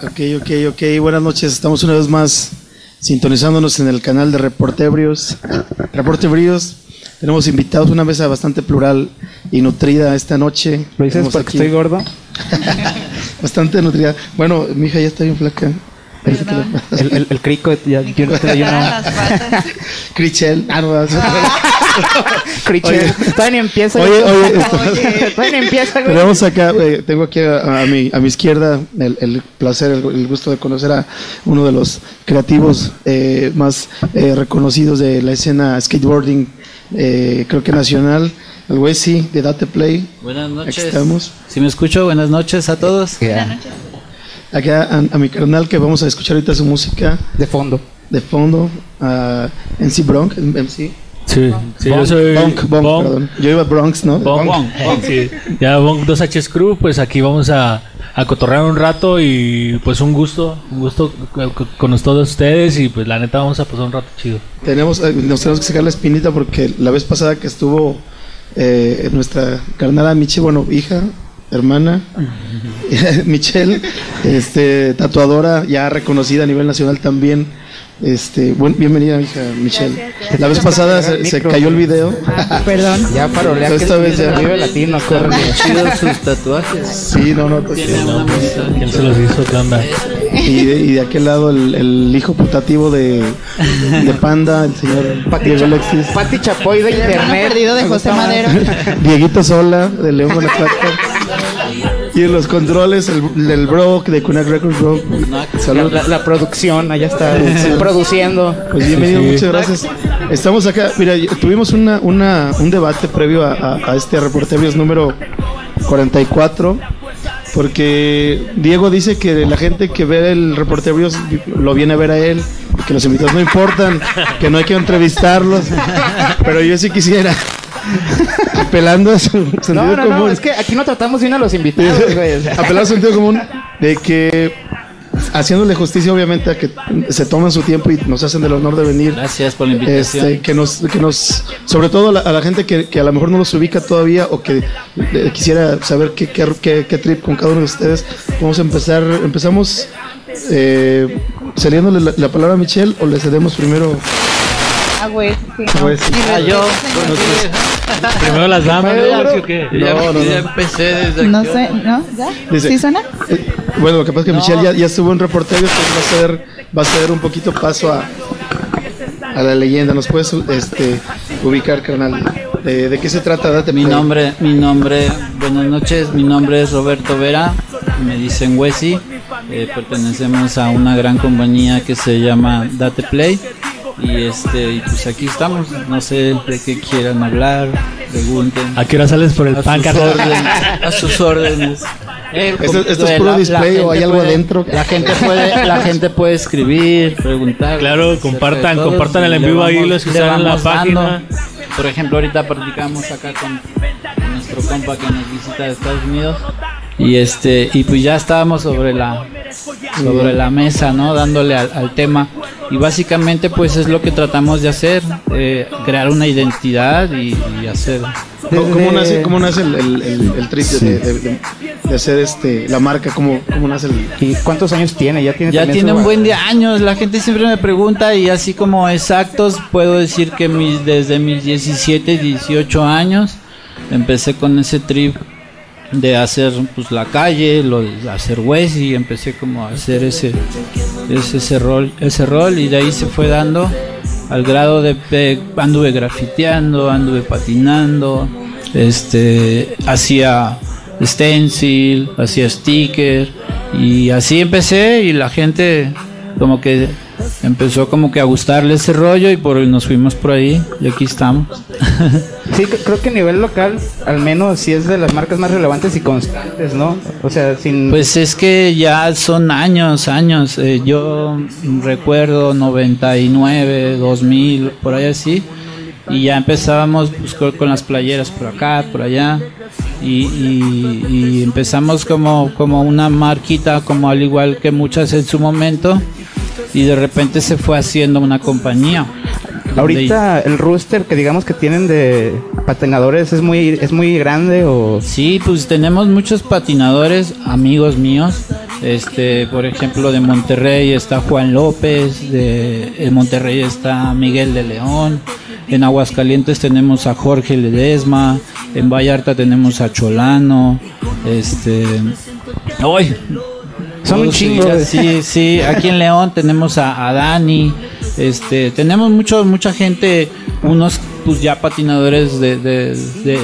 Ok. Buenas noches. Estamos una vez más sintonizándonos en el canal de Reportebrios. Tenemos invitados, una mesa bastante plural y nutrida esta noche. ¿Lo dices porque estoy gordo? Bastante nutrida. Bueno, mi hija ya está bien flaca. El crico ya yo no. Crichel. Crichel. Todavía ni empieza. Todavía ni empieza. Tenemos acá, tengo aquí a mi izquierda el placer, el gusto de conocer a uno de los creativos más reconocidos de la escena skateboarding, creo que nacional, el Wesi de Date Play. Buenas noches. Aquí estamos. Si me escucho, buenas noches a todos. Buenas noches. Acá a mi carnal que vamos a escuchar ahorita su música de fondo, MC Bronx, MC. Sí, yo soy Bonk, perdón. Yo iba a Bronx, ¿no? Bonk. Sí. Ya Bonk 2H Crew, pues aquí vamos a cotorrear un rato y pues un gusto con todos ustedes y pues la neta vamos a pasar un rato chido. Nos tenemos que sacar la espinita porque la vez pasada que estuvo nuestra carnala Michi, bueno, hija, hermana, Michelle, tatuadora ya reconocida a nivel nacional también. Bienvenida, hija Michelle. Gracias. La vez pasada se cayó el video. Perdón. Ya parolea que esta vez ya vive latino, corre. Chidos sus tatuajes. Sí, ¿Quién se los hizo? ¿Qué onda? Y de aquel lado el hijo putativo de Panda, el señor Diego Alexis. Pati Chapoy de internet. Perdido de José Madero. Dieguito Sola de León, Guanajuato. Y en los controles, el Brock de Kunak Records, Brock. La producción, allá está produciendo. Pues bienvenido, sí. Muchas gracias. Estamos acá, mira, tuvimos un debate previo a este Reportebrios número 44, porque Diego dice que la gente que ve el Reportebrios lo viene a ver a él, que los invitados no importan, que no hay que entrevistarlos, pero yo sí quisiera. Apelando a su sentido común. No, es que aquí no tratamos bien a los invitados, güey. Apelando a su sentido común de que, haciéndole justicia obviamente a que se toman su tiempo y nos hacen el honor de venir. Gracias por la invitación. Que nos sobre todo a la gente que a lo mejor no los ubica todavía o que quisiera saber qué trip con cada uno de ustedes. Vamos a empezamos cediéndole la palabra a Michelle, o le cedemos primero güey, sí. Yo. Primero las damas, ¿no? ¿Qué? No. Ya empecé desde aquí. No sé, ¿no? ¿Ya? Dice, ¿Sí suena? Bueno, lo que pasa es que Michelle ya estuvo en Reporterio, pues va a ceder un poquito paso a la leyenda. ¿Nos puedes ubicar, carnal? ¿De qué se trata? Date mi nombre, buenas noches, mi nombre es Roberto Vera, me dicen Wesi, pertenecemos a una gran compañía que se llama Date Play. Y pues aquí estamos, no sé de qué quieran hablar, pregunten. ¿A qué hora sales por el pan, carnal? A sus órdenes. ¿Esto es puro display o hay algo adentro? La gente puede escribir, preguntar. Claro, compartan el en vivo ahí los que están en la página. Por ejemplo, ahorita practicamos acá con nuestro compa que nos visita de Estados Unidos. Y pues ya estábamos sobre la mesa, ¿no? Dándole al tema. Y básicamente pues es lo que tratamos de hacer, crear una identidad y hacer. ¿Cómo nace el trip de hacer la marca? ¿Cómo nace ¿Y cuántos años tiene? Ya tiene un buen de años. La gente siempre me pregunta y así como exactos puedo decir que desde mis 17, 18 años empecé con ese trip de hacer pues la calle, de hacer Wesi, y empecé como a hacer ese rol y de ahí se fue dando al grado de anduve grafiteando, anduve patinando, hacía stencil, hacía sticker y así empecé y la gente como que empezó como que a gustarle ese rollo y nos fuimos por ahí y aquí estamos. Sí, creo que a nivel local al menos sí es de las marcas más relevantes y constantes, ¿no? O sea, Pues es que ya son años. Yo recuerdo 99, 2000, por ahí así. Y ya empezábamos pues, con las playeras por acá, por allá. Y empezamos como una marquita, como al igual que muchas en su momento. Y de repente se fue haciendo una compañía. Ahorita el roster que digamos que tienen de patinadores es muy grande o... Sí, pues tenemos muchos patinadores, amigos míos. Por ejemplo, de Monterrey está Juan López, en Monterrey está Miguel de León, en Aguascalientes tenemos a Jorge Ledesma, en Vallarta tenemos a Cholano, ¡ay! Son un chingo. Sí, aquí en León tenemos a Dani, tenemos mucha gente, unos pues ya patinadores de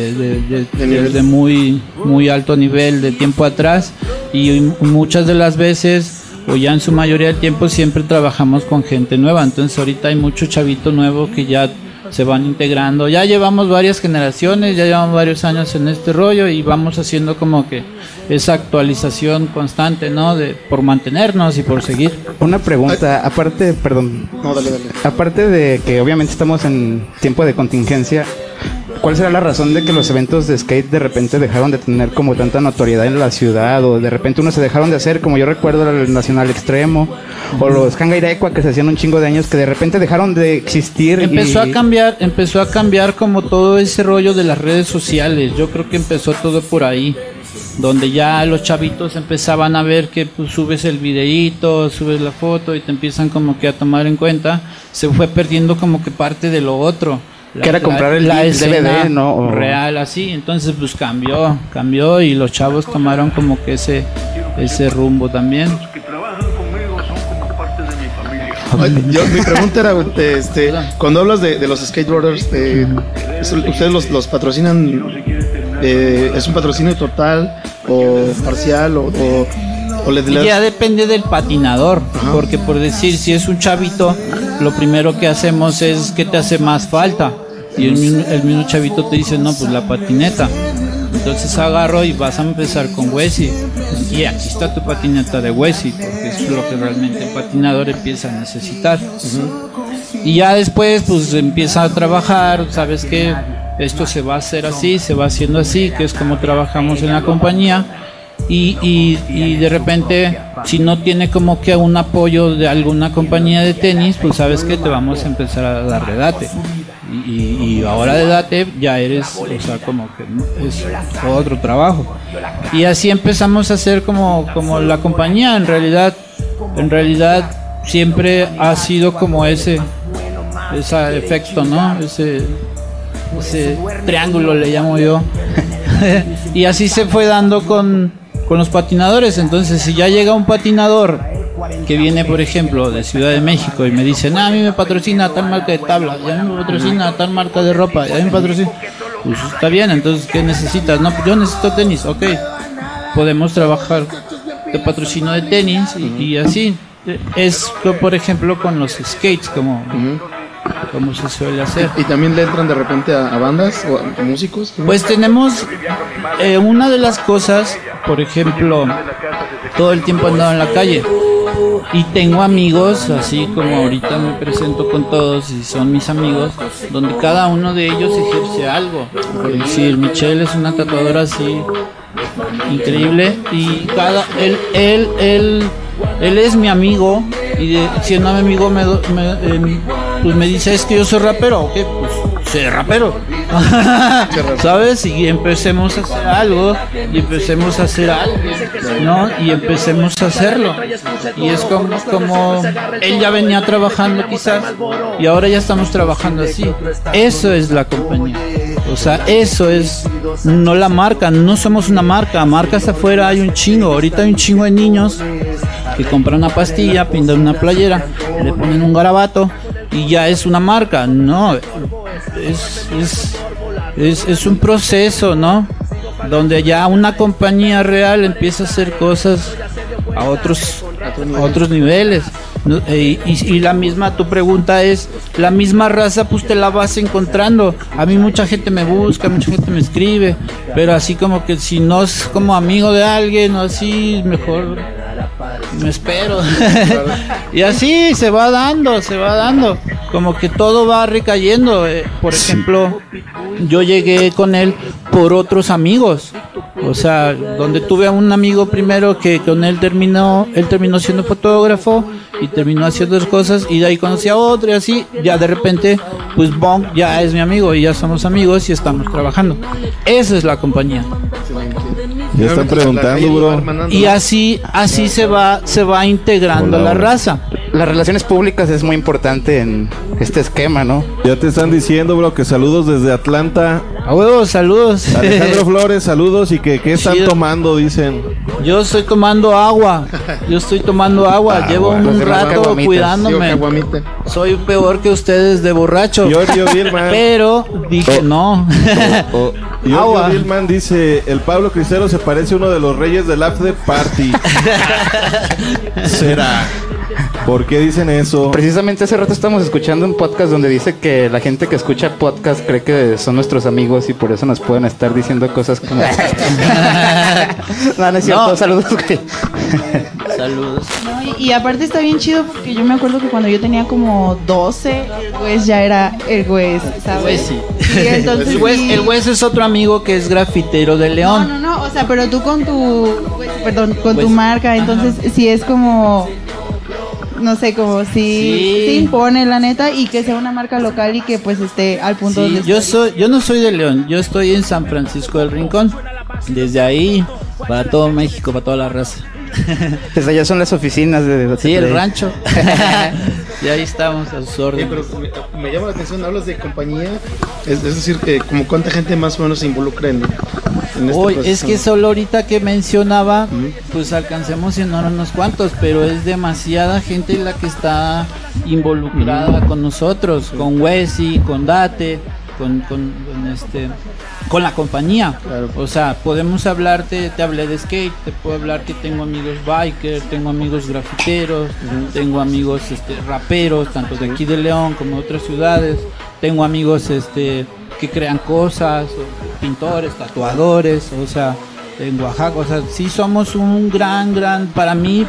muy alto nivel de tiempo atrás, y muchas de las veces, o ya en su mayoría del tiempo, siempre trabajamos con gente nueva. Entonces ahorita hay mucho chavito nuevo que ya se van integrando. Ya llevamos varias generaciones, ya llevamos varios años en este rollo y vamos haciendo como que esa actualización constante, ¿no? Por mantenernos y por seguir. Una pregunta, aparte, perdón. No, dale. Aparte de que obviamente estamos en tiempo de contingencia, ¿cuál será la razón de que los eventos de skate de repente dejaron de tener como tanta notoriedad en la ciudad, o de repente unos se dejaron de hacer, como yo recuerdo el Nacional Extremo o los Hangairekua que se hacían un chingo de años, que de repente dejaron de existir? Empezó a cambiar como todo ese rollo de las redes sociales. Yo creo que empezó todo por ahí, donde ya los chavitos empezaban a ver que pues, subes el videíto, subes la foto y te empiezan como que a tomar en cuenta. Se fue perdiendo como que parte de lo otro, que era comprar el DVD, ¿no? O... real, así. Entonces pues cambió y los chavos tomaron como que ese rumbo también. Mi pregunta era, cuando hablas de los skateboarders, ¿ustedes los patrocinan? ¿Es un patrocinio total o parcial o Ya depende del patinador. Ajá. Porque por decir, si es un chavito, lo primero que hacemos es ¿qué te hace más falta? Y el mismo chavito te dice, no, pues la patineta. Entonces agarro y vas a empezar con Wesi. Y aquí está tu patineta de Wesi, porque es lo que realmente el patinador empieza a necesitar. Uh-huh. Y ya después pues empieza a trabajar, ¿sabes qué? Esto se va a hacer así, se va haciendo así, que es como trabajamos en la compañía. Y de repente, si no tiene como que un apoyo de alguna compañía de tenis, pues sabes que te vamos a empezar a dar de date. Y ahora de date ya eres, o sea, como que es otro trabajo. Y así empezamos a hacer como la compañía. En realidad siempre ha sido como ese efecto, ¿no? Ese triángulo le llamo yo. Y así se fue dando con los patinadores. Entonces, si ya llega un patinador que viene, por ejemplo, de Ciudad de México y me dice, a mí me patrocina tal marca de tabla, ya me patrocina tal marca de ropa, ya me patrocina, pues está bien. Entonces, ¿qué necesitas? No, pues yo necesito tenis. Ok, podemos trabajar de patrocinio de tenis y así. Es, por ejemplo, con los skates, como se suele hacer. ¿Y también le entran de repente a bandas o a músicos? Pues tenemos una de las cosas, por ejemplo, todo el tiempo he andado en la calle y tengo amigos, así como ahorita me presento con todos y son mis amigos, donde cada uno de ellos ejerce algo. Por decir, Michelle es una tatuadora así increíble y él es mi amigo, y siendo mi amigo pues me dice, es que yo soy rapero. Ok, pues soy rapero. ¿Sabes? Y empecemos a hacer algo, y empecemos a hacer algo, ¿no? Y empecemos a hacerlo. Y es como él ya venía trabajando quizás, y ahora ya estamos trabajando así. Eso es la compañía. O sea, eso es, no la marca, no somos una marca. Marcas afuera hay un chingo. Ahorita hay un chingo de niños que compran una pastilla, pintan una playera, le ponen un garabato y ya es una marca. No, es un proceso, ¿no? Donde ya una compañía real empieza a hacer cosas a otros niveles. Y la misma, tu pregunta es, la misma raza pues te la vas encontrando. A mí mucha gente me busca, mucha gente me escribe, pero así como que si no es como amigo de alguien o así, mejor me espero. Y así se va dando, como que todo va recayendo. Por ejemplo, yo llegué con él por otros amigos. O sea, donde tuve a un amigo primero que con él terminó siendo fotógrafo y terminó haciendo otras cosas, y de ahí conocí a otro y así, ya de repente, pues Bong ya es mi amigo y ya somos amigos y estamos trabajando. Esa es la compañía. Ya están preguntando, bro. Y así se va integrando Hola, la hola. raza. Las relaciones públicas es muy importante en este esquema, ¿no? Ya te están diciendo, bro, que saludos desde Atlanta. A huevos, saludos. Alejandro Flores, saludos. Y que qué están Chido. tomando, dicen. Yo estoy tomando agua. Llevo Los un demás rato caguamitas. Digo, cuidándome. caguamita. Soy peor que ustedes de borracho. Giorgio Vilman. Pero dije no. Giorgio Agua. Vilman dice: el Pablo Cristero se parece a uno de los reyes del after party. ¿Será? ¿Por qué dicen eso? Precisamente hace rato estamos escuchando un podcast donde dice que la gente que escucha podcast cree que son nuestros amigos y por eso nos pueden estar diciendo cosas como... No, no es cierto. No. Saludos, güey. Saludos. No, y aparte está bien chido porque yo me acuerdo que cuando yo tenía como 12, el güey ya era el güey, ¿sabes? Güezi. Y entonces El Wes es otro amigo que es grafitero de León. No, o sea, pero tú con tu, con tu Pues, marca, entonces sí es como, no sé, como si Sí. se impone la neta y que sea una marca local y que pues esté al punto Sí, donde yo no soy de León, yo estoy en San Francisco del Rincón. Desde ahí, para todo México, para toda la raza. Desde allá son las oficinas de... Sí, el rancho. Y ahí estamos, a sus Oye, órdenes. pero me llama la atención, hablas de compañía, es decir, que como cuánta gente más o menos se involucra en este Hoy, proceso. es que solo ahorita que mencionaba, pues alcancemos en unos cuantos, pero es demasiada gente la que está involucrada con nosotros, con Wesi, con Date, con la compañía. Claro. O sea, podemos hablarte, te hablé de skate, te puedo hablar que tengo amigos biker, tengo amigos grafiteros, tengo amigos raperos, tanto de aquí de León como de otras ciudades, tengo amigos que crean cosas, o pintores, tatuadores, o sea, en Oaxaca, o sea, sí somos un gran, para mí,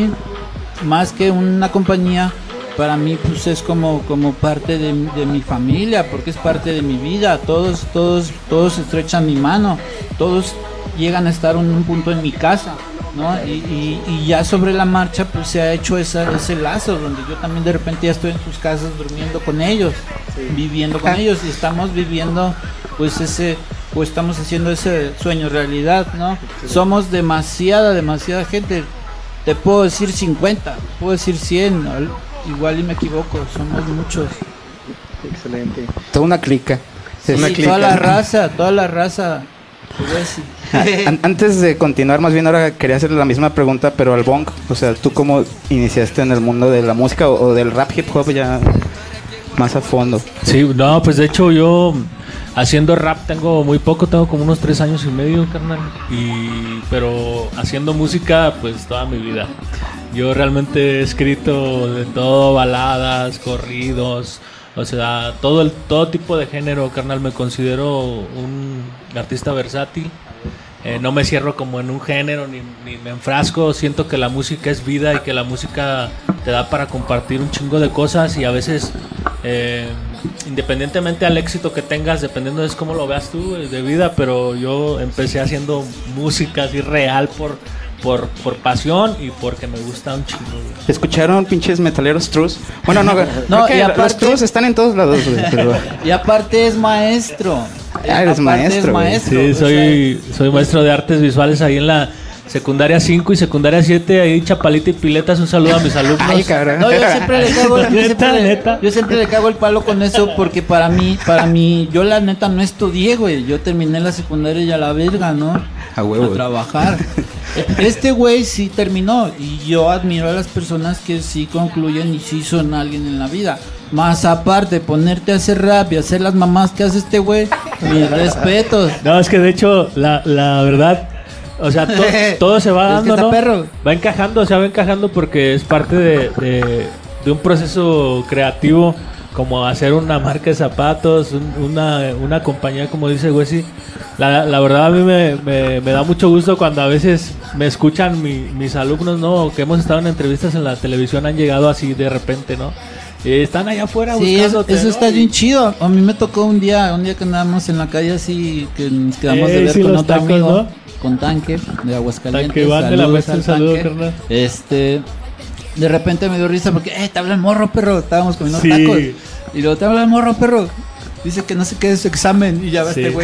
más que una compañía, para mí pues es como parte de mi familia, porque es parte de mi vida. Todos estrechan mi mano, todos llegan a estar en un punto en mi casa, ¿no? Y ya sobre la marcha pues se ha hecho ese lazo donde yo también de repente ya estoy en sus casas durmiendo con ellos, viviendo con ellos, y estamos viviendo pues estamos haciendo ese sueño realidad, ¿no? Somos demasiada gente. Te puedo decir 50, puedo decir 100, igual y me equivoco, somos muchos. Excelente. Toda una clica. Sí, Una clica. toda la raza. Pues, sí. Antes de continuar, más bien ahora quería hacerle la misma pregunta, pero al Bong. O sea, ¿tú cómo iniciaste en el mundo de la música o del rap hip hop ya más a fondo? Sí, no, pues de hecho yo haciendo rap tengo muy poco, tengo como unos 3 años y medio, carnal. Pero haciendo música, pues toda mi vida. Yo realmente he escrito de todo, baladas, corridos, o sea, todo tipo de género, carnal. Me considero un artista versátil. No me cierro como en un género ni me enfrasco. Siento que la música es vida y que la música te da para compartir un chingo de cosas, y a veces independientemente al éxito que tengas, dependiendo de cómo lo veas tú de vida, pero yo empecé haciendo música así real por pasión y porque me gusta un chingo, güey. ¿Escucharon pinches metaleros trus? Bueno, no, No, creo que y aparte- los trus están en todos lados, güey, pero... Y aparte es maestro. Eres Aparte maestro, es güey. maestro. Sí, o sea, soy maestro de artes visuales ahí en la secundaria 5 y secundaria 7, ahí Chapalita y Piletas. Un saludo a mis alumnos. Ay, cabrón. No, yo siempre le cago, Neta. yo siempre le cago el palo con eso, porque para mí, yo la neta no estudié, güey. Yo terminé la secundaria y a la verga, ¿no? A huevo. A trabajar. Este güey sí terminó, y yo admiro a las personas que sí concluyen y sí son alguien en la vida. Más aparte, ponerte a hacer rap y hacer las mamás que hace este güey, mis respetos. No, es que de hecho, la verdad, o sea, todo se va Es que dando, está ¿no? perro. Va encajando porque es parte de un proceso creativo, como hacer una marca de zapatos, una compañía, como dice Wesi. La verdad a mí me da mucho gusto cuando a veces me escuchan mis alumnos, ¿no? Que hemos estado en entrevistas en la televisión, han llegado así de repente, ¿no? Están allá afuera Sí, buscándote, eso ¿no? está bien chido. A mí me tocó un día que andábamos en la calle así, que nos quedamos de ver Sí, con los otro tacos, amigo, ¿no? con Tanque de Aguascalientes. Tanque Iván de la Hueste, al un saludo, Tanque. carnal. De repente me dio risa porque, te habla el morro, perro. Estábamos comiendo Sí. tacos. Y luego te habla el morro, perro. dice que no sé qué es su examen. Y ya va Sí. este güey.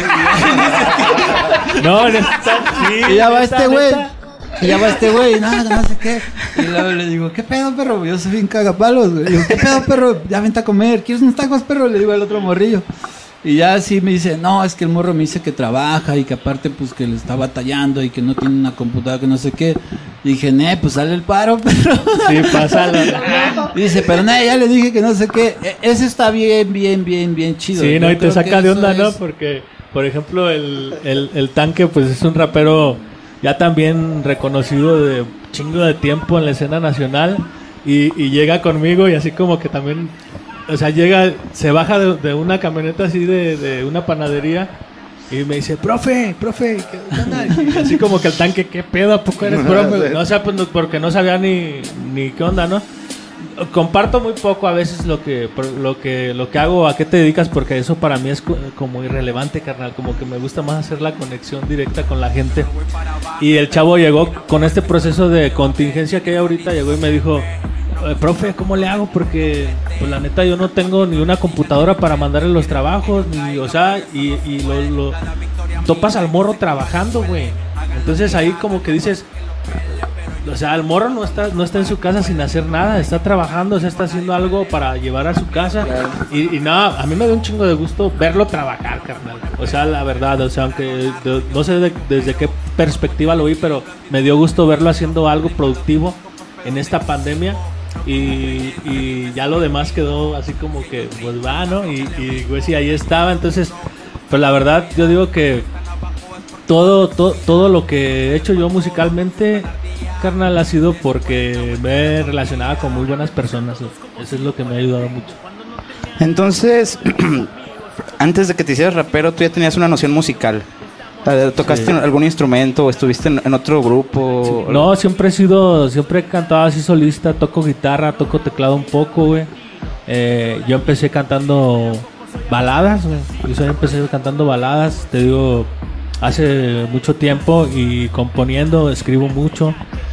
No, sí, Y ya va neta, este güey. neta. Y ya va este güey, no sé qué. Y luego le digo, ¿qué pedo, perro? Yo soy bien cagapalos, güey. Le digo, ¿qué pedo, perro? Ya vente a comer. ¿Quieres unos tacos, perro? Le digo al otro morrillo. Y ya así me dice, no, es que el morro me dice que trabaja y que aparte pues que le está batallando y que no tiene una computadora, que no sé qué. Y dije, pues sale el paro, perro. Sí, pásalo. Y dice, pero ya le dije que no sé qué. Ese está bien chido. Sí, no, Yo y te creo saca que de eso onda, ¿no? es- Porque, por ejemplo, el Tanque, pues es un rapero ya también reconocido de chingo de tiempo en la escena nacional. Y llega conmigo y así como que también, o sea, se baja de una camioneta así de una panadería. Y me dice, profe, ¿qué onda? Y así como que el Tanque, ¿qué pedo? ¿A poco eres profe? No, o sea, pues porque no sabía ni qué onda, ¿no? Comparto muy poco a veces lo que hago, a qué te dedicas, porque eso para mí es como irrelevante, carnal. Como que me gusta más hacer la conexión directa con la gente. Y el chavo llegó con este proceso de contingencia que hay ahorita, llegó y me dijo, profe, ¿cómo le hago? Porque pues la neta yo no tengo ni una computadora para mandarle los trabajos, ni, o sea, y lo topas al morro trabajando, güey. Entonces ahí como que dices, o sea, el morro no está en su casa sin hacer nada, está trabajando, o sea, está haciendo algo para llevar a su casa. Y nada, a mí me dio un chingo de gusto verlo trabajar, carnal. O sea, la verdad, o sea, aunque no sé desde qué perspectiva lo vi, pero me dio gusto verlo haciendo algo productivo en esta pandemia. Y ya lo demás quedó así como que, pues va, ¿no? Y güey, sí, ahí estaba. Entonces, pues la verdad, yo digo que todo lo que he hecho yo musicalmente, carnal, ha sido porque me he relacionado con muy buenas personas. Eso es lo que me ha ayudado mucho. Entonces, antes de que te hicieras rapero, tú ya tenías una noción musical. ¿Tocaste algún instrumento o estuviste en otro grupo? No, siempre he cantado así solista, toco guitarra, toco teclado un poco, güey. Yo empecé cantando baladas, güey. Yo empecé cantando baladas, te digo, hace mucho tiempo, y componiendo, escribo mucho.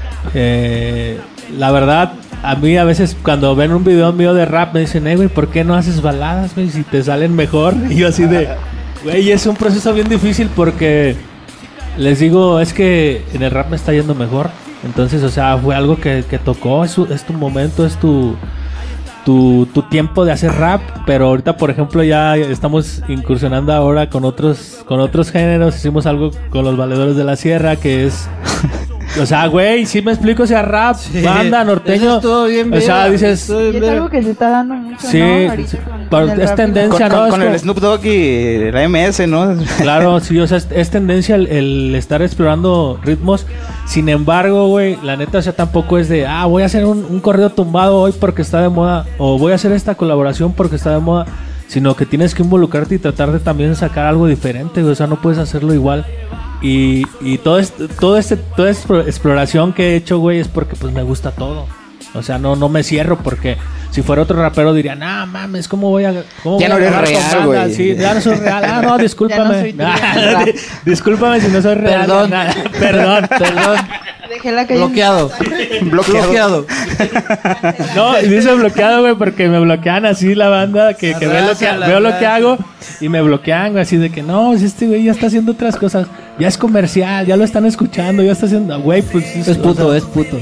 La verdad, a mí a veces cuando ven un video mío de rap me dicen, güey, ¿por qué no haces baladas, güey, si te salen mejor? Y yo así de, güey, es un proceso bien difícil porque les digo, es que en el rap me está yendo mejor. Entonces, o sea, fue algo que tocó, es tu momento, es tu tiempo de hacer rap. Pero ahorita, por ejemplo, ya estamos incursionando ahora con otros géneros. Hicimos algo con los Valedores de la Sierra, que es... O sea, güey, sí me explico, o sea, rap, banda, norteño. Eso estuvo bien, o sea, verga, dices... Y es algo que se está dando mucho, Sí, ¿no? Ahorita con el es rap. tendencia, ¿no? Con Es el como- Snoop Dogg y la MS, ¿no? Claro, sí, o sea, es tendencia el estar explorando ritmos. Sin embargo, güey, la neta, o sea, tampoco es de, voy a hacer un corrido tumbado hoy porque está de moda, o voy a hacer esta colaboración porque está de moda, sino que tienes que involucrarte y tratar de también sacar algo diferente, güey, o sea, no puedes hacerlo igual. Y toda esta exploración que he hecho, güey, es porque pues me gusta todo. O sea, no me cierro, porque si fuera otro rapero diría, nah, mames, ¿cómo voy a Ya no voy a eres grabar con real, banda? güey. Sí, ya no soy real. No, discúlpame. Ya no soy tú, ya. Discúlpame si no soy real. Perdón. Perdón. Dejé la calle. Bloqueado. Bloqueado. No, y dice bloqueado, güey, porque me bloquean así la banda, que ve veo lo que hago y me bloquean, güey, así de que no, si este güey ya está haciendo otras cosas, ya es comercial, ya lo están escuchando, ya está haciendo, güey, pues Es puto, es puto.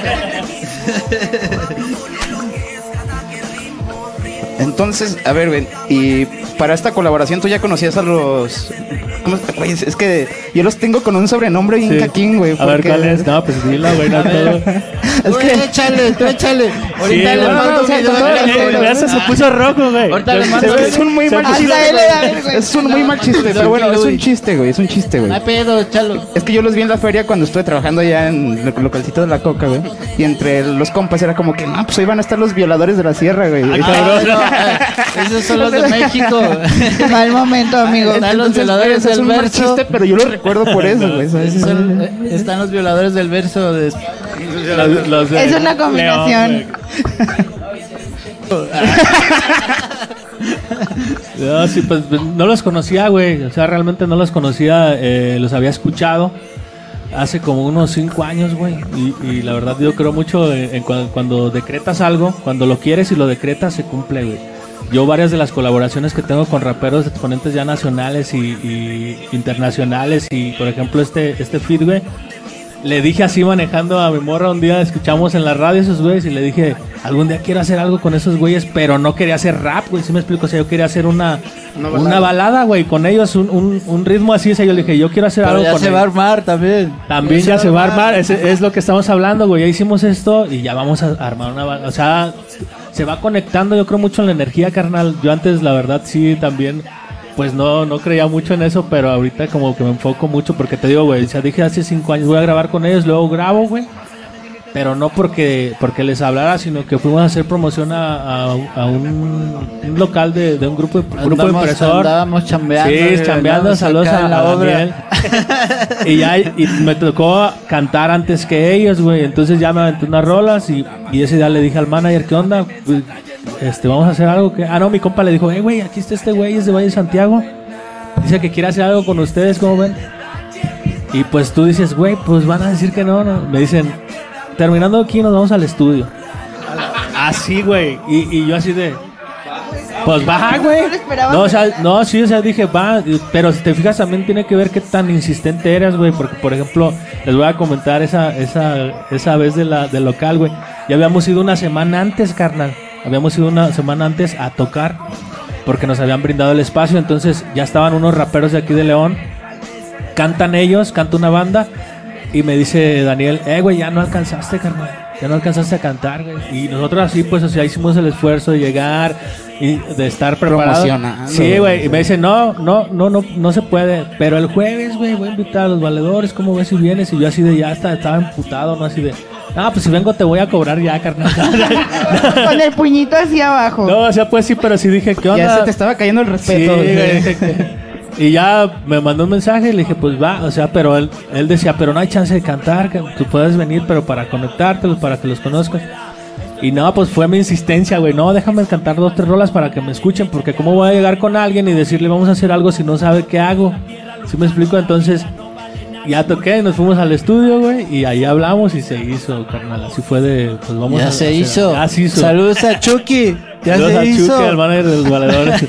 Entonces, a ver, güey, y para esta colaboración tú ya conocías a los... Güey, es que yo los tengo con un sobrenombre bien Sí. caquín, güey. A ver, porque- ¿cuál es? No, pues dilo, güey, no todo. Es que... Tú échale. Ahorita le mando un video. Ya se puso rojo, güey. Ahorita le Se mando ve- es un muy mal chiste. Hasta él le da vergüenza. Es un muy mal chiste, pero bueno, es un chiste, güey. Es un chiste, güey. No hay pedo, chalo. Es que yo los vi en la feria cuando estuve trabajando allá en el localcito de la Coca, güey. Y entre los compas era como que, no, pues ahí van a estar los violadores de la sierra, güey. Esos son los de México. Mal momento, amigo. Están los violadores es del un mal verso. chiste, pero yo lo recuerdo por eso, güey. ¿sabes? Están los violadores del verso. Los de Es una combinación. León, güey. No, sí, pues no los conocía, güey. O sea, realmente no los conocía. Los había escuchado hace como unos 5 años, güey. Y la verdad yo creo mucho en cuando decretas algo, cuando lo quieres y lo decretas, se cumple, güey. yo varias de las colaboraciones que tengo con raperos exponentes ya nacionales y internacionales, y por ejemplo este feat, güey, le dije así manejando a mi morra un día, escuchamos en la radio esos güeyes y le dije, algún día quiero hacer algo con esos güeyes, pero no quería hacer rap, güey, ¿sí me explico? O sea, yo quería hacer una balada, güey, con ellos, un ritmo así, o sea, yo le dije, yo quiero hacer algo con ellos. Ya se va a armar también. También ya se va a armar, es lo que estamos hablando, güey, ya hicimos esto y ya vamos a armar una balada, o sea, se va conectando, yo creo mucho en la energía, carnal. Yo antes, la verdad, sí, también, pues no creía mucho en eso, pero ahorita como que me enfoco mucho porque te digo, güey, ya dije hace 5 años, voy a grabar con ellos, luego grabo, güey. Pero no porque les hablara, sino que fuimos a hacer promoción a un local de un grupo impresor. Andábamos chambeando. Sí, chambeando, saludos a Daniel. y me tocó cantar antes que ellos, güey. Entonces ya me aventé unas rolas y ese día le dije al manager, ¿qué onda? Vamos a hacer algo que... Ah, no, mi compa le dijo, güey, aquí está este güey, es de Valle de Santiago. Dice que quiere hacer algo con ustedes, ¿cómo ven? Y pues tú dices, güey, pues van a decir que no. Me dicen... Terminando aquí nos vamos al estudio. Así, güey. Y yo así de... Pues va, güey. No, o sea, dije, va. Pero si te fijas también tiene que ver qué tan insistente eres, güey. Porque, por ejemplo, les voy a comentar esa vez del local, güey. Ya habíamos ido una semana antes, carnal. Habíamos ido una semana antes a tocar. Porque nos habían brindado el espacio. Entonces ya estaban unos raperos de aquí de León. Cantan ellos, canta una banda. Y me dice Daniel, güey, ya no alcanzaste, carnal. Ya no alcanzaste a cantar, güey. Y nosotros así, pues, o sea, hicimos el esfuerzo de llegar y de estar preparados. Sí, güey. Y me dice, no se puede. Pero el jueves, güey, voy a invitar a los valedores. ¿Cómo ves si vienes? Y yo así de ya estaba emputado, ¿no? Así de, pues si vengo te voy a cobrar ya, carnal. Con el puñito hacia abajo. No, o sea, pues sí, pero sí dije, ¿qué onda? Ya se te estaba cayendo el respeto. Sí, güey. Y ya me mandó un mensaje y le dije, pues va, o sea, pero él decía, pero no hay chance de cantar, que tú puedes venir, pero para conectártelos, para que los conozcas. Y no, pues fue mi insistencia, güey, no, déjame cantar 2, 3 rolas para que me escuchen, porque cómo voy a llegar con alguien y decirle vamos a hacer algo si no sabe qué hago. ¿Sí me explico? Entonces, ya toqué, nos fuimos al estudio, güey, y ahí hablamos y se hizo, carnal. Así fue de, pues vamos ya se hizo. Ya se hizo. Saludos a Chucky. Ya saludos se a hizo. Chucky, al manager de los valedores.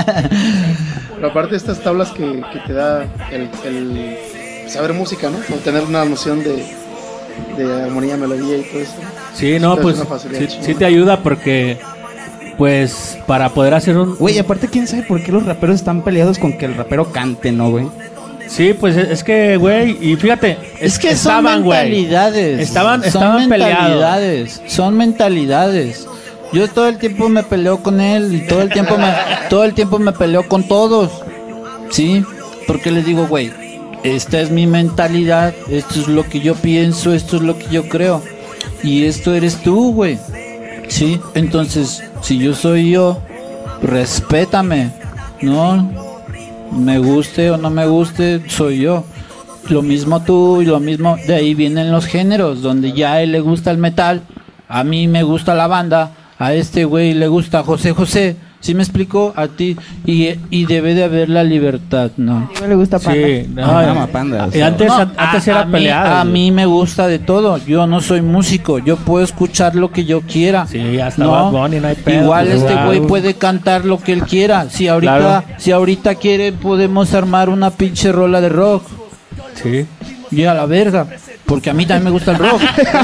Pero aparte de estas tablas que te da el saber música, ¿no? O tener una noción de armonía, melodía y todo eso. Sí, no, pues sí te ayuda porque, pues, para poder hacer un... Güey, aparte, ¿quién sabe por qué los raperos están peleados con que el rapero cante, no, güey? Sí, pues es que, güey, y fíjate, es que estaban, son mentalidades. Estaban peleados. Son mentalidades. Yo todo el tiempo me peleo con él y todo el tiempo me peleo con todos. ¿Sí? Porque les digo, güey, esta es mi mentalidad, esto es lo que yo pienso, esto es lo que yo creo. Y esto eres tú, güey. ¿Sí? Entonces, si yo soy yo, respétame. ¿No? Me guste o no me guste, soy yo. Lo mismo tú y lo mismo. De ahí vienen los géneros, donde ya a él le gusta el metal, a mí me gusta la banda, a este güey le gusta José José. ¿Sí me explico? A ti. Y debe de haber la libertad, ¿no? A mí le gusta Panda. Sí, no, Panda. O sea, antes era peleado. A mí me gusta de todo. Yo no soy músico. Yo puedo escuchar lo que yo quiera. Sí, hasta Bad Bunny, no hay pedo. Igual pues, güey puede cantar lo que él quiera. Si ahorita quiere, podemos armar una pinche rola de rock. Sí. Y a la verga. Porque a mí también me gusta el rock.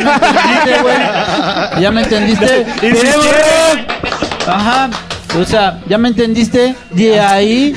¿Ya me entendiste? Ajá. O sea, ¿ya me entendiste? De ahí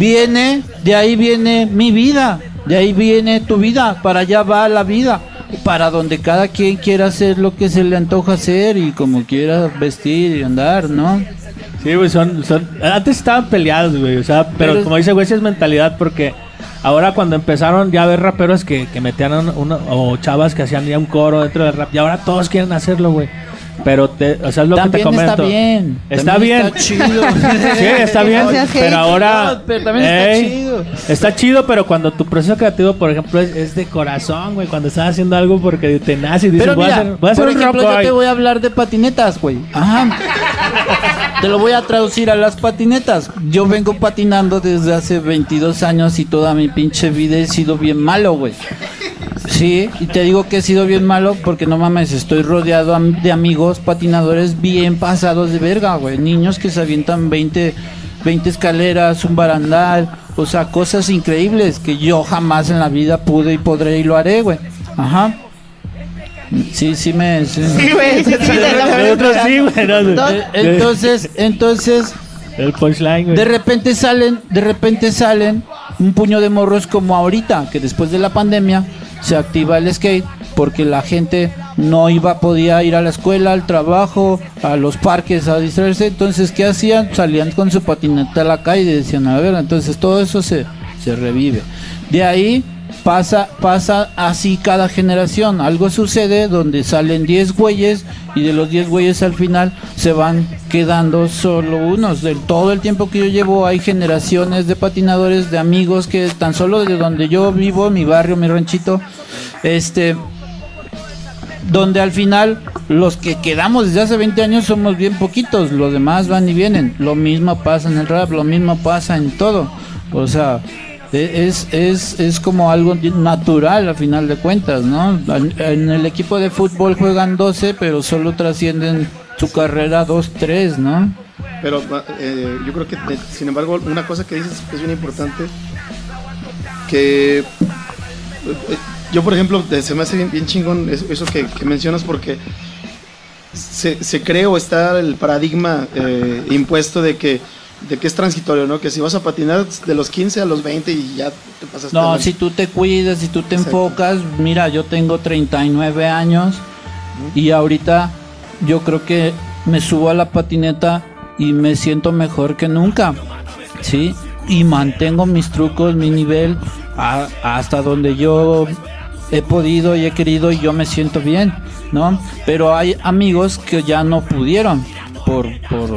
viene mi vida. De ahí viene tu vida. Para allá va la vida. Para donde cada quien quiera hacer lo que se le antoja hacer y como quiera vestir y andar, ¿no? Sí, güey, antes estaban peleados, güey. O sea, pero como dice, güey, sí es mentalidad porque... Ahora cuando empezaron ya a ver raperos que metían o chavas que hacían ya un coro dentro del rap, y ahora todos quieren hacerlo, güey. Pero, o sea, es lo también que te comento. Está bien. Está bien. Está chido. Sí, está bien. Pero ahora... No, pero también está chido. Está chido, pero cuando tu proceso creativo, por ejemplo, es de corazón, güey. Cuando estás haciendo algo porque te nace y dices, pero mira, voy a hacer por un ejemplo, rock yo hoy. te voy a hablar de patinetas, güey. Ajá. Te lo voy a traducir a las patinetas. Yo vengo patinando desde hace 22 años y toda mi pinche vida he sido bien malo, güey. Sí, y te digo que he sido bien malo porque no mames, estoy rodeado de amigos patinadores bien pasados de verga, güey. Niños que se avientan 20 escaleras, un barandal, o sea, cosas increíbles que yo jamás en la vida pude y podré y lo haré, güey. Ajá. Sí, Sí, güey. Sí, Nosotros sí, güey. No, Entonces, el punchline, güey. de repente salen un puño de morros como ahorita, que después de la pandemia se activa el skate porque la gente podía ir a la escuela, al trabajo, a los parques a distraerse. Entonces, ¿qué hacían? Salían con su patineta a la calle y decían, a ver, entonces todo eso se revive. De ahí pasa así cada generación. Algo sucede donde salen 10 güeyes y de los 10 güeyes al final se van quedando solo unos. De todo el tiempo que yo llevo hay generaciones de patinadores, de amigos que tan solo de donde yo vivo, mi barrio, mi ranchito, donde al final los que quedamos desde hace 20 años somos bien poquitos, los demás van y vienen. Lo mismo pasa en el rap, lo mismo pasa en todo. O sea, es como algo natural a final de cuentas, ¿no? En el equipo de fútbol juegan 12, pero solo trascienden su carrera 2-3, ¿no? Pero yo creo que, sin embargo, una cosa que dices que es bien importante, que yo, por ejemplo, se me hace bien chingón eso que mencionas, porque se cree o está el paradigma impuesto de que es transitorio, ¿no? Que si vas a patinar de los 15 a los 20 y ya te pasas. No, si tú te cuidas, si tú te enfocas. Mira, yo tengo 39 años y ahorita yo creo que me subo a la patineta y me siento mejor que nunca, ¿sí? Y mantengo mis trucos, mi nivel hasta donde yo he podido y he querido, y yo me siento bien, ¿no? Pero hay amigos que ya no pudieron por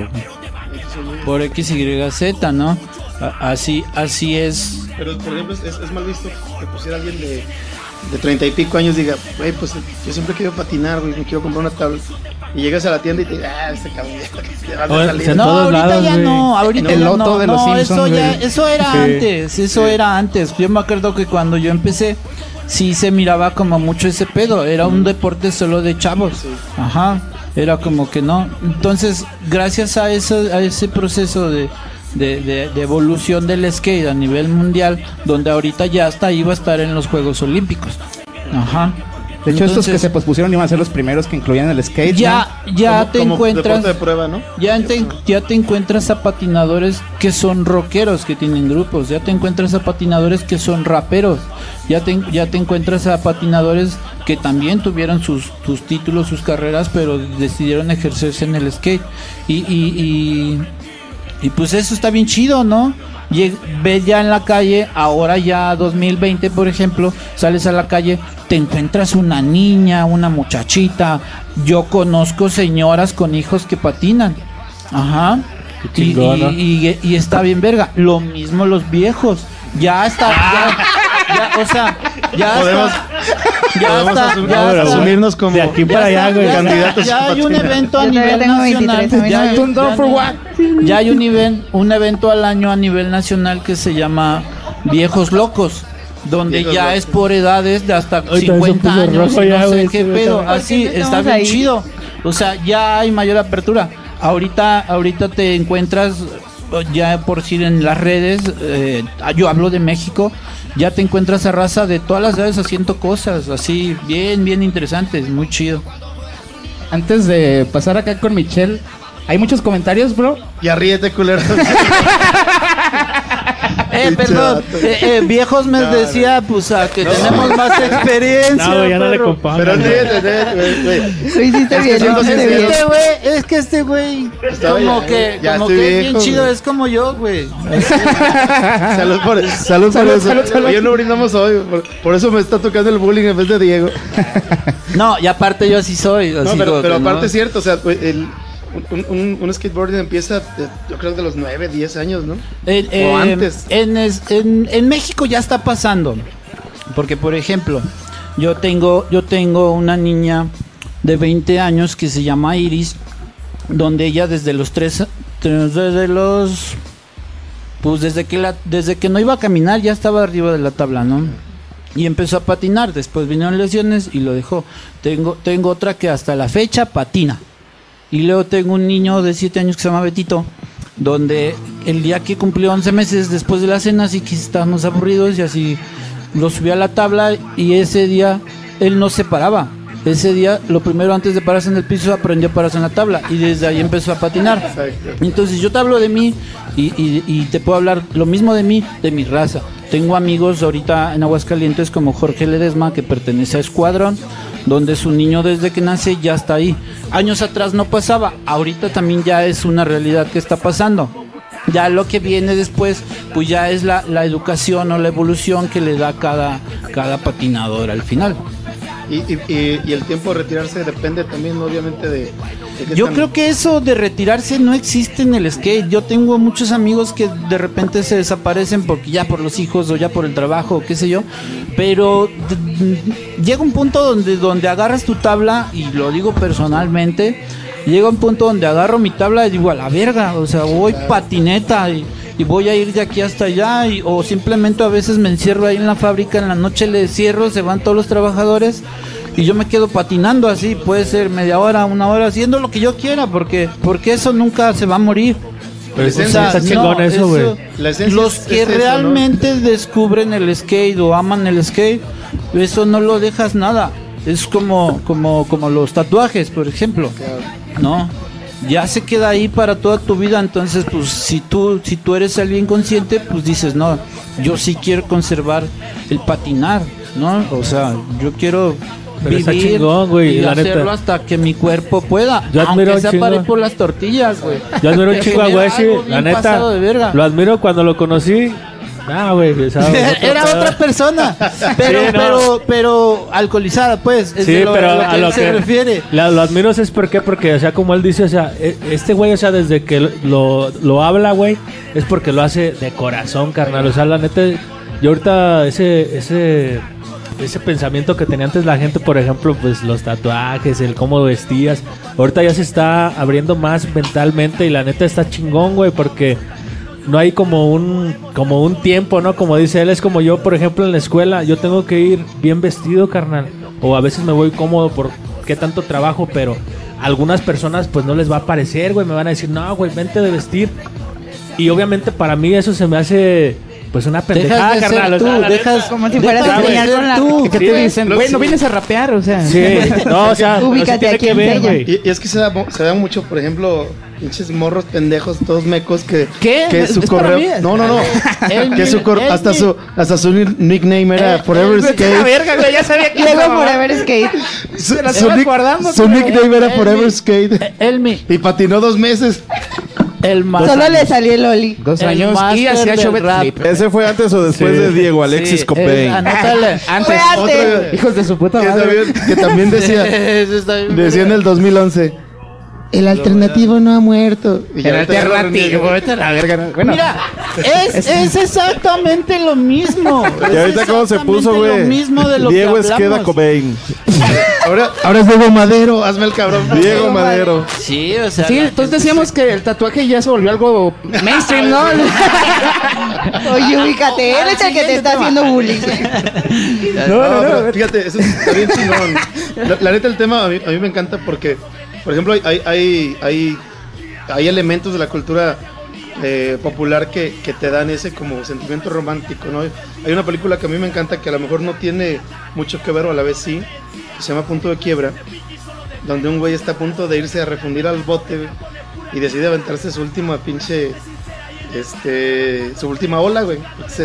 X, Y, Z, ¿no? Así es. Pero, por ejemplo, es mal visto que pusiera alguien de 30 y pico años diga, güey, pues yo siempre quiero patinar, güey, me quiero comprar una tabla. Y llegas a la tienda y te este cabrón ya vas a salir. No, ahorita ya no, ahorita el ya loto no, de los Simpsons, eso era antes. Yo me acuerdo que cuando yo empecé, sí se miraba como mucho ese pedo, era un deporte solo de chavos. Ajá. Era como que no. Entonces, gracias a ese proceso de evolución del skate a nivel mundial, donde ahorita ya iba a estar en los Juegos Olímpicos. Ajá. De hecho, estos que se pospusieron iban a ser los primeros que incluían el skate. Ya te encuentras deporte de prueba, ¿no? Ya te encuentras a patinadores que son rockeros, que tienen grupos. Ya te encuentras a patinadores que son raperos. Ya te encuentras a patinadores que también tuvieron sus títulos, sus carreras, pero decidieron ejercerse en el skate. Y pues eso está bien chido, ¿no? Ves ya en la calle, ahora ya 2020, por ejemplo, sales a la calle, te encuentras una niña, una muchachita. Yo conozco señoras con hijos que patinan. Ajá. Qué chingón, ¿no? Y está bien verga. Lo mismo los viejos. Ya está. Podemos asumirnos como de aquí para allá, güey, candidatos. Ya hay un evento a Yo nivel tengo nacional. 23, Ya hay un evento al año a nivel nacional que se llama Viejos Locos, donde Viejos ya Locos. es por edades de hasta Ahorita 50 se puso años, rojo y ya, no sé güey, qué sí, pedo. güey. Así ¿Por qué está estamos bien ahí? chido. O sea, ya hay mayor apertura. Ahorita te encuentras ya por decir en las redes, yo hablo de México, ya te encuentras a raza de todas las edades haciendo cosas así bien interesantes, muy chido. Antes de pasar acá con Michelle, hay muchos comentarios, bro. Ya ríete, culero. Perdón, viejos me decía, pues a que tenemos más experiencia. No, güey, ya no le perro. compongo. Pero ríete, güey. Lo hiciste bien, lo hiciste bien. Es que este güey Estaba como ya, que ya como estoy que es bien viejo, chido, güey. es como yo, güey. Salud por eso. Yo no brindamos hoy, por eso me está tocando el bullying en vez de Diego. No, y aparte yo así soy. No, así pero como que aparte no. es cierto, o sea, un skateboarding empieza, yo creo, de los 9, 10 años, ¿no? O antes. En México ya está pasando. Porque, por ejemplo, yo tengo una niña de 20 años que se llama Iris, donde ella desde que no iba a caminar ya estaba arriba de la tabla, ¿no? Y empezó a patinar, después vinieron lesiones y lo dejó. Tengo otra que hasta la fecha patina. Y luego tengo un niño de 7 años que se llama Betito, donde el día que cumplió 11 meses después de la cena, así que estábamos aburridos y así lo subí a la tabla y ese día él no se paraba. Ese día, lo primero antes de pararse en el piso, aprendió a pararse en la tabla y desde ahí empezó a patinar. Entonces yo te hablo de mí y te puedo hablar lo mismo de mí, de mi raza. Tengo amigos ahorita en Aguascalientes como Jorge Ledesma, que pertenece a Escuadrón, donde su niño desde que nace ya está ahí. Años atrás no pasaba, ahorita también ya es una realidad que está pasando. Ya lo que viene después, pues ya es la educación o la evolución que le da cada patinador al final. Y el tiempo de retirarse depende también, obviamente, de yo creo que eso de retirarse no existe en el skate. Yo tengo muchos amigos que de repente se desaparecen porque ya por los hijos o ya por el trabajo o qué sé yo. Pero llega un punto donde agarras tu tabla, y lo digo personalmente, llega un punto donde agarro mi tabla y digo, a la verga, o sea, voy patineta y voy a ir de aquí hasta allá, o simplemente a veces me encierro ahí en la fábrica, en la noche le cierro, se van todos los trabajadores y yo me quedo patinando así, puede ser media hora, una hora, haciendo lo que yo quiera, porque eso nunca se va a morir. Pero está chingón eso, güey. Los que realmente descubren el skate o aman el skate, eso no lo dejas nada. Es como los tatuajes, por ejemplo. No, ya se queda ahí para toda tu vida. Entonces, pues si tú eres alguien consciente, pues dices, no, yo sí quiero conservar el patinar, ¿no? O sea, yo quiero vivir chingón, güey, y la hacerlo neta. hasta que mi cuerpo pueda. Yo admiro aunque sea un para chingo. ir por las tortillas, güey. Yo admiro un chingo a Genera Wesley, algo la bien pasado de neta. verga. Lo admiro cuando lo conocí. Güey, Era otra persona, pero, Sí, no. pero alcoholizada, pues. Es Sí, de pero a lo a que lo él se que refiere. lo admiro es porque, o sea, como él dice, o sea, este güey, o sea, desde que lo habla, güey, es porque lo hace de corazón, carnal. O sea, la neta, yo ahorita ese pensamiento que tenía antes la gente, por ejemplo, pues los tatuajes, el cómo vestías, ahorita ya se está abriendo más mentalmente y la neta está chingón, güey, porque no hay como un tiempo, ¿no? Como dice él, es como yo, por ejemplo, en la escuela, yo tengo que ir bien vestido, carnal, o a veces me voy cómodo por qué tanto trabajo, pero a algunas personas pues no les va a parecer, güey, me van a decir, no, güey, vente de vestir, y obviamente para mí eso se me hace pues una pendejada, Dejas de carnal, ser o sea, tú, la dejas neta. Como si fueras dejas a de enseñar ser con la- tú. ¿Qué te dicen? Güey, no vienes a rapear, o sea. Sí, no, o sea, no se Ubícate, tiene aquí que ver, enseña. güey. Y es que se da mucho, por ejemplo, pinches morros pendejos, todos mecos que su ¿Es correo. para mí? No. Que su correo, hasta su nickname era Forever La Skate. verga, güey, ya sabía que Luego estaba- Forever Skate. Su nickname era Forever Skate. Elmi, Y patinó 2 meses. el más. Solo le salió el Oli. 2 el años y máster hacía del show rap. flip. ¿Ese fue antes o después Sí. de Diego Alexis Copain? Anótale. Antes. Fue antes. Otro- Hijos de su puta Que madre. también decía Eso está bien. en el 2011. El alternativo no ha muerto. Y ya El ahorita ya lo alternativo, reniega. vete a la verga. ¿No? Bueno, Mira, es exactamente lo mismo. ¿Y ahorita cómo se puso, Lo güey? mismo de lo Diego que Esqueda hablamos. Cobain. Ahora es Diego Madero, hazme el cabrón. Diego Madero. Sí, o sea. sí, la entonces gente decíamos que el tatuaje ya se volvió algo mainstream, ¿no? Oye, ubícate. Él es el que te está haciendo bullying. No, pero fíjate, eso está bien chingón. La neta, el tema a mí me encanta porque, por ejemplo, hay elementos de la cultura popular que te dan ese como sentimiento romántico, ¿no? Hay una película que a mí me encanta que a lo mejor no tiene mucho que ver o a la vez sí, que se llama Punto de Quiebra, donde un güey está a punto de irse a refundir al bote, güey, y decide aventarse su última pinche su última ola, güey.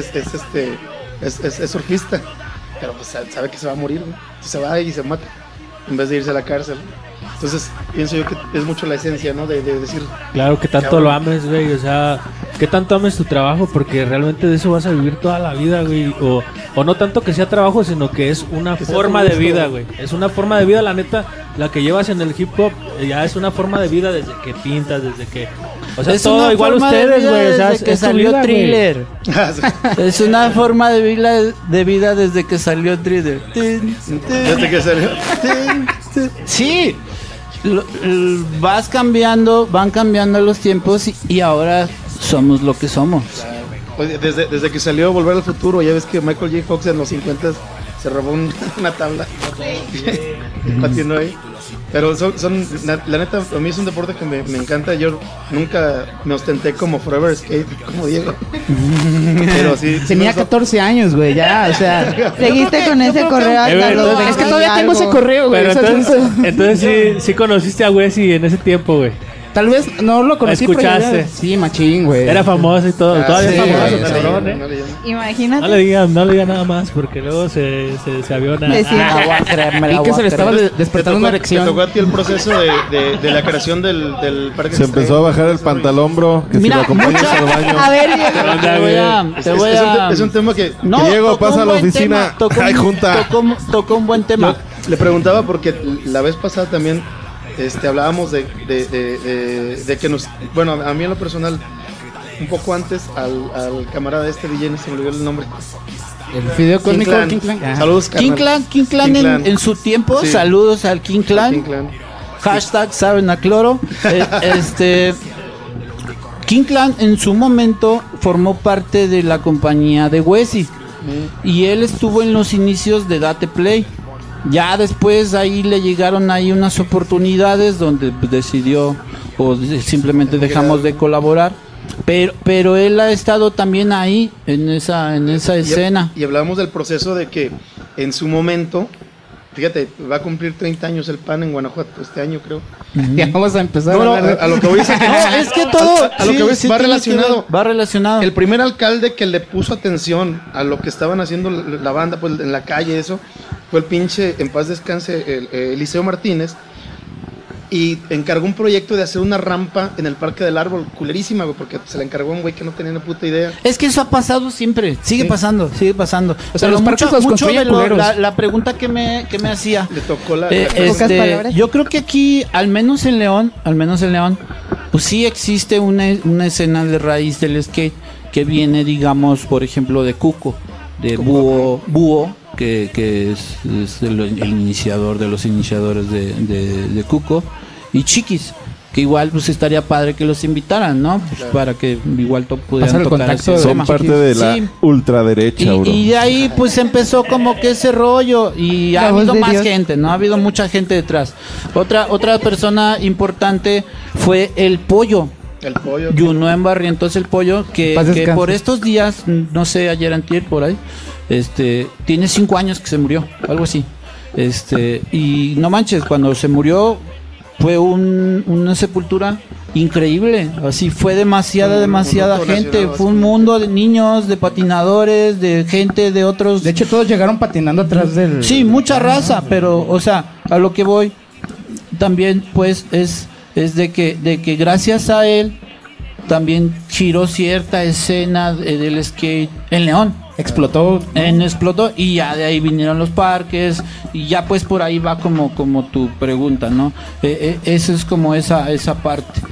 Es surfista, pero pues sabe que se va a morir, güey. Se va y se mata en vez de irse a la cárcel. Entonces pienso yo que es mucho la esencia, ¿no? De decir, Claro, que tanto Cabrón. lo ames, güey, o sea, que tanto ames tu trabajo, porque realmente de eso vas a vivir toda la vida, güey, o no tanto que sea trabajo, sino que es una Que sea forma tu de gusto. vida, güey, es una forma de vida, la neta, la que llevas en el hip hop, ya es una forma de vida desde que pintas, desde que, o sea, es todo una igual forma de ustedes, vida güey, o sea, desde que es tu salió vida, güey. Thriller. Es una forma de vida desde que salió Thriller. desde que salió. Sí, van cambiando los tiempos y ahora somos lo que somos. Oye, desde que salió Volver al Futuro, ya ves que Michael J. Fox en los 50 se robó una tabla. Patinó ahí. Pero la neta, a mí es un deporte que me encanta. Yo nunca me ostenté como Forever Skate, como Diego. Pero sí. Tenía 14 años, güey, ya, o sea. Seguiste con ese correo hasta los Es que todavía tengo ese 20 correo, güey. Pero o sea, entonces sí conociste a Wesley en ese tiempo, güey. tal vez no lo conocí. ¿Escuchaste? Pero sí, machín, güey. Era famoso y todo. Todavía sí, es famoso, güey, cabrón, no le llaman. Imagínate. No le digan nada más porque luego se aviona. Decía, Y que se le estaba despertando una Te erección. tocó a ti el proceso de la creación del parque. Se empezó a bajar el pantalón, bro. Que si Mira, lo acompañas al baño. a ver, Diego. Te voy a... Es un tema que No, Diego, tocó pasa un a la buen oficina. tema, tocó Hay un- junta. Tocó un buen tema. le preguntaba porque la vez pasada también hablábamos de que nos... Bueno, a mí en lo personal, un poco antes, al camarada DJ, se me olvidó el nombre. El video cósmico King Clan. King Clan. Ajá. Saludos, carnal. King Clan King Clan. en su tiempo, Sí. saludos al King Clan. King Clan. Hashtag saben a cloro. King Clan en su momento formó parte de la compañía de Wesley. Y él estuvo en los inicios de Date Play. Ya después ahí le llegaron ahí unas oportunidades donde decidió simplemente dejamos de colaborar. Pero él ha estado también ahí en esa escena. Y hablábamos del proceso de que en su momento, fíjate, va a cumplir 30 años el PAN en Guanajuato este año, creo. Ya vamos a empezar No, a hablar de- a lo que voy a decir. No, es que todo A lo que voy, sí va tiene que relacionado. ver, va relacionado. El primer alcalde que le puso atención a lo que estaban haciendo la banda pues, en la calle, eso, fue el pinche, en paz descanse, Eliseo Martínez. Y encargó un proyecto de hacer una rampa en el Parque del Árbol, culerísima, güey, porque se la encargó a un güey que no tenía ni puta idea. Es que eso ha pasado siempre, sigue Sí. pasando. O sea, los parques los construyen culeros. La pregunta que me hacía, Le tocó Pocas palabras. yo creo que aquí, al menos en León, pues sí existe una escena de raíz del skate que viene, digamos, por ejemplo, de Cuco, de Búho, que es el iniciador de los iniciadores de Cuco, y Chiquis, que igual pues estaría padre que los invitaran, ¿no? Pues para que igual pudieran Pasar el tocar contacto ese de- tema. Son parte de la Sí. ultraderecha, bro. Y de ahí pues empezó como que ese rollo y ha La voz habido de más Dios. gente, ¿no? Ha habido mucha gente detrás. Otra persona importante fue el Pollo. El pollo. Yunuen Barrientos el Pollo, que Paz descanse. por estos días, no sé, ayer antier por ahí, tiene 5 años que se murió, algo así. Y no manches, cuando se murió fue una sepultura increíble, así fue demasiada Un luto gente, nacional, fue un mundo de niños, de patinadores, de gente de otros. De hecho, todos llegaron patinando atrás del. Sí, mucha raza, pero, o sea, a lo que voy también, pues, es de que gracias a él también giró cierta escena del skate en León. Explotó. Explotó y ya de ahí vinieron los parques y ya pues por ahí va como tu pregunta, ¿no? Eso es como esa parte.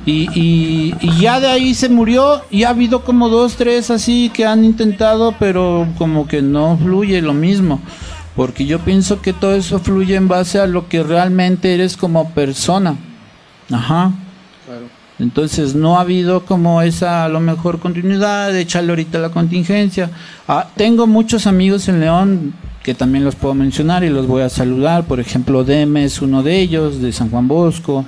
Y ya de ahí se murió y ha habido como 2, 3 así que han intentado, pero como que no fluye lo mismo. Porque yo pienso que todo eso fluye en base a lo que realmente eres como persona. Ajá. Claro. Entonces no ha habido como esa a lo mejor continuidad de echarle ahorita la contingencia. Tengo muchos amigos en León que también los puedo mencionar y los voy a saludar. Por ejemplo, Deme es uno de ellos, de San Juan Bosco.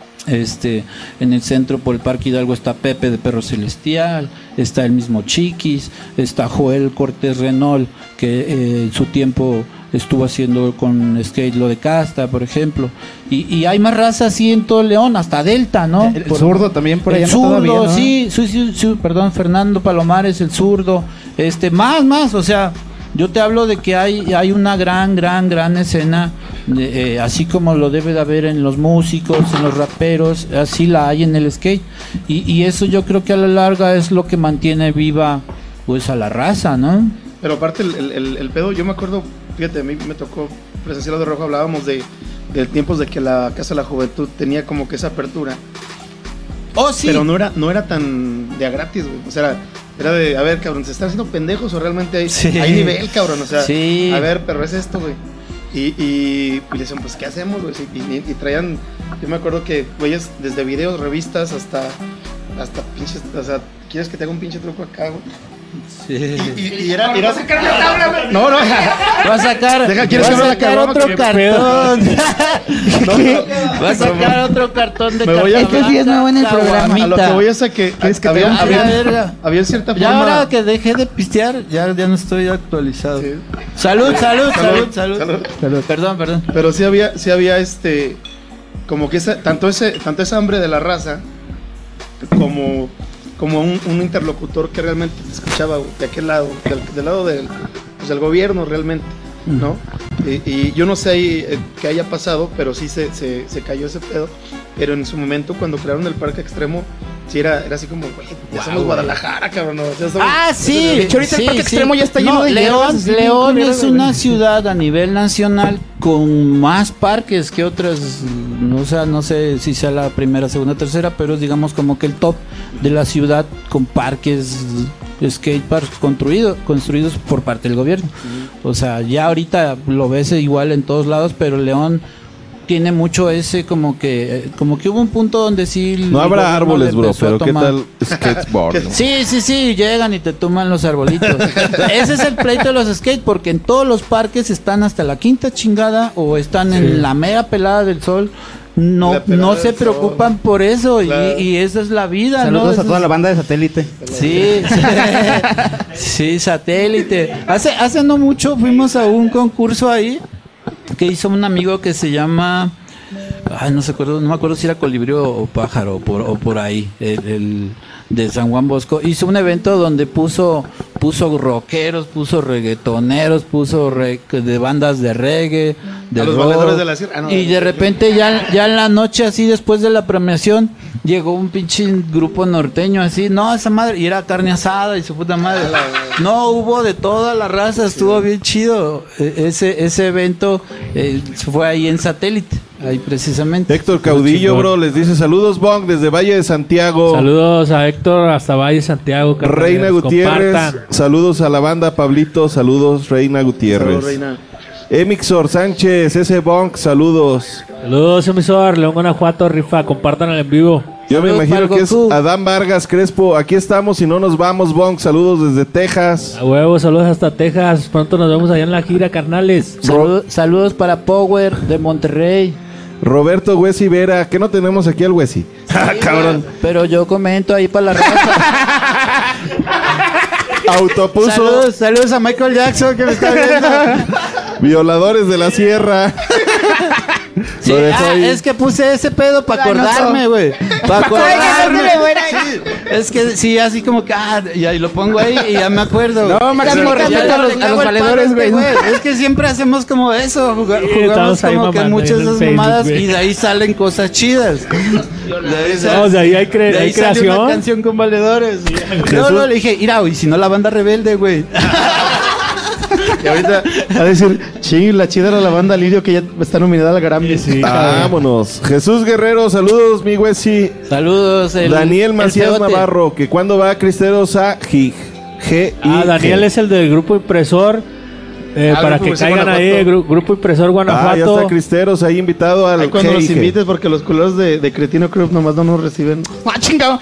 En el centro por el Parque Hidalgo está Pepe de Perro Celestial, está el mismo Chiquis, está Joel Cortés Renault, que en su tiempo estuvo haciendo con skate lo de Casta, por ejemplo, y hay más raza así en todo León, hasta Delta, ¿no? El zurdo también por allá. El no zurdo, todavía, ¿no? sí, perdón, Fernando Palomares, el zurdo, más, o sea, yo te hablo de que hay una gran escena, así como lo debe de haber en los músicos, en los raperos, así la hay en el skate, y eso yo creo que a la larga es lo que mantiene viva, pues, a la raza, ¿no? Pero aparte el pedo, yo me acuerdo, fíjate, a mí me tocó presenciar lo de Rojo, hablábamos de tiempos de que la Casa de la Juventud tenía como que esa apertura. Oh, sí. Pero no era tan de a gratis, güey. O sea, era de, a ver, cabrón, ¿se están haciendo pendejos o realmente hay nivel, cabrón? O sea, Sí. a ver, pero es esto, güey. Y le decían, pues, ¿qué hacemos, güey? Y traían, yo me acuerdo que, güeyes, desde videos, revistas, hasta pinches, o sea, ¿quieres que te haga un pinche truco acá, güey? Sí. Y era sacar la tabla, güey. No. Va a sacar, ¿quieres va a que abra la sacar caguama? otro ¿Qué cartón. Va a sacar otro cartón de Me voy a- Es que sí es nuevo en el programa. A lo que voy es a que había cierta Ya forma. ahora que dejé de pistear, ya no estoy actualizado. Sí. Salud. Salud. Perdón. Pero sí había como que tanto esa hambre de la raza como un interlocutor que realmente te escuchaba de aquel lado, del lado del gobierno realmente, ¿no? Y yo no sé ahí qué haya pasado, pero sí se cayó ese pedo. Pero en su momento, cuando crearon el parque extremo, sí era así como, güey, ya somos Guadalajara, cabrón. ¿No? Ya somos- Sí. De hecho, ahorita el parque extremo ya está lleno de hierbas, así, León bien es culeras, una güey. ciudad a nivel nacional con más parques que otras. No sé si sea la primera, segunda, tercera, pero es digamos como que el top de la ciudad con parques, skateparks construidos por parte del gobierno. O sea, ya ahorita lo ves igual en todos lados, pero León tiene mucho ese como que hubo un punto donde sí el No habrá gobierno árboles, le bro, empezó a pero ¿qué tomar- tal skateboard? ¿no? Sí, llegan y te toman los arbolitos. Ese es el pleito de los skate, porque en todos los parques están hasta la quinta chingada o están en la mera pelada del sol. La pelada No se del preocupan sol. por eso Claro. y esa es la vida, ¿no? Saludos Eso a toda es- la banda de Satélite. Sí, satélite. Hace no mucho fuimos a un concurso ahí que hizo un amigo que se llama, no me acuerdo si era Colibrí o Pájaro o por ahí, el de San Juan Bosco. Hizo un evento donde puso rockeros, puso reggaetoneros, puso de bandas de reggae, de A los rock. valedores de la sierra. Y de repente ya en la noche así después de la premiación llegó un pinche grupo norteño así, no, esa madre, y era carne asada y su puta madre. No, hubo de toda la raza, estuvo bien chido. Ese evento fue ahí en Satélite, ahí precisamente. Héctor Caudillo, Chingón. bro, les dice saludos, Bong, desde Valle de Santiago. Saludos a Héctor hasta Valle Santiago. carnales. Reina Gutiérrez, Compartan. saludos a la banda Pablito, saludos Reina Gutiérrez. Saludos, Reina. Emixor Sánchez, ese Bonk, saludos. Saludos, emisor. León, Guanajuato, rifa. Compartan el en vivo. Yo me Saludos imagino para que es Goku. Adán Vargas Crespo. Aquí estamos y no nos vamos, Bonk. Saludos desde Texas. A huevo, saludos hasta Texas. Pronto nos vemos allá en la gira, carnales. Saludos para Power de Monterrey. Roberto Huesi Vera, que no tenemos aquí al Huesi. Cabrón. Pero yo comento ahí para la raza. Autopuso Saludos a Michael Jackson que me está viendo. violadores de la sierra. Sí, Lo dejó ahí. es que puse ese pedo para Lo anotó. acordarme, güey. Para acordarme. se le muera. Sí, es que sí, así como que, y ahí lo pongo ahí y ya me acuerdo. No, máximo Ya respeto le a los hago el valedores, palo a este güey. Es que siempre hacemos como eso, jugamos estamos ahí como que mamando muchas ahí de en esas Facebook, mamadas güey. y de ahí salen cosas chidas. No, de ahí hay de ahí sale creación. una canción con valedores. No, le dije, mira, y si no la banda rebelde, güey. Y ahorita a decir, ching, la chida era la banda Lirio que ya está nominada al Grammy. Sí, Vámonos. Jesús Guerrero, saludos, mi Huesi. Saludos. Daniel Macías feote. Navarro, que cuando va Cristeros a G. Daniel es el del grupo impresor. Para Grupo que Impresor caigan ahí, Guanajuato. Grupo impresor ya Guanajuato. está Cristeros ahí invitado al Ahí cuando los GIG. invites, porque los culeros de Cretino Club nomás no nos reciben. Chingado!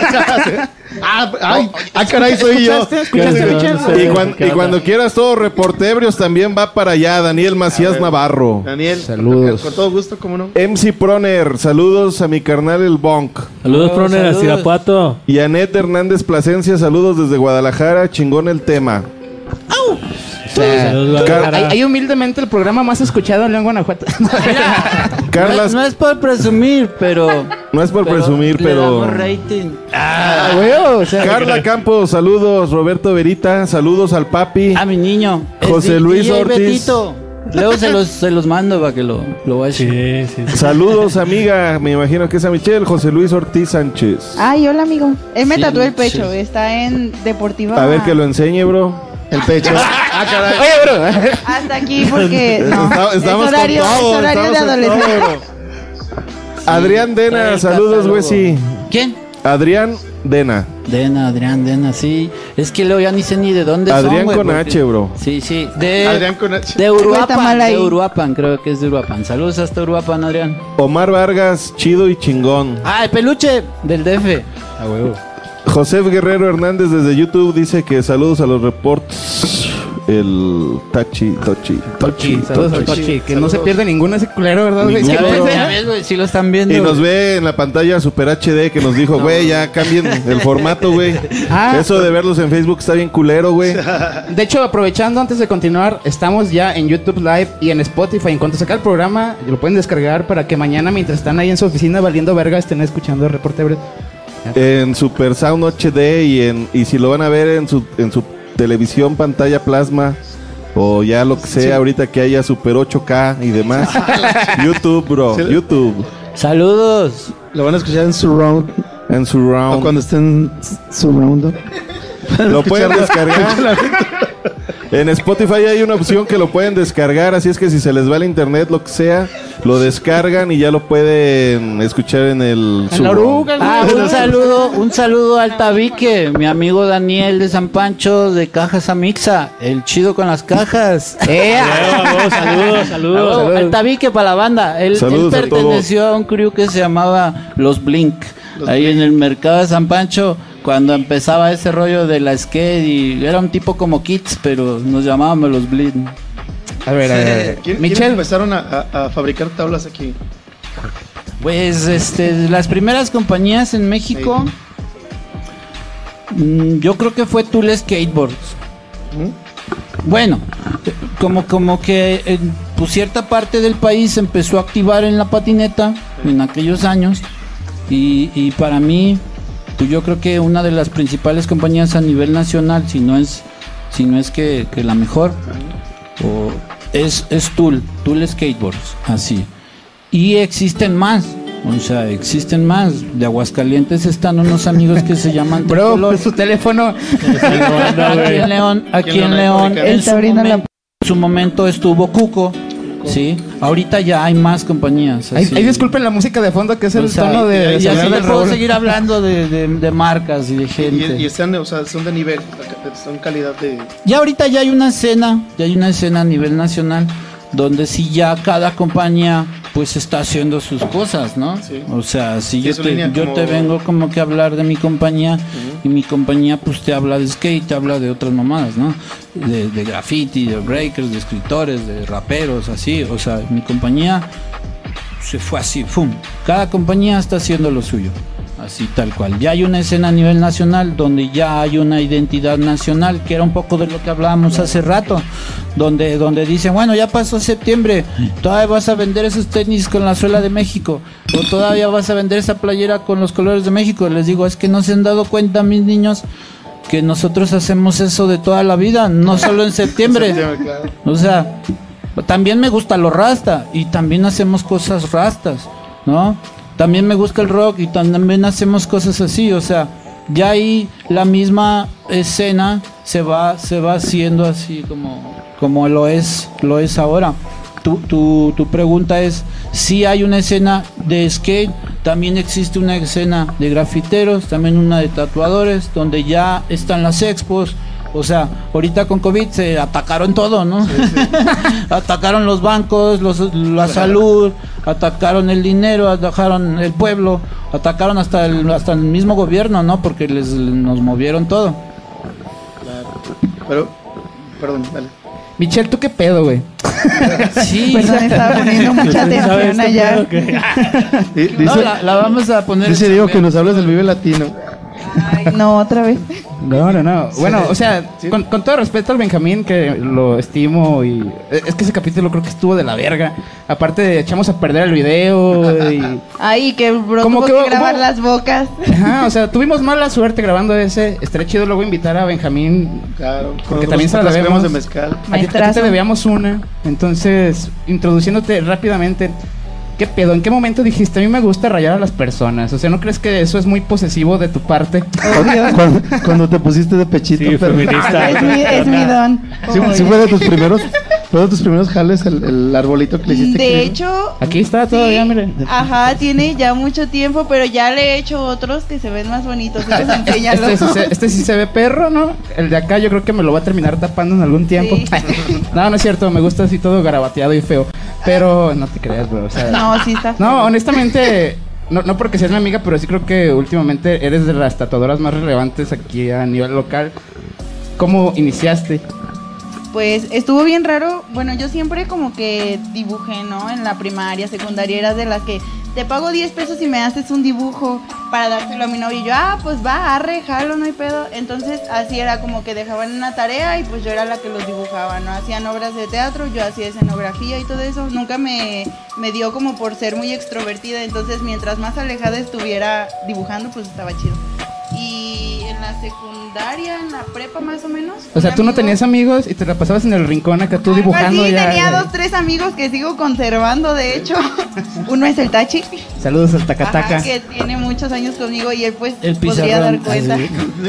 Caray, soy yo. ¿Escuchaste, Michelle? Y cuando quieras todos reportebrios también va para allá, Daniel Macías Navarro. Daniel, Saludos. con todo gusto, ¿cómo no? MC Proner, saludos a mi carnal el Bonk. Saludos, Oh, Proner, a saludos. Irapuato. Y Anet Hernández Plasencia, saludos desde Guadalajara, chingón el tema. Saludos, Guadalajara. Hay humildemente el programa más escuchado en León, Guanajuato. Carlas, No es por presumir, pero. no es por presumir, le pero... damos rating. Güey, o sea, Carla Campos, saludos. Roberto Verita, saludos al papi. A mi niño. es José Luis DJ Ortiz. Betito. Luego se los mando para que lo vaya. Sí. Saludos, amiga. Me imagino que es a Michelle. José Luis Ortiz Sánchez. Ay, hola, amigo. Él me Sí, tatuó el pecho. sí. Está en Deportiva. A ver que lo enseñe, bro. El pecho. caray. oye, bro. Hasta aquí porque no. Estamos es horario, con todo, es horario de estamos en adolescente. todo. Adrián Dena, trae el saludos, catálogo. Wesi. ¿Quién? Adrián Dena. Adrián Dena, sí. Es que luego ya ni sé ni de dónde son, Adrián güey, con porque- H, bro. Sí. Adrián con H. De Está Uruapan, mal ahí. de Uruapan, creo que es de Uruapan. Saludos hasta Uruapan, Adrián. Omar Vargas, chido y chingón. Ah, el peluche del DF. A huevo. José Guerrero Hernández desde YouTube dice que saludos a los reports. El Tochi. Saludos al Tochi, que no se pierde ninguno ese culero, ¿verdad, güey? Ya ves, güey, sí lo están viendo. Y nos ve en la pantalla Super HD que nos dijo, güey, ya cambien el formato, güey. Eso de verlos en Facebook está bien culero, güey. De hecho, aprovechando antes de continuar, estamos ya en YouTube Live y en Spotify. En cuanto se acabe el programa, lo pueden descargar para que mañana, mientras están ahí en su oficina valiendo verga, estén escuchando el Reporte Ebre. En Super Sound HD y si lo van a ver en su televisión, pantalla plasma o ya lo que sea, ahorita que haya Super 8K y demás. YouTube, bro. Sí. YouTube. Saludos. Lo van a escuchar en Surround. En Surround. O cuando estén Surround. Lo pueden descargar. En Spotify hay una opción que lo pueden descargar, así es que si se les va el internet, lo que sea, lo descargan y ya lo pueden escuchar en el un saludo al Tabique, mi amigo Daniel de San Pancho de Cajas Amixa, el chido con las cajas. Saludos. Al Tabique para la banda. Él perteneció a un crew que se llamaba Los Blink, ahí en el mercado de San Pancho. Cuando empezaba ese rollo de la skate y era un tipo como Kids, pero nos llamábamos los Blink. A ver, ¿Quiénes empezaron a fabricar tablas aquí? Pues las primeras compañías en México, yo creo que fue Tool Skateboards. Bueno, como que pues cierta parte del país empezó a activar en la patineta en aquellos años y para mí pues yo creo que una de las principales compañías a nivel nacional, si no es que la mejor, es Tool Skateboards, así. Y existen más, de Aguascalientes están unos amigos que se llaman Bro, su teléfono. Aquí en León, en su momento estuvo Cuco. Sí, ahorita ya hay más compañías. Ahí disculpen la música de fondo, que es el tono de... Ya sí puedo seguir hablando de marcas y de gente. Y están, son de nivel, son calidad de... Ya ahorita ya hay una escena a nivel nacional donde sí ya cada compañía pues está haciendo sus cosas, ¿no? Sí. O sea, si yo te vengo como que a hablar de mi compañía y mi compañía pues te habla de skate, te habla de otras mamadas, ¿no? De graffiti, de breakers, de escritores, de raperos, así. O sea, mi compañía se fue así, ¡fum! Cada compañía está haciendo lo suyo. Así tal cual. Ya hay una escena a nivel nacional donde ya hay una identidad nacional, que era un poco de lo que hablábamos hace rato, donde dicen, bueno, ya pasó septiembre, todavía vas a vender esos tenis con la suela de México, o todavía vas a vender esa playera con los colores de México. Les digo, es que no se han dado cuenta, mis niños, que nosotros hacemos eso de toda la vida, no solo en septiembre. O sea, también me gusta lo rasta y también hacemos cosas rastas, ¿no? También me gusta el rock y también hacemos cosas así, o sea, ya ahí la misma escena se va haciendo así como lo es ahora. Tu pregunta es, si hay una escena de skate, también existe una escena de grafiteros, también una de tatuadores, donde ya están las expos. O sea, ahorita con COVID se atacaron todo, ¿no? Sí. Atacaron los bancos, la salud, atacaron el dinero, atacaron el pueblo, atacaron hasta el mismo gobierno, ¿no? Porque nos movieron todo. Claro. Pero, perdón, dale. Michelle, ¿tú qué pedo, güey? Sí. Perdón, estaba poniendo mucha atención allá. No, la vamos a poner. Dice Diego que nos hables del Vive Latino. Ay, no, otra vez. No. Bueno, o sea, ¿sí? con todo respeto al Benjamín, que lo estimo, y es que ese capítulo creo que estuvo de la verga. Aparte, echamos a perder el video y... Ay, que bro, tuvo que grabar las bocas. Ajá, o sea, tuvimos mala suerte grabando ese. Estaría chido luego invitar a Benjamín. Claro, porque también se la debemos de mezcal. A ti te debíamos una. Entonces, introduciéndote rápidamente... ¿Qué pedo? ¿En qué momento dijiste, a mí me gusta rayar a las personas? O sea, ¿no crees que eso es muy posesivo de tu parte? Cuando te pusiste de pechito. Sí, feminista. Es mi don. Sí, fue de tus primeros jales el arbolito que le hiciste. De hecho... Aquí está todavía, mire. Ajá, tiene ya mucho tiempo, pero ya le he hecho otros que se ven más bonitos. Este sí se ve perro, ¿no? El de acá yo creo que me lo va a terminar tapando en algún tiempo. Sí. No es cierto, me gusta así todo garabateado y feo. Pero no te creas, bro. O sea, no, sí está. No, honestamente, no porque seas mi amiga, pero sí creo que últimamente eres de las tatuadoras más relevantes aquí a nivel local. ¿Cómo iniciaste? Pues estuvo bien raro. Bueno, yo siempre como que dibujé, ¿no? En la primaria, secundaria, era de las que te pago 10 pesos y me haces un dibujo para dárselo a mi novio. Y yo, pues va, arre, jalo, no hay pedo. Entonces así era como que dejaban una tarea y pues yo era la que los dibujaba, ¿no? Hacían obras de teatro, yo hacía escenografía y todo eso. Nunca me dio como por ser muy extrovertida. Entonces mientras más alejada estuviera dibujando, pues estaba chido. Y en la secundaria, en la prepa más o menos. O sea, tú no tenías amigos y te la pasabas en el rincón acá tú dibujando. Sí, ya. tenía 2, 3 amigos que sigo conservando, de hecho. Uno es el Tachi. Saludos al Tacataca. Ajá, que tiene muchos años conmigo y él pues El podría dar pizarrón. cuenta.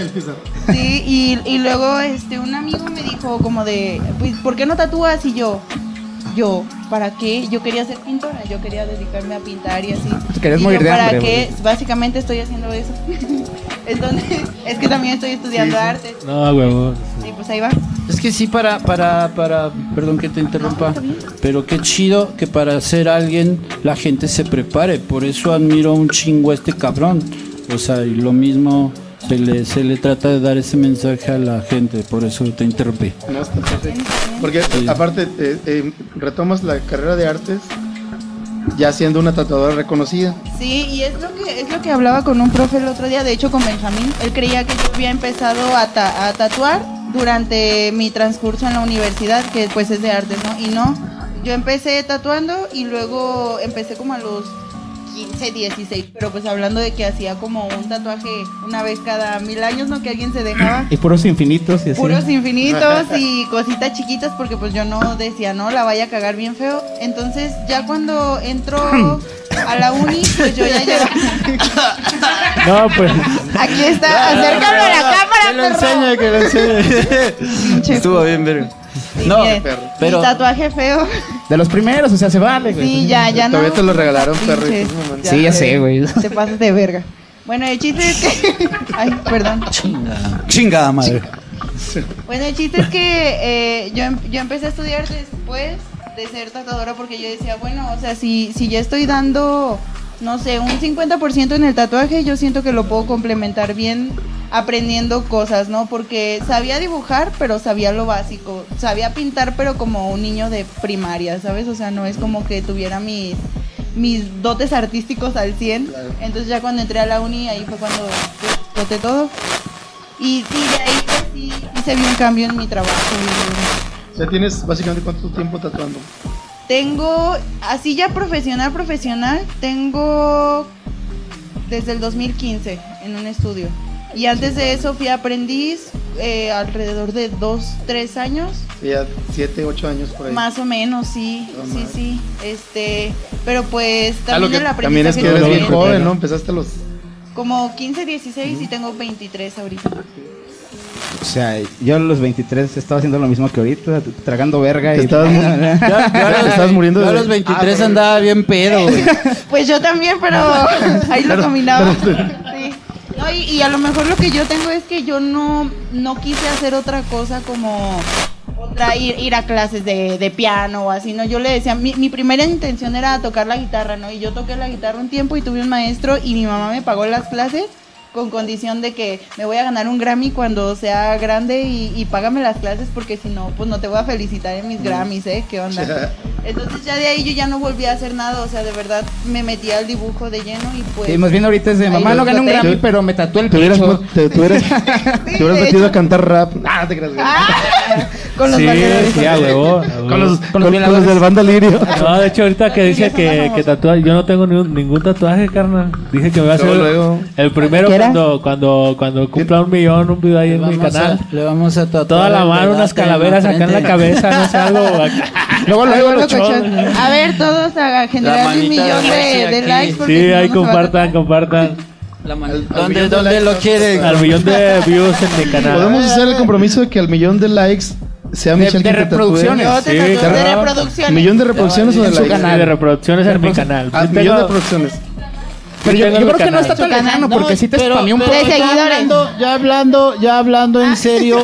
Sí, y luego un amigo me dijo como de, pues, ¿por qué no tatúas? Y yo, ¿para qué? Yo quería ser pintora, yo quería dedicarme a pintar y así. Querías Y morir yo, de ¿para hambre, qué? Básicamente estoy haciendo eso. Entonces, es que también estoy estudiando arte. No, huevo. Y pues ahí va. Es que sí, perdón que te interrumpa, pero qué chido que para ser alguien la gente se prepare. Por eso admiro un chingo a este cabrón. O sea, y lo mismo se le trata de dar ese mensaje a la gente. Por eso te interrumpí. No, está perfecto. Porque aparte retomas la carrera de artes ya siendo una tatuadora reconocida. Sí, y es lo que hablaba con un profe el otro día, de hecho con Benjamín. Él creía que yo había empezado a tatuar durante mi transcurso en la universidad, que pues es de artes, ¿no? Y no, yo empecé tatuando y luego empecé como a los 15, 16, pero pues hablando de que hacía como un tatuaje una vez cada 1000 años, ¿no? Que alguien se dejaba. Y puros infinitos y así. Puros infinitos y cositas chiquitas, porque pues yo no decía, no, la vaya a cagar bien feo. Entonces ya cuando entro a la uni, pues yo ya llevo... No, pues. Aquí está, acércalo a la cámara, Que lo enseñe. Pinche Estuvo bien, verga. Sí, No, mire, pero- mi tatuaje feo. De los primeros, o sea, se vale, güey. Sí, ya no. Todavía te lo regalaron, perro. Pinches, Sí, ya sé, güey. Te pasas de verga. Bueno, el chiste es que... Ay, perdón. Chingada madre. Bueno, el chiste es que yo empecé a estudiar después de ser tatuadora porque yo decía, bueno, o sea, si ya estoy dando, no sé, un 50% en el tatuaje, yo siento que lo puedo complementar bien aprendiendo cosas, ¿no? Porque sabía dibujar, pero sabía lo básico. Sabía pintar, pero como un niño de primaria, ¿sabes? O sea, no es como que tuviera mis dotes artísticos al 100. Claro. Entonces ya cuando entré a la uni, ahí fue cuando exploté todo. Y sí, de ahí pues sí hice bien cambio en mi trabajo. O sea, ¿tienes básicamente cuánto tiempo tatuando? Tengo, así ya profesional, tengo desde el 2015 en un estudio. Y antes de eso fui aprendiz alrededor de 2, 3 años. Ya 7, 8 años por ahí. Más o menos, sí, No, sí. Pero pues también el aprendizaje. También es que eres bien joven, ¿no? Empezaste a los... Como 15, 16 y tengo 23 ahorita. O sea, yo a los 23 estaba haciendo lo mismo que ahorita, tragando verga. Te Y... estabas te estabas muriendo Yo a de... los 23 andaba bien pedo, güey. Pues yo también, pero ahí lo combinaba. Sí. No, y a lo mejor lo que yo tengo es que yo no quise hacer otra cosa como ir a clases de piano o así, ¿no? Yo le decía, mi primera intención era tocar la guitarra, ¿no? Y yo toqué la guitarra un tiempo y tuve un maestro y mi mamá me pagó las clases con condición de que me voy a ganar un Grammy cuando sea grande y págame las clases porque si no, pues no te voy a felicitar en mis Grammys, ¿eh? ¿Qué onda? Entonces ya de ahí yo ya no volví a hacer nada, o sea, de verdad me metí al dibujo de lleno y pues... Sí, más bien ahorita es de mamá, no gané un Grammy, pero me tatué el Te hubieras de metido hecho. a cantar rap. Ah, te creas. Con los Sí, vaqueros. sí, a huevo. Con los violadores. del Banda Lirio. No, de hecho, ahorita que dice que tatúa, yo no tengo ningún tatuaje, carnal. Dije que me va a hacer Luego. el primero ¿Qué era? cuando cumpla 1,000,000, un video ahí en mi canal. Le vamos a tatuar Toda la el mano, unas debate calaveras en acá en la frente. cabeza, no sé, algo. Luego Luego locochón. A ver, todos a generar un manita millón de Messi de aquí. likes. porque Sí, si no, ahí no se va a compartan. La Al millón ¿Dónde de lo likes. quieren? Al 1,000,000 de views en mi canal. Podemos hacer el compromiso de que al 1,000,000 de likes sea Michelle de quien te tatúe. reproducciones. Yo te Sí, tatúo claro. de reproducciones. ¿Millón de reproducciones o de En su likes? canal. De reproducciones en mi canal. Ah, Sí, millón de tengo- reproducciones. Pero yo tengo creo mi que no canal. está tan Su canal. lejano porque sí te spameó un pero poco. De seguidores. ya hablando en serio,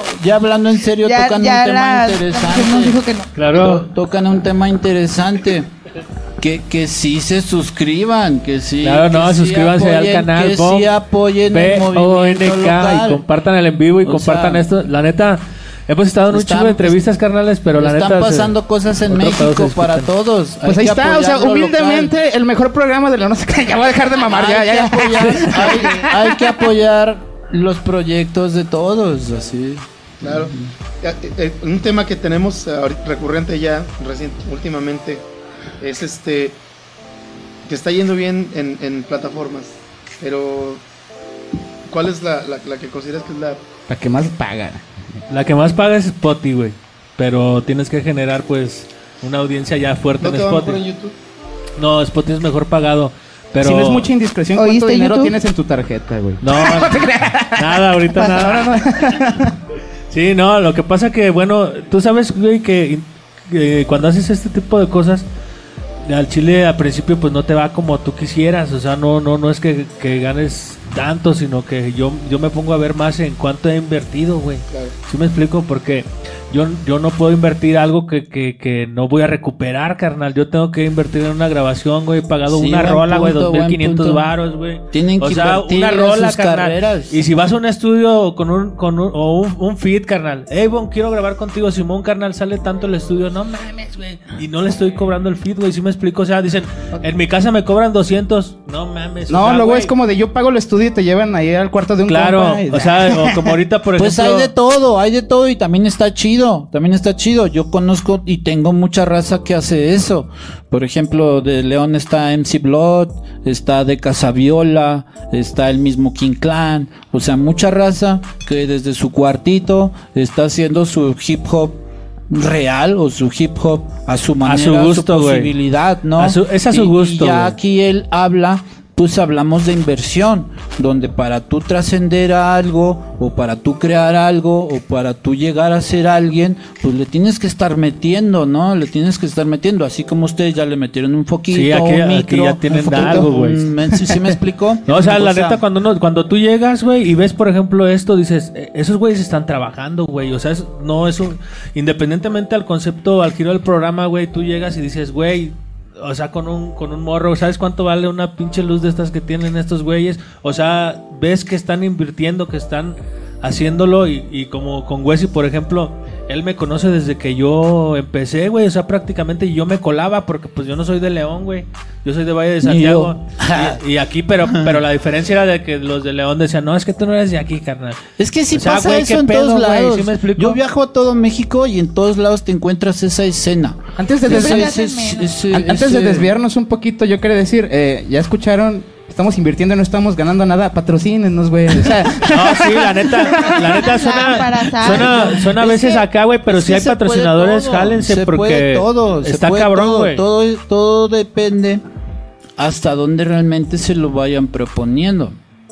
Ya tocan un tema la interesante. canción nos dijo que no. Claro. Tocan un tema interesante. que sí se suscriban, que sí. Claro, no, que sí suscríbanse al apoyen, canal que Bomb sí apoyen el movimiento BONK local. y compartan el en vivo y O compartan sea, esto. La neta, hemos estado en un chingo de entrevistas, carnales, pero la neta. Están pasando cosas en otro pedo México se para discuten. todos. Pues Hay ahí que está, o sea, apoyar lo humildemente local. el mejor programa de la no sé qué. Ya voy a dejar de mamar, Hay que ya. apoyar, hay que apoyar los proyectos de todos, así. Claro. Un tema que tenemos recurrente ya, últimamente, es que está yendo bien en plataformas, pero ¿cuál es la que consideras que es La que más paga. La que más paga es Spotify, güey. Pero tienes que generar, pues, una audiencia ya fuerte ¿No en te va mejor en Spotify. YouTube? No, Spotify es mejor pagado. Pero... Si no es mucha indiscreción, ¿cuánto ¿Oíste, dinero YouTube? tienes en tu tarjeta, güey? No, nada, ahorita nada. Sí, no, lo que pasa que, bueno, tú sabes, güey, que cuando haces este tipo de cosas, al chile al principio pues no te va como tú quisieras, o sea, no es que ganes tanto, sino que yo me pongo a ver más en cuánto he invertido, güey. Claro. ¿Sí me explico? Porque yo no puedo invertir algo que no voy a recuperar, carnal. Yo tengo que invertir en una grabación, güey. He pagado Sí, una buen rola, güey, punto, 2,500 buen punto. varos, güey. Tienen que o sea, invertir una en rola, sus carnal. carreras. Y si vas a un estudio con un feed, carnal. Hey, Bon, quiero grabar contigo, Simón, carnal, sale tanto el estudio. No mames, güey. Y no le estoy cobrando el feed, güey. ¿Sí me explico? O sea, dicen, en mi casa me cobran 200. No mames. No, o sea, luego güey, es como de yo pago el estudio y te llevan ahí al cuarto de un claro, compa y- o sea, o como ahorita, por Pues ejemplo. hay de todo y también está chido, Yo conozco y tengo mucha raza que hace eso. Por ejemplo, de León está MC Blood, está de Casaviola, está el mismo King Clan, o sea, mucha raza que desde su cuartito está haciendo su hip hop real o su hip hop a su manera, su gusto, güey. posibilidad, ¿no? Es a su gusto, Y ya güey. aquí él habla, pues hablamos de inversión, donde para tú trascender a algo, o para tú crear algo, o para tú llegar a ser alguien, pues le tienes que estar metiendo, ¿no? Le tienes que estar metiendo, así como ustedes ya le metieron un foquito, Sí, aquí- un aquí micro, ya tienen un foquito, algo, güey. ¿Sí me explico? No, o sea, la neta, cuando tú llegas, güey, y ves, por ejemplo, esto, dices, esos güeyes están trabajando, güey. O sea, no es un. Independientemente al concepto, al giro del programa, güey, tú llegas y dices, güey. O sea, con un morro, ¿sabes cuánto vale una pinche luz de estas que tienen estos güeyes? O sea, ves que están invirtiendo, que están haciéndolo y como con Wesley, por ejemplo, él me conoce desde que yo empecé, güey. O sea, prácticamente yo me colaba porque pues yo no soy de León, güey. Yo soy de Valle de Santiago. Y aquí, pero la diferencia era de que los de León decían, no, es que tú no eres de aquí, carnal. Es que sí O sea, pasa güey, eso ¿qué en pedo, todos güey? lados. ¿Sí me explico? Yo viajo a todo México y en todos lados te encuentras esa escena. Antes de, Siempre desvi- te hacen menos. antes de desviarnos un poquito, yo quería decir, ya escucharon, estamos invirtiendo, no estamos ganando nada, patrocínenos, güey. O sea, No, sí, la neta suena a Es veces que- acá, güey, pero es si que hay se puede patrocinadores, todo, jálense se porque puede todo, se está puede cabrón, todo, güey. todo depende hasta dónde realmente se lo vayan proponiendo.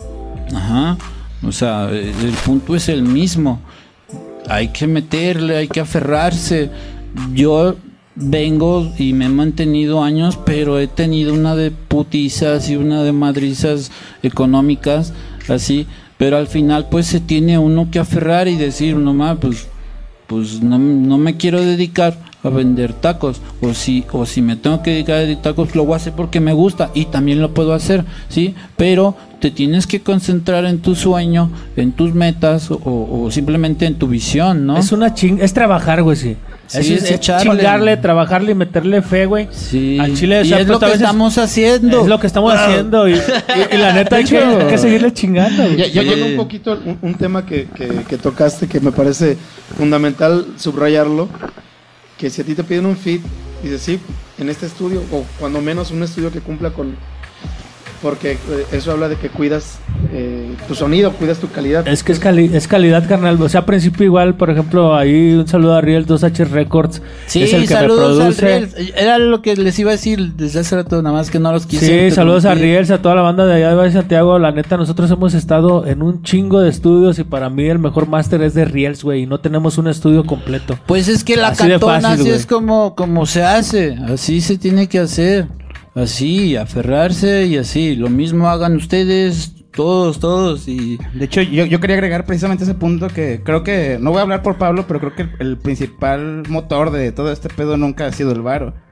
Ajá. O sea, el punto es el mismo. Hay que meterle, hay que aferrarse. Yo vengo y me he mantenido años, pero he tenido una de putizas y una de madrizas económicas, así. Pero al final, pues se tiene uno que aferrar y decir, nomás, pues no me quiero dedicar a vender tacos, o si me tengo que dedicar a vender tacos, lo voy a hacer porque me gusta y también lo puedo hacer, ¿sí? Pero te tienes que concentrar en tu sueño, en tus metas o simplemente en tu visión, ¿no? Es trabajar, güey, sí. Sí, es echarle. chingarle, trabajarle y meterle fe, güey. Sí. Al chile, o y sea, es pues, lo que a veces- estamos haciendo. Es lo que estamos haciendo y la neta hay que seguirle chingando, güey. Yo llego un poquito un tema que tocaste que me parece fundamental subrayarlo, que si a ti te piden un feed, dices sí, en este estudio, o cuando menos un estudio que cumpla con... Porque eso habla de que cuidas tu sonido, cuidas tu calidad. Es que es calidad, carnal. O sea, a principio igual, por ejemplo, ahí un saludo a Riel 2H Records. Sí, es el que saludos al reproduce. Riel. Era lo que les iba a decir desde hace rato, nada más que no los quise. Sí, saludos a interrumpir. Riel, a toda la banda de allá de Valle de Santiago. La neta, nosotros hemos estado en un chingo de estudios y para mí el mejor máster es de Riels, güey. Y no tenemos un estudio completo. Pues es que la Así de cantona fácil, así güey. es como se hace, así se tiene que hacer, así, aferrarse y así, lo mismo hagan ustedes, todos y... de hecho, yo quería agregar precisamente ese punto que creo que, no voy a hablar por Pablo, pero creo que el principal motor de todo este pedo nunca ha sido el varo.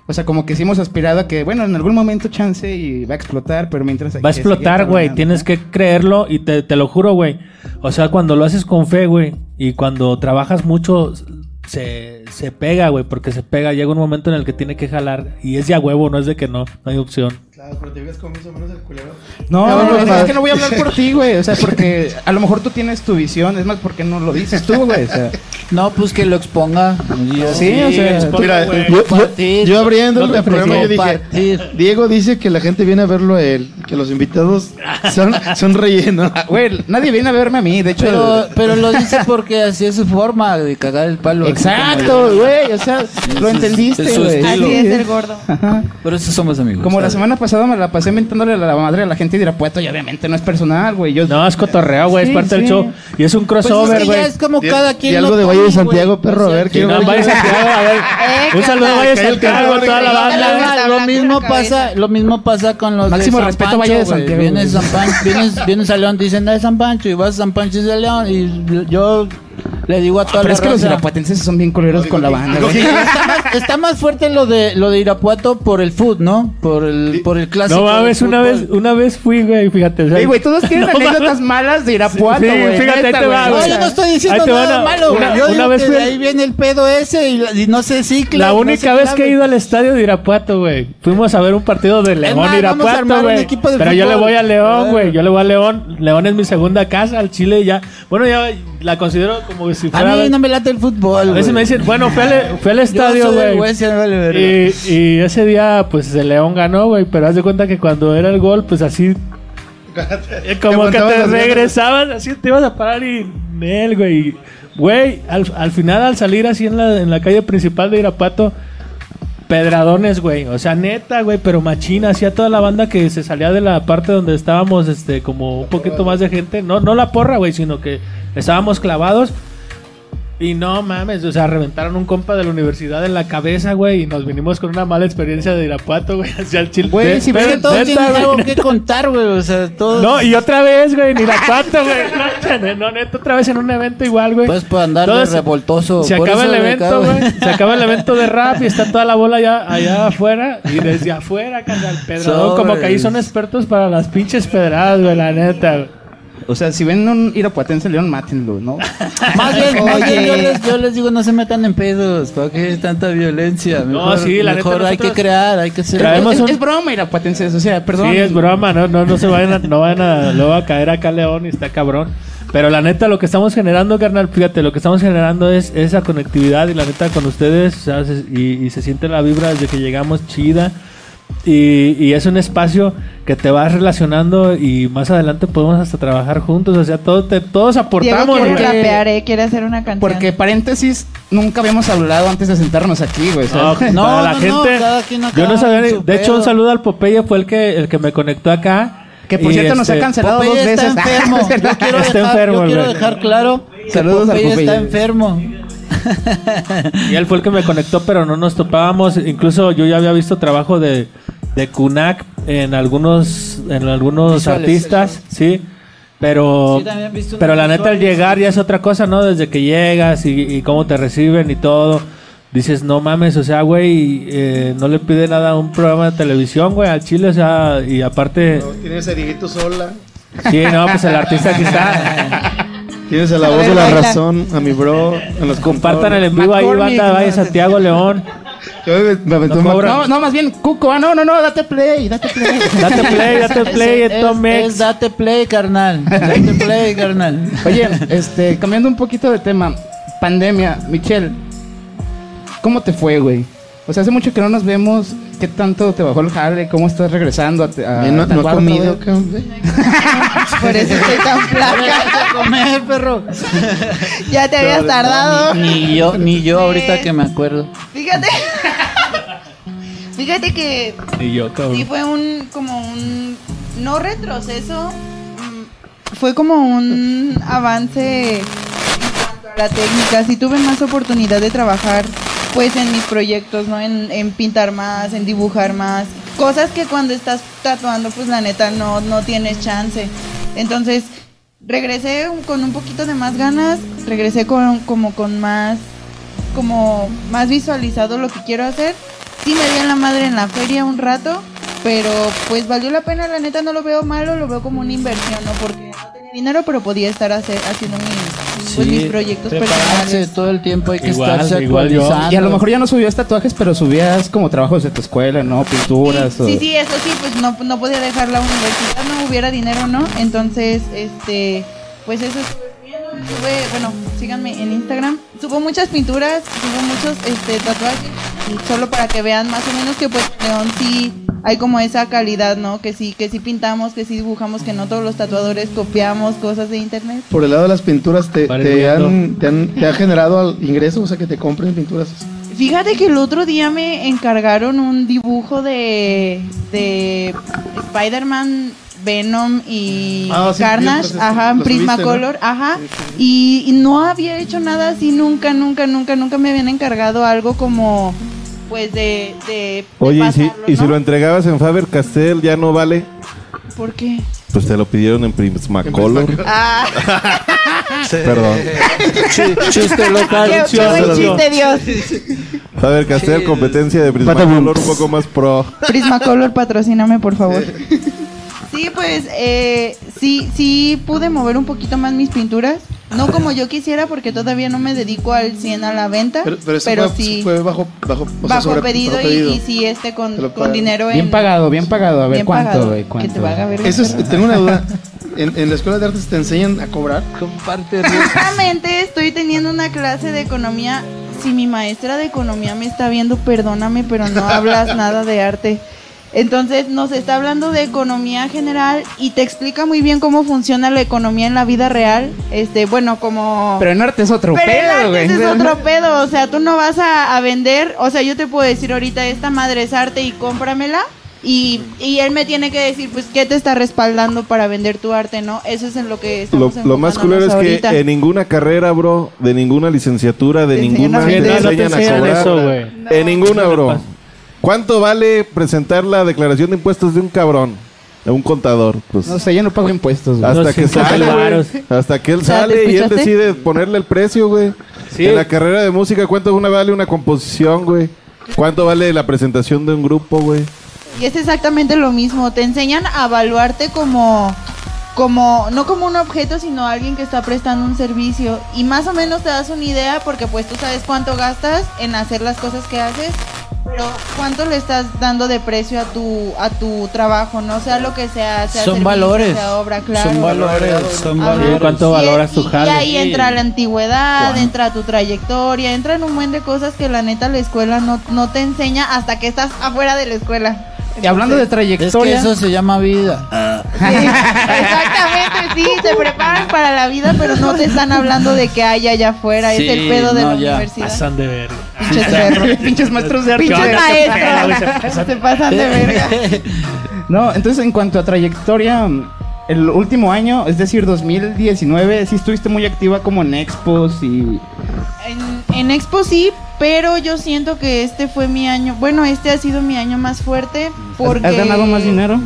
O sea, como que sí hemos aspirado a que, bueno, en algún momento chance y va a explotar, pero mientras... hay Va a que explotar, seguir güey. trabajando, Tienes ¿no? que creerlo y te lo juro, güey. O sea, cuando lo haces con fe, güey, y cuando trabajas mucho, se pega, güey, porque se pega. Llega un momento en el que tiene que jalar y es ya huevo, no es de que no hay opción. Claro, pero te digas cómo hizo menos el culero. No, No, es que no voy a hablar por ti, güey. O sea, porque a lo mejor tú tienes tu visión. Es más, ¿por qué no lo dices tú, güey? O sea, No, pues que lo exponga. sí, o sea... exponga, Mira, güey. yo abriendo No te el programa yo dije, compartir. Diego dice que la gente viene a verlo a él, que los invitados son relleno. Ah, güey, nadie viene a verme a mí. De hecho... Pero lo dice porque así es su forma de cagar el palo. así Exacto, güey. O sea, lo entendiste, es su güey. estilo. Así es el gordo. Ajá. Por eso somos amigos. Como la ¿sabes? semana pasada me la pasé mentándole a la madre a la gente de Irapuato y obviamente no es personal, güey. Yo... No, es cotorreo, güey, Sí, es parte del sí. show. Y es un Pues es crossover, que güey. ya es como cada quien. Y algo lo de Valle de tome, Santiago, güey. perro, a ver, Sí, quiero no, ver. Valle de Santiago, a ver. Un saludo a Valle de Cae el Santiago, carro, toda la güey. banda. Está Lo blanco mismo en la cabeza. pasa, lo mismo pasa con los Máximo de San respeto, Pancho, Valle de güey. Santiago, Vienes, güey. San Pancho, vienes a León, dicen de San Pancho y vas a San Pancho y de León y yo le digo a toda Pero la es que los raza, irapuatenses son bien culeros con la banda, güey. está más fuerte lo de Irapuato por el food, ¿no? Por el clásico. No mames, del fútbol. una vez fui, güey, fíjate. o sea, Ey, güey, todos tienen No anécdotas malas de Irapuato, Sí, güey. fíjate, neta, ahí te va, güey. No, güey. yo no estoy diciendo Ahí te va nada malo, güey. Yo una digo vez que fui de al- ahí viene el pedo ese y no se cicla. La no única se vez clave. que he ido al estadio de Irapuato, güey. Fuimos a ver un partido de León, más, vamos a armar Irapuato, un güey. equipo de Pero yo le fútbol. voy a León, Ah. güey. Yo le voy a León. León es mi segunda casa, al Chile ya. Bueno, ya la considero como si A fuera. mí no me late el fútbol. A veces me dicen, bueno, fui al Yo estadio, soy del güey. West, ya no vale verga. Y ese día, pues el León ganó, güey. Pero haz de cuenta que cuando era el gol, pues así. Como que aguantabas te las ganas. regresabas, así te ibas a parar y. Él, güey. Güey, al final, al salir así en la calle principal de Irapuato. Pedradones, güey. O sea, neta, güey, pero machina. Hacía toda la banda que se salía de la parte donde estábamos, como un poquito más de gente. No la porra, güey, sino que estábamos clavados. Y no mames, o sea, reventaron un compa de la universidad en la cabeza, güey. Y nos vinimos con una mala experiencia de Irapuato, güey, hacia el Chile. Güey, si Pero ves todos neta, tienen güey, algo neta. que contar, güey. O sea, todos. No, y otra vez, güey, en Irapuato, güey. No, neta, otra vez en un evento igual, güey. Pues por andar de Entonces, revoltoso. Se Por acaba eso el me evento, cago. güey. Se acaba el evento de rap y está toda la bola allá afuera. Y desde afuera, carnal, pedradón. Como que ahí son expertos para las pinches pedradas, güey, la neta, güey. O sea, si ven un irapuatense león, mátenlo, ¿no? Más bien, Oye. yo les digo, no se metan en pedos. ¿Para qué tanta violencia? Mejor, sí, la mejor neta, hay que nosotros crear, hay que ser. traemos Es, un- es broma, irapuatenses, o sea, perdón. Sí, es broma, no se vayan no vayan a luego a caer acá León y está cabrón. Pero la neta, lo que estamos generando, carnal, fíjate, lo que estamos generando es esa conectividad y la neta con ustedes, o sea, y se siente la vibra desde que llegamos chida. Y es un espacio que te vas relacionando y más adelante podemos hasta trabajar juntos, o sea, todos Diego aportamos. quiere güey. rapear, quiere hacer una canción. Porque, paréntesis, nunca habíamos hablado antes de sentarnos aquí, güey. No, ¿sabes? No, para la no, gente, cada quien acá yo no sabía, en su de hecho pedo. un saludo al Popeye, fue el que me conectó acá. Que por Y, cierto nos ha cancelado Popeye dos veces. está enfermo. Yo quiero Está dejar, enfermo, yo quiero güey. dejar claro que Saludos al Popeye Popeye. está enfermo. Y él fue el que me conectó, pero no nos topábamos. Incluso yo ya había visto trabajo de Kunak en algunos Visuales. artistas, sí. Pero, Sí, también he visto pero unos la neta, al visuales. llegar ya es otra cosa, ¿no? Desde que llegas y cómo te reciben y todo. Dices, no mames, o sea, güey, no le pide nada a un programa de televisión, güey, al Chile, o sea, y aparte, Tienes a Dieguito Sola, sí, no, pues el artista aquí está. tienes a la A voz ver, de la baila. razón, a mi bro, en los Compartan el en vivo ahí, McCormick, banda, vaya no, Santiago León. Yo me aventó No un cobra. No, no, más bien, Cuco. Ah, no, date play, date play. Date play, Es Tomex. date play, carnal. Date play, carnal. Oye, cambiando un poquito de tema. Pandemia, Michelle. ¿Cómo te fue, güey? O sea, hace mucho que no nos vemos. ¿Qué tanto te bajó el jale? ¿Cómo estás regresando a No he Tacuaro, comido, güey? cabrón. Por eso estoy tan flaca. Déjate comer, perro. Ya te habías tardado. Ni yo ahorita que me acuerdo. Fíjate. Fíjate que Y yo, cabrón. sí fue como un no retroceso, fue como un avance en cuanto a la técnica. Sí tuve más oportunidad de trabajar pues en mis proyectos, ¿no? En pintar más, en dibujar más. Cosas que cuando estás tatuando pues la neta no tienes chance. Entonces regresé con un poquito de más ganas, regresé con más visualizado lo que quiero hacer. sí me dio en la madre en la feria un rato, pero pues valió la pena, la neta no lo veo malo, lo veo como una inversión, ¿no? Porque no tenía dinero, pero podía estar haciendo mis proyectos prepararse personales. todo el tiempo, hay que Igual, estarse igual yo. actualizando. Y a lo mejor ya no subías tatuajes, pero subías como trabajos de tu escuela, ¿no? Pinturas. Sí, eso sí, pues no podía dejar la universidad, no hubiera dinero, ¿no? Entonces, pues eso estuve viendo, bueno, síganme en Instagram, subo muchas pinturas, subo muchos tatuajes, y solo para que vean más o menos que pues León sí hay como esa calidad, ¿no? Que sí pintamos, que sí dibujamos, que no todos los tatuadores copiamos cosas de internet. Por el lado de las pinturas, ¿te ha generado ingresos? O sea, que te compren pinturas. Fíjate que el otro día me encargaron un dibujo de Spider-Man, Venom y sí, Carnage, los ajá, en subiste, Prismacolor, ¿no? ajá, y no había hecho nada así, nunca me habían encargado algo como, pues, de Oye, pasarlo, y si ¿no? lo entregabas en Faber-Castell, ¿ya no vale? ¿Por qué? Pues te lo pidieron en Prismacolor. Ah, Perdón. Chiste local. qué buen chiste, Dios. Faber-Castell, competencia de Prismacolor un poco más pro. Prismacolor, patrocíname, por favor. Sí, pues, sí pude mover un poquito más mis pinturas. No como yo quisiera, porque todavía no me dedico al 100 a la venta. Pero sí fue bajo pedido y sí, con dinero Bien pagado. A ver, bien ¿cuánto, pagado. güey? ¿Cuánto? Que te valga verga. Tengo una duda. ¿En la escuela de artes te enseñan a cobrar? Comparte. Justamente estoy teniendo una clase de economía. Si mi maestra de economía me está viendo, perdóname, pero no hablas nada de arte. Entonces nos está hablando de economía general y te explica muy bien cómo funciona la economía en la vida real. Bueno, como... Pero en arte es otro Pero en pedo, güey. artes es otro pedo, o sea, tú no vas a vender, o sea, yo te puedo decir ahorita, esta madre es arte y cómpramela, y él me tiene que decir, pues, ¿qué te está respaldando para vender tu arte, no? Eso es en lo que estamos Lo más culero es ahorita. que en ninguna carrera, bro, de ninguna licenciatura, de Te ninguna, enseñan a te vender. enseñan a cobrar. eso, güey. En ninguna, bro. ¿Cuánto vale presentar la declaración de impuestos de un cabrón? De un contador. Pues No sé, yo no pago impuestos, güey. hasta Unos que 50 sale, güey. varos. Hasta que él O sea, ¿te sale y él escuchaste? decide ponerle el precio, güey. Sí. En la carrera de música, ¿cuánto vale una composición, güey? ¿Cuánto vale la presentación de un grupo, güey? Y es exactamente lo mismo, te enseñan a evaluarte como no como un objeto, sino alguien que está prestando un servicio, y más o menos te das una idea porque pues tú sabes cuánto gastas en hacer las cosas que haces, pero cuánto le estás dando de precio a tu trabajo, no sea lo que sea Son servicio, valores. sea obra, claro. Son valores. Ajá. ¿Cuánto valoras tu Y jale? ahí entra la antigüedad, entra tu trayectoria, entran un buen de cosas que la neta la escuela no te enseña hasta que estás afuera de la escuela. Y hablando de Es que trayectoria, eso se llama vida. Sí, exactamente, sí, se preparan para la vida, pero no te están hablando de que hay allá afuera, Sí, es el pedo de no, la ya. universidad. Pasan de verga. Pinches perros. pinches maestros de arte. Pinches ¿Qué maestros, se pasan de verga. No, entonces en cuanto a trayectoria, el último año, es decir, 2019, sí estuviste muy activa como en expos y... En Expo sí, pero yo siento que este fue mi año, bueno, este ha sido mi año más fuerte porque... ¿Has ganado más dinero?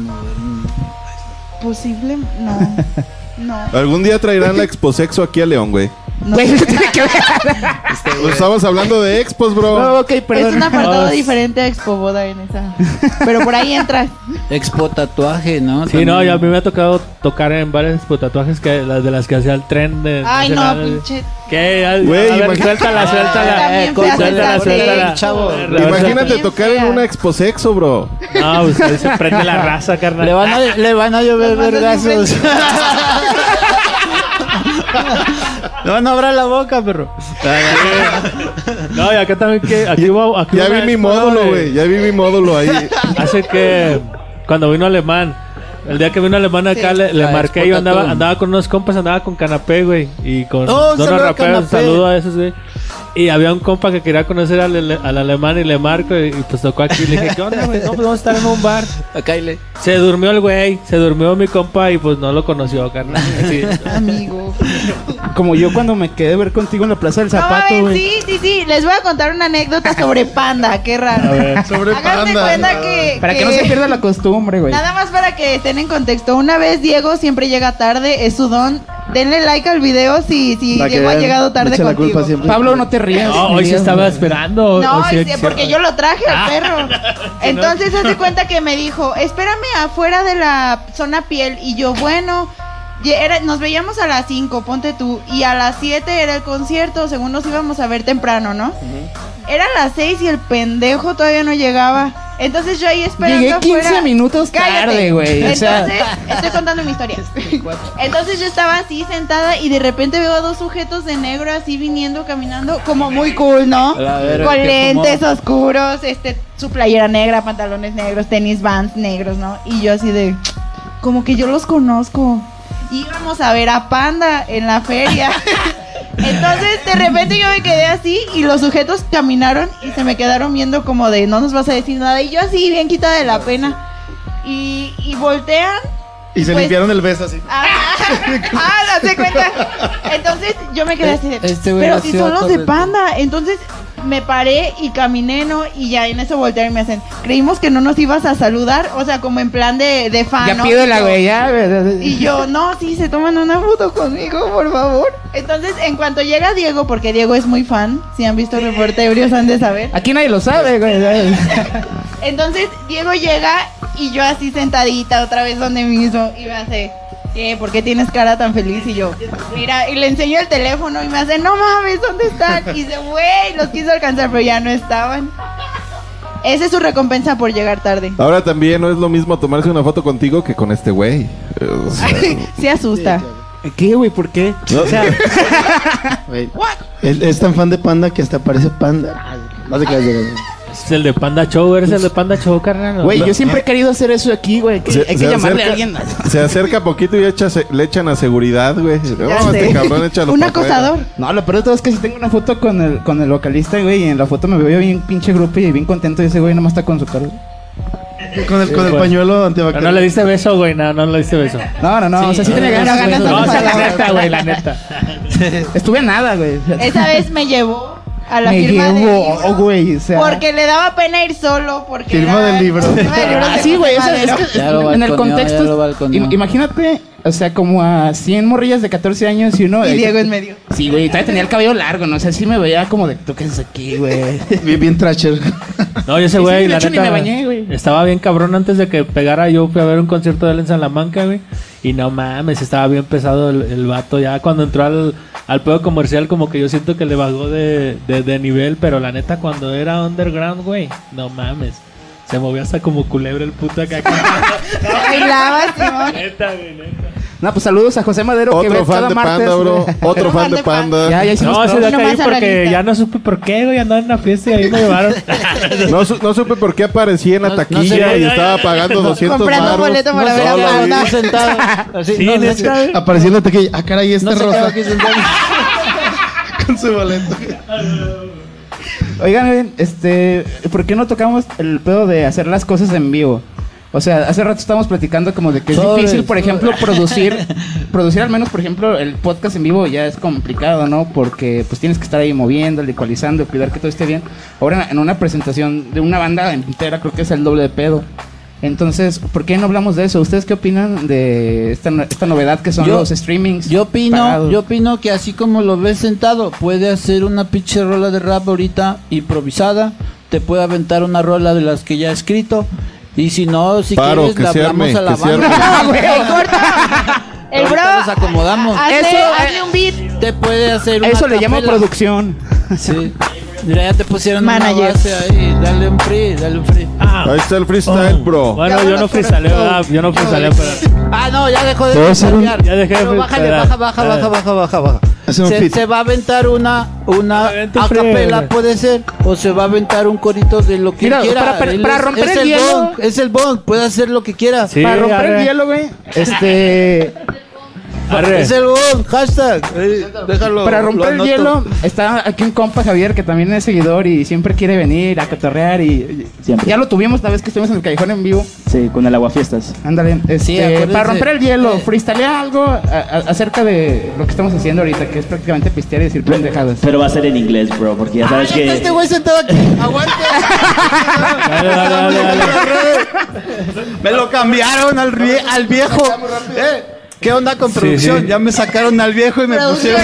Posible, no. Algún día traerán la Exposexo aquí a León, güey. No. Güey, tiene que ver. Pues estamos hablando de expos, bro. No, ok, Es perdón. un apartado diferente a Expo Boda en esa. Pero por ahí entras. Expo tatuaje, ¿no? Sí, no, También. ya a mí me ha tocado tocar en varios tatuajes que las de las que hacía el tren de Ay, no, nacional. pinche. ¿Qué? Güey, A ver, imagínate- suéltala. También con- se hace suéltala, esa suéltala, fe. chavo. A ver, Imagínate Bien tocar en fea. una Exposexo, bro. No, pues ahí se prende la raza, carnal. Le van a llover Las manos vergazos. No abra la boca, perro. No, y acá también que... Aquí Ya vi mi módulo, güey. Ya vi mi módulo ahí. Hace que cuando vino Alemán, el día que vino Alemán acá Sí. le La marqué, Expo yo andaba Tattoo. con unos compas, andaba con Canapé, güey, y con Oh, dos saludo a raperos, Canapé. saludo a esos, güey. Y había un compa que quería conocer al alemán y le marco y pues tocó aquí. Le dije, ¿qué onda, güey? No, pues vamos a estar en un bar. Acá y le. Se durmió el güey, se durmió mi compa y pues no lo conoció, carnal. Sí. Amigo. Como yo cuando me quedé a ver contigo en la Plaza del Zapato, No, güey. sí. Les voy a contar una anécdota sobre Panda. Qué raro. Sobre Háganse Panda. cuenta que... Para que no se pierda la costumbre, güey. Nada más para que estén en contexto. Una vez Diego siempre llega tarde, es su don. denle like al video si Para que Diego ha vean, llegado tarde le echa la contigo. culpa siempre. Pablo, no te rías. No, hoy se estaba esperando. No, o sí, porque yo lo traje al perro. Entonces hace cuenta que me dijo, espérame afuera de la zona piel. Y yo, bueno, nos veíamos a las 5, ponte tú. Y a las 7 era el concierto, según nos íbamos a ver temprano, ¿no? Era las 6 y el pendejo todavía no llegaba. Entonces yo ahí esperando Llegué 15 afuera. minutos Cállate. tarde, güey. O sea, Entonces, estoy contando mi historia. Entonces yo estaba así sentada y de repente veo a dos sujetos de negro así viniendo, caminando, como muy cool, ¿no? Con lentes oscuros, su playera negra, pantalones negros, tenis Vans negros, ¿no? Y yo así de, como que yo los conozco. Íbamos a ver a Panda en la feria. Entonces de repente yo me quedé así y los sujetos caminaron y se me quedaron viendo como de no nos vas a decir nada. Y yo así bien quitada de la pena. Y voltean. Y se limpiaron el beso así. No se cuenta. Entonces yo me quedé así de, güey pero si nació son los de correcto. Panda. Entonces me paré y caminé, ¿no? Y ya en eso voltearon y me hacen, creímos que no nos ibas a saludar. O sea, como en plan de fan, ya ¿no? pídela, güey, ya. Y yo, no, sí, se toman una foto conmigo, por favor. Entonces, en cuanto llega Diego, porque Diego es muy fan, si han visto Reportebrios han de saber. Aquí nadie lo sabe, güey. Entonces, Diego llega y yo así sentadita otra vez donde mismo y me hace, ¿por qué tienes cara tan feliz? Y yo, mira, y le enseño el teléfono y me hace, no mames, ¿dónde están? Y dice, güey, los quiso alcanzar, pero ya no estaban. Esa es su recompensa por llegar tarde. Ahora también no es lo mismo tomarse una foto contigo que con este güey. O sea, Se asusta. ¿Qué, güey? ¿Por qué? no, O sea, Güey, él es tan fan de Panda que hasta parece Panda. No te creas, Diego. Es el de Panda Show, eres el de Panda Show, carnal. güey, yo siempre he querido hacer eso aquí, güey. Hay que llamarle a alguien. Se acerca poquito y le echan a seguridad, güey. No, sé. este cabrón, échalo Un pa' afuera. acosador. No, lo peor de todo es que si tengo una foto con el vocalista, güey, y en la foto me veo bien pinche grupo y bien contento y ese güey nomás está con su carro. Con el pues. pañuelo Pero antibacterial. no le diste beso, güey, no le diste beso. No, o sea, sí tenía ganas, güey. No, o sea, la palabra. neta, güey, la neta. Estuve a nada, güey. Esa vez me llevó a la Me firma del llevó, libro. güey, o sea. Porque le daba pena ir solo. Porque Firma era- del libro. Firma del libro Ah, de sí, güey, o José sea, es Madero. que Ya lo en el balconeó, contexto, ya lo balconeó. imagínate, o sea, como a 100 morrillas de 14 años y uno... Y Diego en medio. Sí, güey, todavía tenía el cabello largo, ¿no? O sea, sí me veía como de, ¿tú qué haces aquí, güey? Bien trasher. No, yo ese Sí, güey, sí, de la hecho, ni neta, me bañé, güey. estaba bien cabrón antes de que pegara. Yo fui a ver un concierto de él en Salamanca, güey. Y no mames, estaba bien pesado el vato. Ya cuando entró al pedo comercial, como que yo siento que le bajó de nivel. Pero la neta, cuando era underground, güey, no mames. Se movía hasta como culebra el puto acá. Bailaba, Simón. Neta, güey, neta. No, pues saludos a José Madero, que Otro ve fan cada de martes, Panda, bro. güey. Otro fan de Panda. Ya hicimos No, se todos. da Nomás caí a la porque lista. ya no supe por qué, güey. Andaba en una fiesta y ahí me llevaron. No supe por qué aparecía en la No- no taquilla sé. y estaba pagando 200 Comprando baros. boleto para ver a Solo Panda. ahí. sentado. Así, Sí, no, neta, güey. Apareciéndote que, caray, este no se quedó rosa. aquí sentado. Con su boleto. Oigan, güey, ¿por qué no tocamos el pedo de hacer las cosas en vivo? O sea, hace rato estábamos platicando como de que es Sobres, difícil, por sobres. ejemplo, producir al menos, por ejemplo, el podcast en vivo ya es complicado, ¿no? Porque pues tienes que estar ahí moviéndole, ecualizando, cuidar que todo esté bien. Ahora en una presentación de una banda entera creo que es el doble de pedo. Entonces, ¿por qué no hablamos de eso? ¿Ustedes qué opinan de esta novedad que son los streamings? Yo pagados? opino que así como lo ves sentado, puede hacer una pinche rola de rap ahorita improvisada, te puede aventar una rola de las que ya ha escrito, y si no, si Paro, quieres, que le se hablamos arme, a la que se banda. arme. Corta. El bro. Ahorita nos acomodamos. Hazle un beat. Te puede hacer una Eso le llamo capela. producción. Sí. Mira, ya te pusieron Manager. una base ahí, dale un free. Ahí está el freestyle, bro. Bueno, yo no freestaleo, yo no freestaleo, pero Ah, no, ya dejó de ¿Puedo hacer un- freestylear. Ya dejé de Pero bájale, freestylear. baja. Hace un fit. Se va a aventar una Avente un acapela, free. puede ser, o se va a aventar un corito de lo que Mira, quiera. para Él romper es el hielo. bong, es el bong, puede hacer lo que quiera. Sí, Para romper arre. el hielo, güey, Arre. Es el bong, hashtag. Déjalo. para romper el lo anoto. hielo, está aquí un compa Javier que también es seguidor y siempre quiere venir a cotorrear y Siempre. ya lo tuvimos la vez que estuvimos en el callejón en vivo. Sí, con el aguafiestas. Ándale, Sí, acuérdense. para romper el hielo, freestalea algo acerca de lo que estamos haciendo ahorita, que es prácticamente pistear y decir pendejadas. Pero va a ser en inglés, bro, porque ya sabes que... Este güey sentado aquí. Aguante. Dale. Me lo cambiaron al viejo. ¿Qué onda con producción? sí. Ya me sacaron al viejo y me pusieron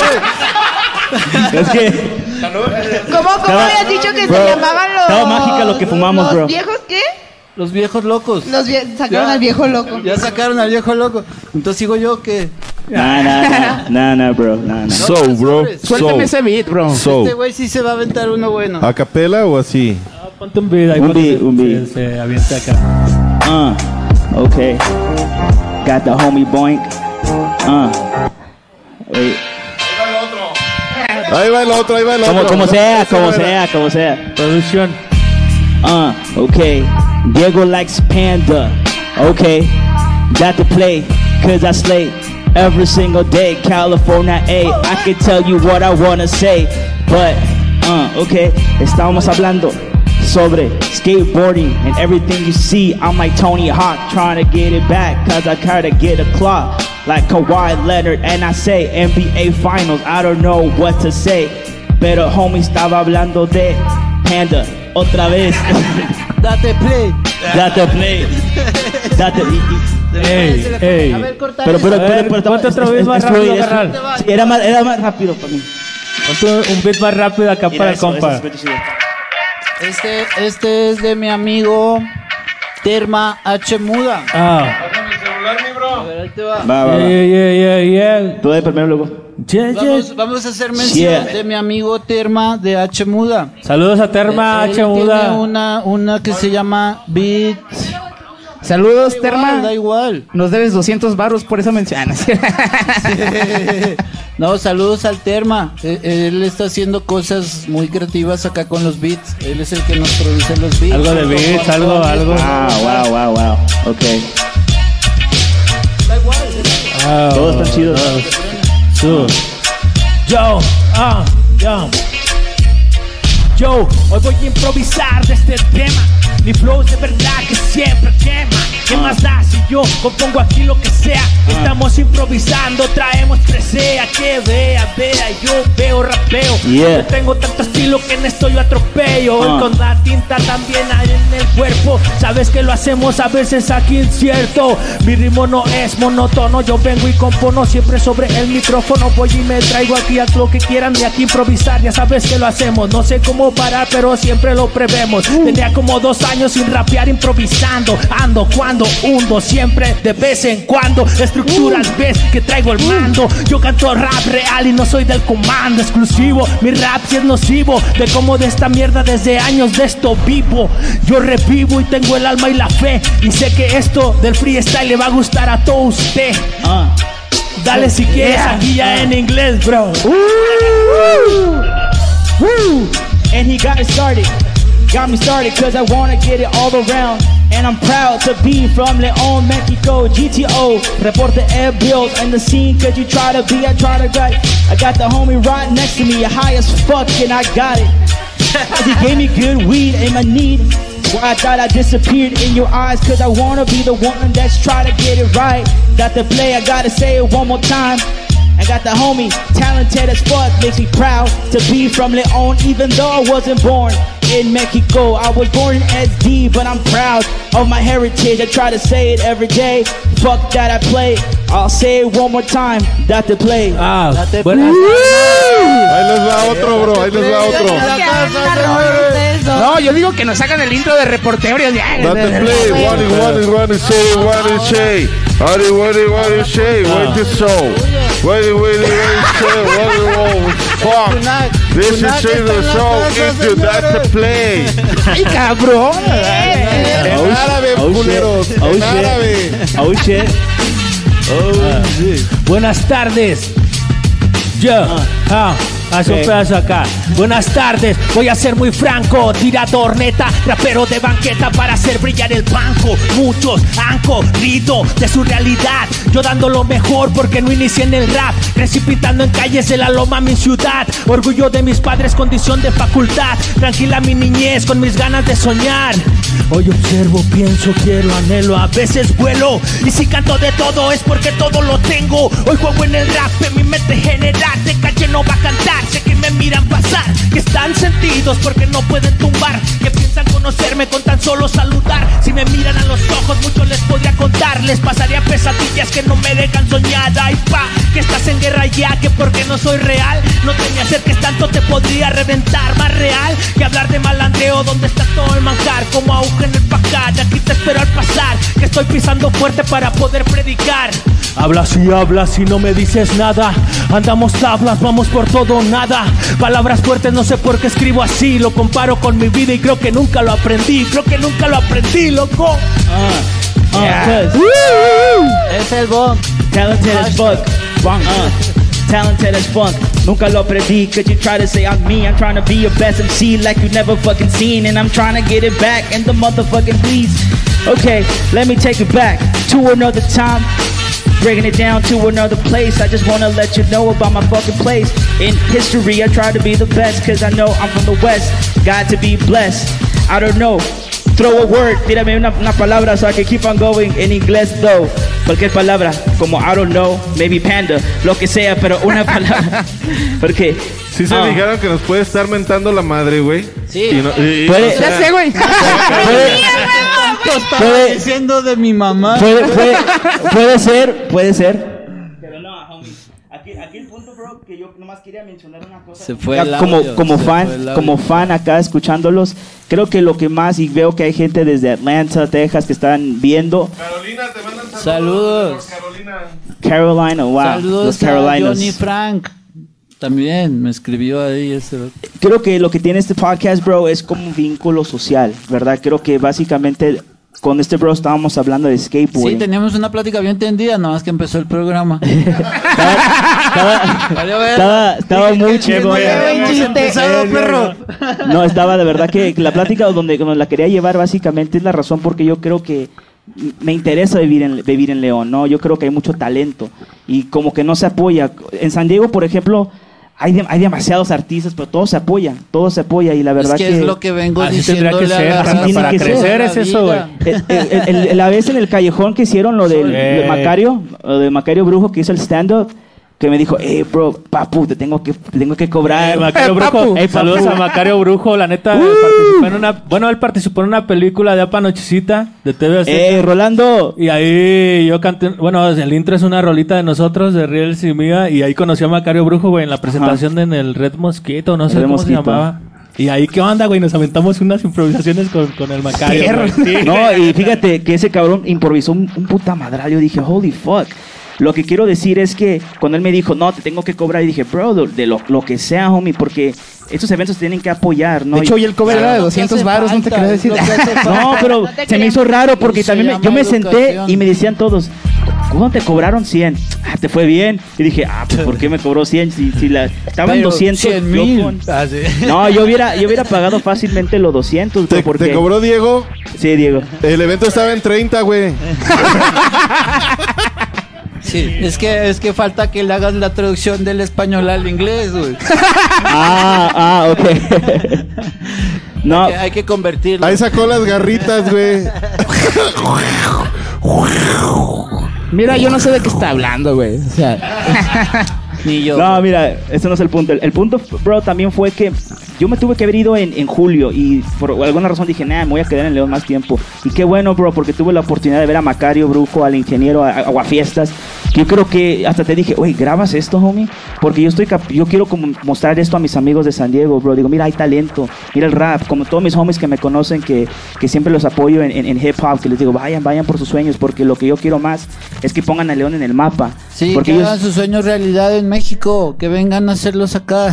Es que ¿Cómo habías dicho que se llamaban los... estaba mágica lo que fumamos, ¿los bro. viejos qué? los viejos locos. Sacaron al viejo loco. Ya sacaron al viejo loco. Entonces sigo yo que... Nah, bro. Nah. So, bro. Suéltame ese beat, bro. So. Este güey sí se va a aventar uno bueno. ¿A capela o así? Ponte un beat ahí. Un ponte- beat, un beat. Se avienta acá. Okay. Got the homie Boink. Wait. Ahí va el otro. Como sea. Producción. Okay. Diego likes Panda. Okay. Got to play, cause I slay every single day. California, I can tell you what I wanna say. But, okay. Estábamos hablando sobre skateboarding and everything you see. I'm like Tony Hawk trying to get it back, cause I try to get a clock like Kawhi Leonard, and I say NBA Finals, I don't know what to say. Pero homie estaba hablando de Panda otra vez. Date play. Ey. A ver, corta Pero, eso. ponte otra vez más rápido, carnal. Sí, era más rápido para mí. Ponte un beat más rápido acá para el compa. Este es de mi amigo Terma H. Muda. A ver, ahí te va. Va. Yeah. Tú de primero luego. Vamos a hacer mención de mi amigo Terma de H. Muda. Saludos a Terma Él H. Muda. tiene una que se llama Beat. Saludos, Da Terma. igual. Nos debes 200 varos por esa mención. No, saludos al Terma. Él está haciendo cosas muy creativas acá con los beats. Él es el que nos produce los beats. Algo de beats, algo. Wow. Okay. Todos están chidos. Yo, hoy voy a improvisar de este tema. Mi flow es de verdad que siempre quema. ¿Qué más da si yo compongo aquí lo que sea? Estamos improvisando, traemos presea. Que vea, yo veo, rapeo. Yeah. Yo tengo tanto estilo que en esto yo atropello. Hoy con la tinta también hay en el cuerpo. Sabes que lo hacemos a veces aquí incierto. Mi ritmo no es monótono. Yo vengo y compono siempre sobre el micrófono. Voy y me traigo aquí a lo que quieran de aquí improvisar. Ya sabes que lo hacemos. No sé cómo parar, pero siempre lo prevemos. Tenía como 2 años sin rapear improvisando. Ando cuando hundo, siempre de vez en cuando. Estructuras ves que traigo el mando. Yo canto rap real y no soy del comando exclusivo. Mi rap sí es nocivo. De cómo de esta mierda desde años de esto vivo. Yo revivo y tengo el alma y la fe. Y sé que esto del freestyle le va a gustar a todo usted. Dale si quieres aquí ya en inglés, bro. And he got it started. Got me started cause I wanna get it all around. And I'm proud to be from León, Mexico, GTO. Reporte ebrios in the scene cause you try to be, I try to gut. I got the homie right next to me, high as fuck and I got it. He gave me good weed in my need. Why I thought I disappeared in your eyes cause I wanna be the one that's try to get it right. Got to play, I gotta say it one more time. I got the homie, talented as fuck, makes me proud to be from León, even though I wasn't born in Mexico. I was born in SD, but I'm proud of my heritage. I try to say it every day. Fuck that I play. I'll say it one more time. Date play. Buenas. Ahí les va otro, bro. Ahí les va otro. No, yo digo que nos hagan el intro de reporteros. Date play. What is say? What is say? What is so? What fuck. This is the show. Into Date play. ¡Ay, cabrón! En árabe, culeros. En árabe. Oh shit. Buenas tardes. Hace un pedazo acá. Buenas tardes, voy a ser muy franco. Tirador neta, rapero de banqueta para hacer brillar el banco. Muchos han corrido de su realidad. Yo dando lo mejor porque no inicié en el rap. Crecí pintando en calles de la loma mi ciudad. Orgullo de mis padres, condición de facultad. Tranquila mi niñez con mis ganas de soñar. Hoy observo, pienso, quiero, anhelo, a veces vuelo. Y si canto de todo es porque todo lo tengo. Hoy juego en el rap, en mi mente general. De calle no va a cantar. explicar. Sé que me miran pasar, que están sentidos porque no pueden tumbar, que piensan conocerme con tan solo saludar. Si me miran a los ojos, mucho les podría contar. Les pasaría pesadillas que no me dejan soñar. Ay, pa, que estás en guerra ya, que porque no soy real. No te me acerques tanto, te podría reventar. Más real que hablar de malandreo, donde está todo el manjar. Como aguja en el pacar, aquí te espero al pasar, que estoy pisando fuerte para poder predicar. Hablas y no me dices nada. Andamos tablas, vamos por todo o nada. Palabras fuertes, no sé por qué escribo así. Lo comparo con mi vida y creo que nunca lo aprendí. Creo que nunca lo aprendí, loco. Es el Bunk. Talented as fuck. Talented as fuck. Nunca lo aprendí. Cause you try to say I'm me. I'm trying to be your best MC like you never fucking seen. And I'm trying to get it back in the motherfucking please. Okay, let me take it back to another time. Breaking it down to another place. I just wanna let you know about my fucking place. In history, I try to be the best, cause I know I'm from the West. Got to be blessed. I don't know. Throw a word, tírame una palabra so I can keep on going. En inglés, though. Cualquier palabra, como I don't know, maybe panda, lo que sea, pero una palabra. Porque sí se dijeron que nos puede estar mentando la madre, güey. Sí. Puede, Ya sé, güey. Estaba diciendo de mi mamá. Puede ser. Pero no, homie. Aquí el punto, bro, que yo nomás quería mencionar una cosa. Se fue el audio, como fan acá escuchándolos, creo que lo que más, y veo que hay gente desde Atlanta, Texas, que están viendo. Carolina, te mandan saludos. Carolina, wow. Saludos los Carolinas. a Johnny Frank. También me escribió ahí ese. Creo que lo que tiene este podcast, bro, es como un vínculo social, ¿verdad? Creo que básicamente con este bro estábamos hablando de skateboarding. Sí, teníamos una plática bien tendida, nada más que empezó el programa. Estaba muy chido. No, estaba de verdad que la plática donde la quería llevar básicamente es la razón porque yo creo que me interesa vivir en León, ¿no? Yo creo que hay mucho talento y como que no se apoya. En San Diego, por ejemplo, hay demasiados artistas, pero todo se apoya y la verdad es lo que vengo diciendo para crecer es eso, güey. La vez en el callejón que hicieron lo de Macario Brujo, que hizo el stand-up, que me dijo, bro, papu, te tengo que cobrar. Macario Brujo, saludos a Macario Brujo, la neta, él participó en una película de Apa Nochecita de TV Azteca. Rolando. Y ahí yo canté, el intro es una rolita de nosotros, de Riels y mía, y ahí conocí a Macario Brujo, güey, en la presentación en el Red Mosquito, no sé cómo se llamaba. Y ahí, ¿qué onda, güey? Nos aventamos unas improvisaciones con el Macario. Sí. No, y fíjate que ese cabrón improvisó un puta madral. Yo dije, holy fuck. Lo que quiero decir es que cuando él me dijo, no, te tengo que cobrar, y dije, bro, de lo que sea, homie, porque estos eventos tienen que apoyar, ¿no? De hecho, hoy el cover era de 200 varos, no te quería decir. No, pero se me hizo raro porque también yo me senté y me decían todos, ¿cómo te cobraron 100? Te fue bien. Y dije, pues ¿por qué me cobró 100? Si estaban 200. 100,000. No, yo hubiera pagado fácilmente los 200. ¿Te cobró Diego? Sí, Diego. El evento estaba en 30, güey. Sí, es que falta que le hagas la traducción del español al inglés, güey. Ok. No. Hay que convertirlo. Ahí sacó las garritas, güey. Mira, yo no sé de qué está hablando, güey. O sea, ni yo. No, mira, ese no es el punto. El punto, bro, también fue que yo me tuve que haber ido en julio y por alguna razón dije, me voy a quedar en León más tiempo. Y qué bueno, bro, porque tuve la oportunidad de ver a Macario Brujo, al ingeniero, a Aguafiestas. Yo creo que hasta te dije, oye, ¿grabas esto, homie? Porque yo quiero como mostrar esto a mis amigos de San Diego, bro. Digo, mira, hay talento, mira el rap. Como todos mis homies que me conocen, que siempre los apoyo en hip hop, que les digo, vayan por sus sueños, porque lo que yo quiero más es que pongan a León en el mapa. Sí, porque que hagan sus sueños realidad en México, que vengan a hacerlos acá.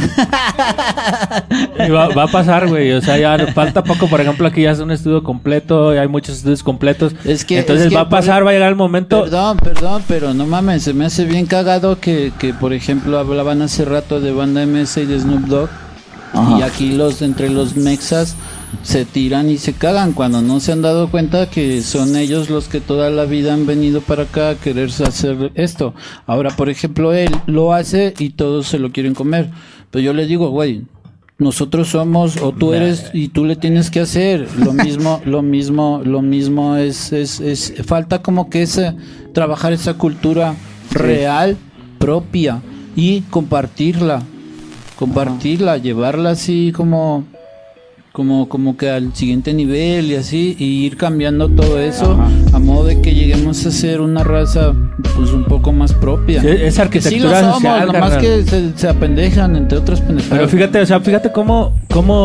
Y va a pasar, güey. O sea, ya falta poco. Por ejemplo, aquí ya es un estudio completo, hay muchos estudios completos. Entonces va a pasar, va a llegar el momento. Perdón, pero no mames, se me hace bien cagado que por ejemplo, hablaban hace rato de Banda MS y de Snoop Dogg. Ajá. Y aquí entre los mexas se tiran y se cagan cuando no se han dado cuenta que son ellos los que toda la vida han venido para acá a querer hacer esto. Ahora, por ejemplo, él lo hace y todos se lo quieren comer. Pero yo le digo, güey, nosotros somos, o tú eres y tú le tienes que hacer lo mismo es falta como que trabajar esa cultura real, propia, y compartirla compartirla, llevarla así como que al siguiente nivel y así, y ir cambiando todo eso a modo de que lleguemos a ser una raza pues un poco más propia. Sí, es arquitectura que sí lo somos, social, nomás carnal. que se apendejan entre otras pendejadas. Pero fíjate, o sea, fíjate cómo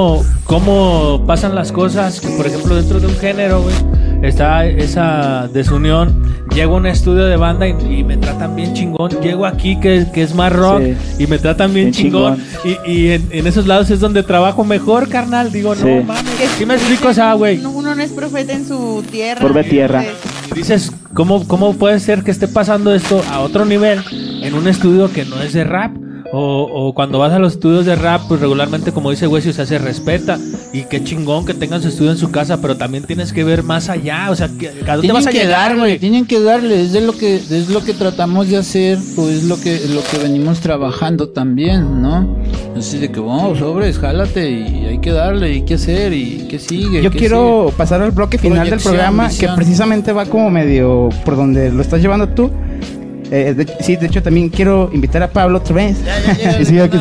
pasan las cosas, que por ejemplo dentro de un género, güey, está esa desunión. Llego a un estudio de banda y me tratan bien chingón. Llego aquí que es más rock y me tratan bien chingón. Y en esos lados es donde trabajo mejor, carnal. Digo, no mames. ¿Sí me explico? O sea, güey. Uno no es profeta en su tierra. Por tierra. Y dices, ¿cómo puede ser que esté pasando esto a otro nivel en un estudio que no es de rap? O cuando vas a los estudios de rap, pues regularmente, como dice Wesley, o sea, se respeta. Y qué chingón que tengan su estudio en su casa, pero también tienes que ver más allá. O sea, ¿a dónde vas a llegar, güey? Tienen que darle, es lo que tratamos de hacer, o es lo que venimos trabajando también, ¿no? Así de que, sobres, jálate, y hay que darle, y hay que hacer, y qué sigue. Yo quiero pasar al bloque final del programa, que precisamente va como medio por donde lo estás llevando tú. De hecho también quiero invitar a Pablo otra vez. Sí, aquí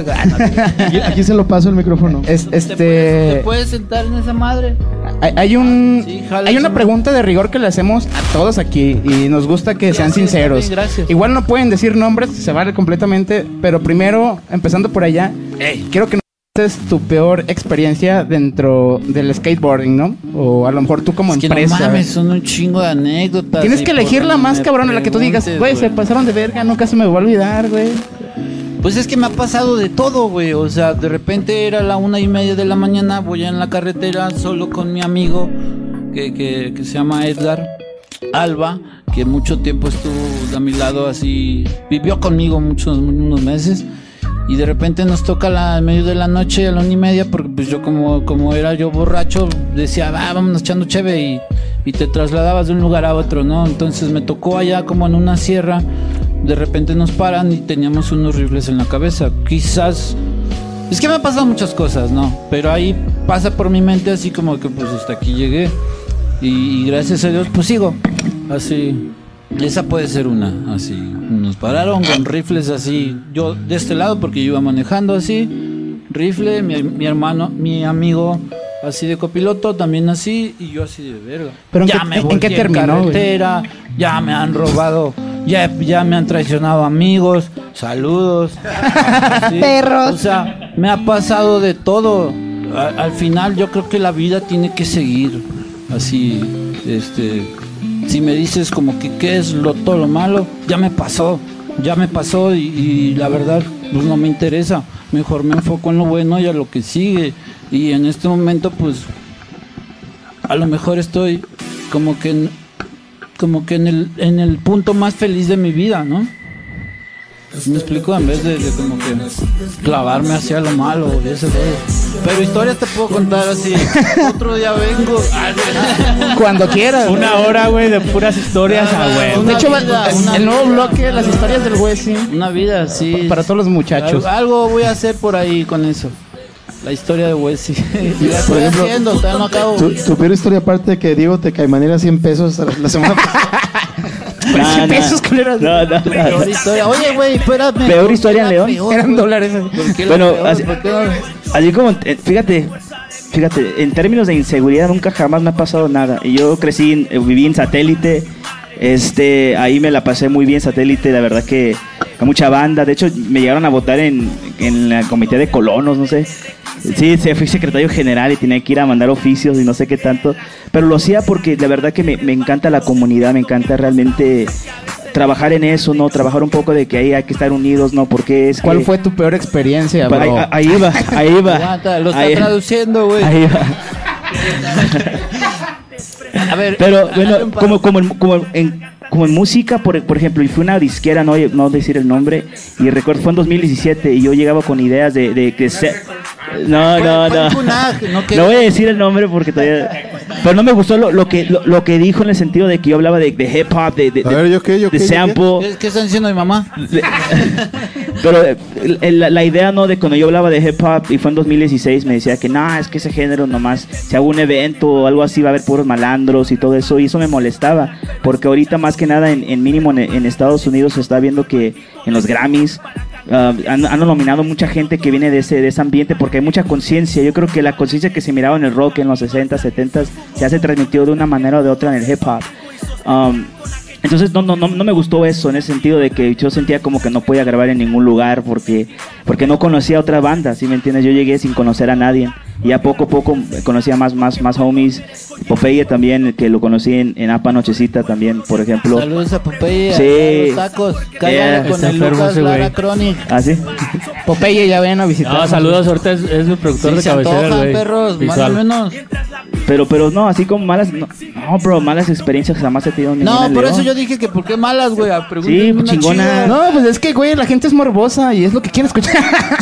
está. Aquí se lo paso el micrófono. ¿Te puedes sentar en esa madre? Hay una pregunta de rigor que le hacemos a todos aquí y nos gusta que sean sinceros. Gracias. Igual no pueden decir nombres, se vale completamente, pero primero, empezando por allá, quiero que es tu peor experiencia dentro del skateboarding, ¿no? O a lo mejor tú como empresa. No mames, son un chingo de anécdotas. Tienes que elegir la más cabrona, la que tú digas, güey, se pasaron de verga, nunca se me va a olvidar, güey. Pues es que me ha pasado de todo, güey. O sea, de repente era la 1:30 de la mañana, voy en la carretera solo con mi amigo que se llama Edgar Alba, que mucho tiempo estuvo a mi lado, así, vivió conmigo unos meses. Y de repente nos toca a medio de la noche, a la 1:30, porque pues yo como era yo borracho, decía, vámonos echando cheve, y te trasladabas de un lugar a otro, ¿no? Entonces me tocó allá como en una sierra, de repente nos paran y teníamos unos rifles en la cabeza. Quizás, es que me han pasado muchas cosas, ¿no? Pero ahí pasa por mi mente así como que pues hasta aquí llegué, y gracias a Dios pues sigo, así. Esa puede ser una, así. Nos pararon con rifles así. Yo de este lado porque yo iba manejando así. Rifle, mi hermano, mi amigo así de copiloto, también así. Y yo así de verga. Pero ¿en qué terminó, carretera, ya me han robado, ya me han traicionado amigos. Saludos. Así. Perros. O sea, me ha pasado de todo. Al final yo creo que la vida tiene que seguir. Así, si me dices como que qué es todo lo malo, ya me pasó y la verdad pues no me interesa, mejor me enfoco en lo bueno y a lo que sigue, y en este momento pues a lo mejor estoy como que en el punto más feliz de mi vida, ¿no? Me explico, en vez de como que clavarme hacia lo malo y ese rollo. Pero historias te puedo contar así. Otro día vengo. Cuando quieras. 1 hora, güey, de puras historias, güey. De hecho, el nuevo bloque, las historias del Wesley. Una vida, sí. Para todos los muchachos. Algo voy a hacer por ahí con eso. La historia de Wesley. Por ejemplo, no acabo. Tu peor historia, aparte de que Diego te caimanera 100 pesos la semana pasada. No. Peor historia. Oye, güey, espérame. Peor historia en León. Eran dólares. Bueno, así como, fíjate, en términos de inseguridad nunca jamás me ha pasado nada. Y yo viví en Satélite, ahí me la pasé muy bien, Satélite, la verdad que hay mucha banda. De hecho, me llegaron a votar en el comité de colonos, no sé. Sí, fui secretario general y tenía que ir a mandar oficios y no sé qué tanto. Pero lo hacía porque la verdad que me encanta la comunidad, me encanta realmente trabajar en eso, ¿no? Trabajar un poco de que ahí hay que estar unidos, ¿no? Porque es ¿Cuál fue tu peor experiencia, bro? Ahí va. Lo está traduciendo, güey. Ahí va. A ver, pero bueno, como en música, por ejemplo, y fue una disquera, no decir el nombre, y recuerdo fue en 2017 y yo llegaba con ideas de que no voy a decir el nombre porque todavía, pero no me gustó lo que dijo, en el sentido de que yo hablaba de hip hop, de sample. ¿Qué está diciendo mi mamá? Pero la idea, ¿no? De cuando yo hablaba de hip hop y fue en 2016, me decía que es que ese género nomás, si hago un evento o algo así va a haber puros malandros y todo eso, y eso me molestaba, porque ahorita más que nada en mínimo en Estados Unidos se está viendo que en los Grammys Han nominado mucha gente que viene de ese ambiente porque hay mucha conciencia. Yo creo que la conciencia que se miraba en el rock en los 60, 70 se hace transmitido de una manera o de otra en el hip hop. Entonces no me gustó eso, en ese sentido de que yo sentía como que no podía grabar en ningún lugar porque no conocía otra banda, ¿sí me entiendes? Yo llegué sin conocer a nadie y a poco a poco conocía más homies. Popeye también, que lo conocí en Apa Nochecita también, por ejemplo. Saludos a Popeye, sí. a los tacos, cállale con el Lucas Lara Chronic. ¿Ah, sí? Popeye, ya ven a visitar. No, saludos, ahorita es mi productor de cabecera, güey. Perros, más o menos. Pero no, así como malas, no, bro, malas experiencias jamás he tenido ninguna. No, por eso yo dije que por qué malas, güey. Sí, pues chingona. No, pues es que, güey, la gente es morbosa y es lo que quiere escuchar.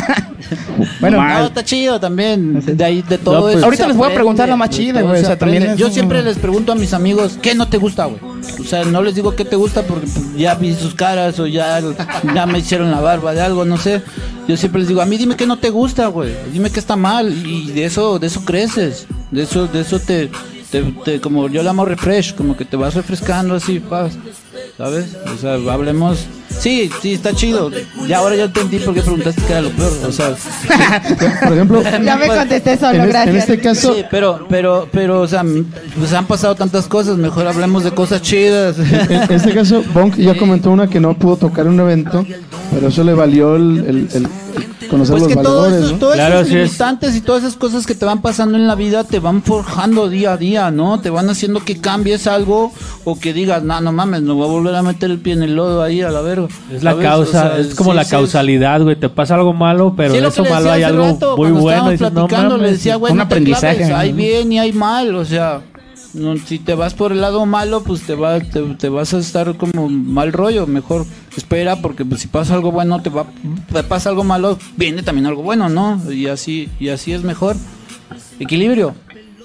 Bueno, no, está chido también. De ahí, de todo eso. Ahorita les voy a preguntar la más chida, güey. O sea, también yo siempre les pregunto a mis amigos, ¿qué no te gusta, güey? O sea, no les digo qué te gusta porque ya vi sus caras o ya me hicieron la barba de algo, no sé. Yo siempre les digo, a mí dime qué no te gusta, güey. Dime qué está mal y de eso creces. De eso te como yo le llamo refresh, como que te vas refrescando así, paz, ¿sabes? O sea, hablemos. Sí, está chido. Ya ahora ya entendí por qué preguntaste qué era lo peor. O sea, por ejemplo, ya me contesté solo, gracias. En este caso, sí, pero, o sea, pues han pasado tantas cosas. Mejor hablemos de cosas chidas. En este caso, Bonk ya comentó una que no pudo tocar en un evento, pero eso le valió el conocer pues los que valores, ¿no? todos Claro, esos sí limitantes y todas esas cosas que te van pasando en la vida te van forjando día a día, ¿no? Te van haciendo que cambies algo o que digas, no mames, no voy a volver a meter el pie en el lodo ahí a la verga. Es la causa, o sea, es como sí, la causalidad, güey. Te pasa algo malo, pero de eso malo hay algo muy bueno. Y dices, no mames, le decía, güey, un aprendizaje. Hay bien y hay mal, o sea, no, si te vas por el lado malo, pues te vas a estar como mal rollo. Mejor espera, porque pues, si pasa algo bueno, te pasa algo malo, viene también algo bueno, ¿no? Y así es mejor. Equilibrio.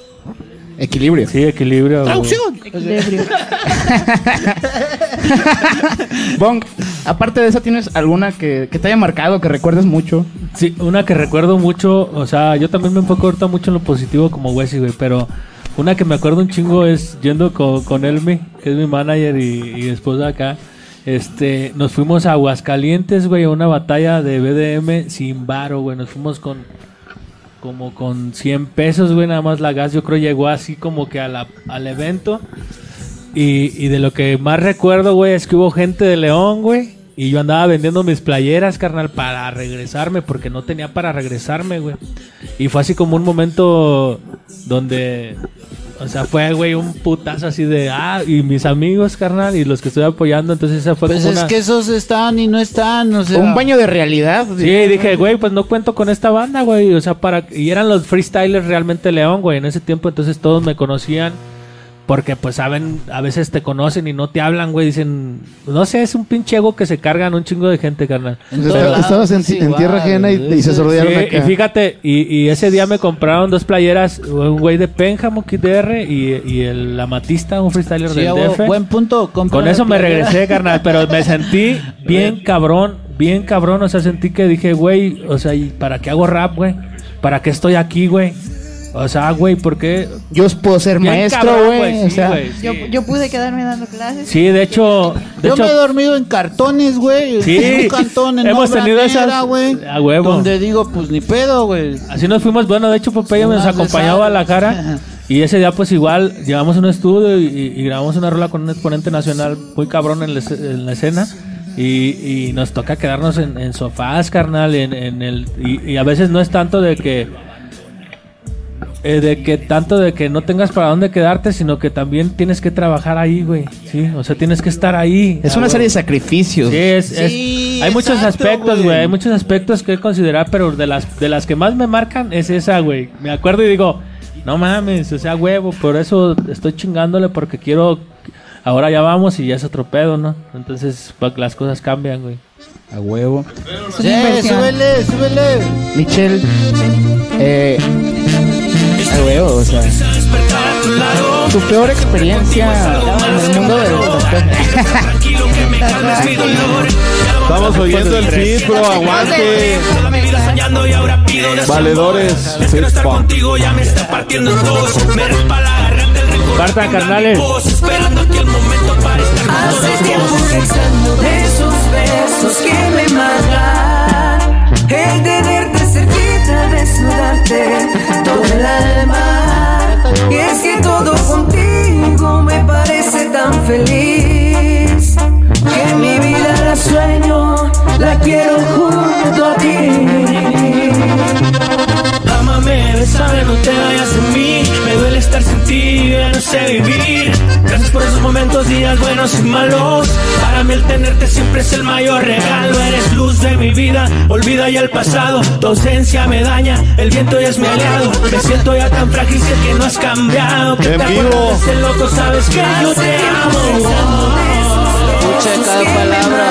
Sí, equilibrio. Traducción. Equilibrio. Bonk, aparte de eso, ¿tienes alguna que te haya marcado, que recuerdes mucho? Sí, una que recuerdo mucho, o sea, yo también me enfoco ahorita mucho en lo positivo como Wesley, güey, pero una que me acuerdo un chingo es yendo con Elmi, que es mi manager y esposa acá. Nos fuimos a Aguascalientes, güey, a una batalla de BDM sin varo, güey. Nos fuimos con 100 pesos, güey, nada más la gas. Yo creo llegó así como que al evento. Y de lo que más recuerdo, güey, es que hubo gente de León, güey. Y yo andaba vendiendo mis playeras, carnal, para regresarme, porque no tenía para regresarme, güey. Y fue así como un momento donde, o sea, fue, güey, un putazo así de, y mis amigos, carnal, y los que estoy apoyando, entonces esa fue pues como es que esos están y no están, o sea. Un baño de realidad. Sí, dije, güey, pues no cuento con esta banda, güey, o sea, y eran los freestylers realmente León, güey, en ese tiempo, entonces todos me conocían. Porque, pues, saben, a veces te conocen y no te hablan, güey. Dicen, no sé, es un pinche ego que se cargan un chingo de gente, carnal. Estabas en tierra ajena y se sordearon acá. Y fíjate, y ese día me compraron 2 playeras, un güey de Pénjamo, Kid DR, y el Amatista, un freestyler del DF. Buen punto. Con eso me regresé, carnal, pero me sentí bien cabrón. O sea, sentí que dije, güey, o sea, ¿y para qué hago rap, güey? ¿Para qué estoy aquí, güey? O sea, güey, ¿por qué? Yo puedo ser maestro, güey. O sea, yo pude quedarme dando clases. Sí, de hecho, yo me he dormido en cartones, güey. Sí, en un cantón, en hemos tenido esas, güey. A huevo. Donde digo, pues ni pedo, güey. Así nos fuimos. Bueno, de hecho, Popeye nos acompañaba a la cara. Y ese día, pues igual, llevamos un estudio y grabamos una rola con un exponente nacional muy cabrón en la escena. Y nos toca quedarnos en sofás, carnal. Y a veces no es tanto de que no tengas para dónde quedarte, sino que también tienes que trabajar ahí, güey. Sí, o sea, tienes que estar ahí. Es una serie de sacrificios. Sí, hay muchos aspectos, güey. Hay muchos aspectos que considerar, pero de las que más me marcan es esa, güey. Me acuerdo y digo, no mames, o sea, huevo, por eso estoy chingándole, porque quiero. Ahora ya vamos y ya es otro pedo, ¿no? Entonces, las cosas cambian, güey. A huevo. Sí, súbele. Michelle, a huevo, o sea, tu peor experiencia en el mundo del Estamos oyendo el feed, bro, aguante. Valedores, Fitpunk. Partan, carnales. Hace tiempo pensando de esos besos que me matan. quiero junto a ti. Ámame, bésame, no te vayas de mí. Me duele estar sin ti, ya no sé vivir. Gracias por esos momentos, días buenos y malos. Para mí el tenerte siempre es el mayor regalo. Eres luz de mi vida, olvida ya el pasado. Tu ausencia me daña, el viento ya es mi aliado. Me siento ya tan frágil, sé que no has cambiado. Que te acuerdas de ese loco, sabes que yo te amo. Escucha cada palabra.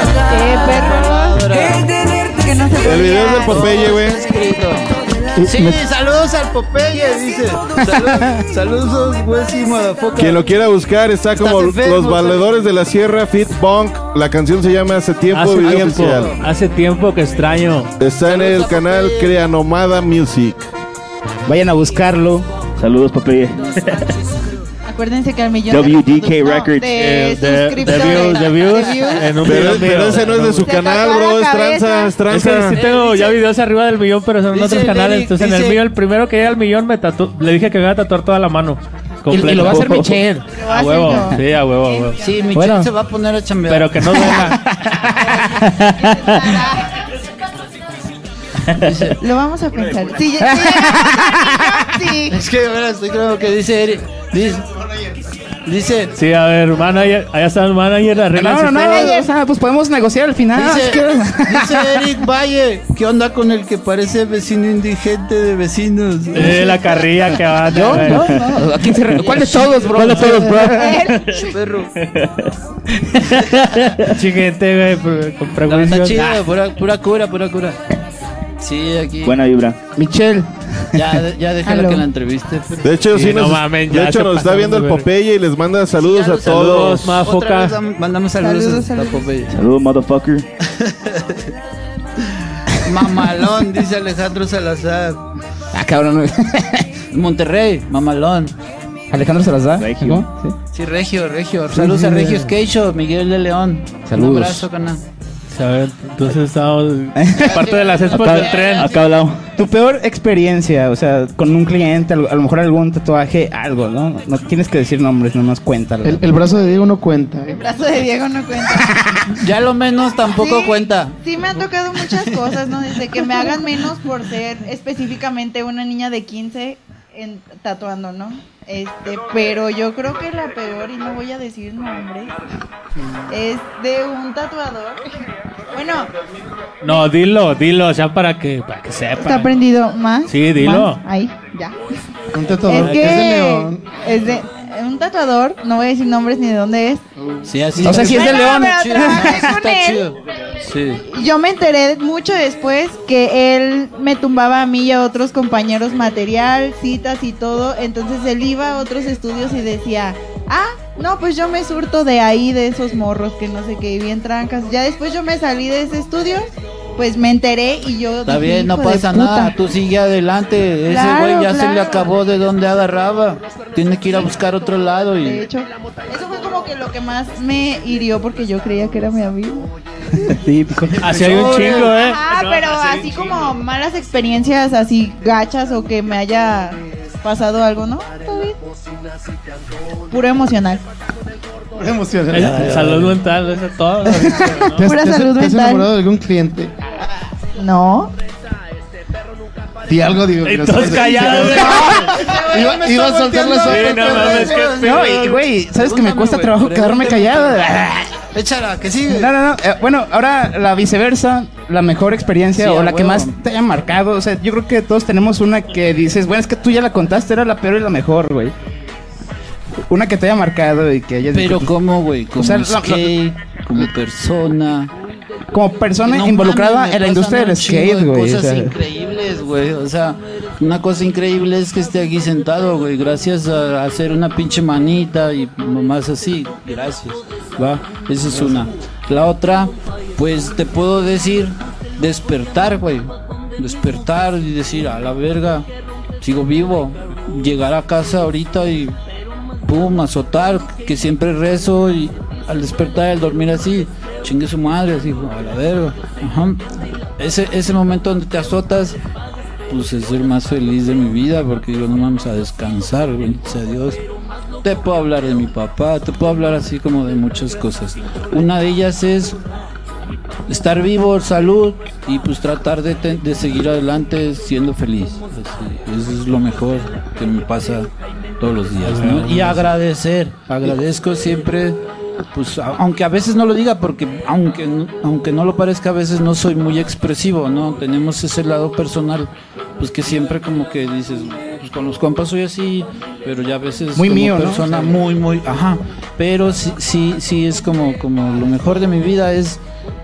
Perro. Que no se El video es del Popeye, güey. Sí, saludos al Popeye, dice. Saludos, güey, sí, motherfucker. Quien lo quiera buscar está como enfermo, Los Valedores de la Sierra, Fit Bunk. La canción se llama Hace Tiempo, video oficial. Hace tiempo que extraño. Está en el canal Creanomada Music. Vayan a buscarlo. Saludos, Popeye. Acuérdense que al millón WDK Records. de The Views, en un video Pero mío. ese no es de su Se canal, tatuó bro. la Es tranza, es Es que tranza. sí tengo ya videos arriba del millón, pero son en Dice otros el canales. Eric, Entonces en el dice- mío, el primero que llega al millón, le dije que me iba a tatuar toda la mano. Y lo va a hacer Michelle. Lo va a A hacer huevo, yo. sí, a huevo, a huevo. Sí, Michelle Bueno. se va a poner a chambear. Pero que no duela. Lo vamos a pensar. Sí, sí. Es que, ahora estoy creo que dice Eric. Dice, Sí, a ver, manager, allá está el manager, arregla No, ese no, pedo. o sea, pues podemos negociar al final. dice Eric Valle, ¿qué onda con el que parece vecino indigente de vecinos? La carrilla que va. ¿Yo? No. ¿A quién se re- ¿Cuál de todos, bro? ¿Cuál de todos, bro? Perro. Chiguete, güey, con No, está prejuicios. chido, pura cura. Sí, aquí. Buena vibra. Michelle. Ya déjala Aló. que la entreviste. Pero... De hecho, Sí, sí, no mames, de ya hecho se nos está pasaron viendo de el ver. Popeye y les manda saludos a todos. Saludos, mafoca. Otra vez mandamos saludos, Saludos, a saludos. Popeye. Saludos, motherfucker. Mamalón, dice Alejandro Salazar. Ah, cabrón. Monterrey, mamalón. Alejandro Salazar. Regio. ¿No? Sí. Sí, Regio. Saludos a Regio Skate Miguel de León. Saludos. Un abrazo, canal. A ver, entonces estamos parte de las expos del tren. Acá al lado. Tu peor experiencia, o sea, con un cliente, a lo mejor algún tatuaje, algo, ¿no? No tienes que decir nombres, nomás cuéntalo. El brazo de Diego no cuenta. El brazo de Diego no cuenta. Ya lo menos tampoco Sí, cuenta. Sí, me han tocado muchas cosas, ¿no? Desde que me hagan menos por ser específicamente una niña de 15 tatuando, ¿no? Pero yo creo que la peor, y no voy a decir nombre, es de un tatuador. Bueno, No, dilo, o sea, para que está sepa. prendido más. Sí, dilo. Más. Ahí, ya. Un tatuador Es que es de que León. es de un tatuador, no voy a decir nombres ni de dónde es. Sí, así. O sea, si es de Bueno, León. pero trabajé con Está él. chido. Sí. Yo me enteré mucho después que él me tumbaba a mí y a otros compañeros material, citas y todo. Entonces él iba a otros estudios y decía, no, pues yo me surto de ahí, de esos morros que no sé qué, y bien trancas. Ya después yo me salí de ese estudio, pues me enteré y yo Está dije, bien, no "Hijo de pasa puta". nada, tú sigue adelante. Ese Claro, güey ya se le claro. acabó de donde agarraba. Tiene que ir a buscar otro lado De y hecho, eso fue como que lo que más me hirió porque yo creía que era mi amigo. Típico. Así hay un chingo, Ajá, pero así como malas experiencias así gachas o que me haya pasado algo, ¿no? Todo bien. Puro emocional. Emocionante. Salud mental, eso es todo. ¿Te has, Pura te has- salud te has mental. enamorado de algún cliente? No. Di algo, digo. Y todos callados. Iba a soltar la sopa. Sí, no mames, qué No, pedo. y güey, ¿sabes que me Perdóname, cuesta güey, trabajo pero quedarme no te callado? Échala, que sigue. No. Bueno, ahora la viceversa, la mejor experiencia Sí, o a la que huevo. más te haya marcado. O sea, yo creo que todos tenemos una que dices, bueno, es que tú ya la contaste, era la peor y la mejor, güey. Una que te haya marcado y que hayas Pero dicho, ¿cómo, güey? Como sea, skate, como persona. como persona No involucrada mames, me en la pasan industria del un chingo skate, de güey. O Cosas sea, increíbles, güey. O sea, una cosa increíble es que esté aquí sentado, güey. Gracias a hacer una pinche manita y más así. Gracias. Va, esa es una. La otra, pues te puedo decir, despertar, güey. Despertar y decir, a la verga, sigo vivo. Llegar a casa ahorita y pum, azotar, que siempre rezo y al despertar, al dormir así, chingue su madre, así, a la verga. Ajá. Ese momento donde te azotas, pues es el más feliz de mi vida, porque digo, no vamos a descansar, bendito sea Dios. Te puedo hablar de mi papá, te puedo hablar así como de muchas cosas. Una de ellas es estar vivo, salud y pues tratar de seguir adelante siendo feliz. Así, eso es lo mejor que me pasa todos los días, ¿no? Y agradezco siempre, pues aunque a veces no lo diga, porque aunque no lo parezca, a veces no soy muy expresivo, ¿no? Tenemos ese lado personal, pues que siempre como que dices, pues con los compas soy así, pero ya a veces muy como mío, persona, ¿no? muy, ajá, pero sí es como lo mejor de mi vida es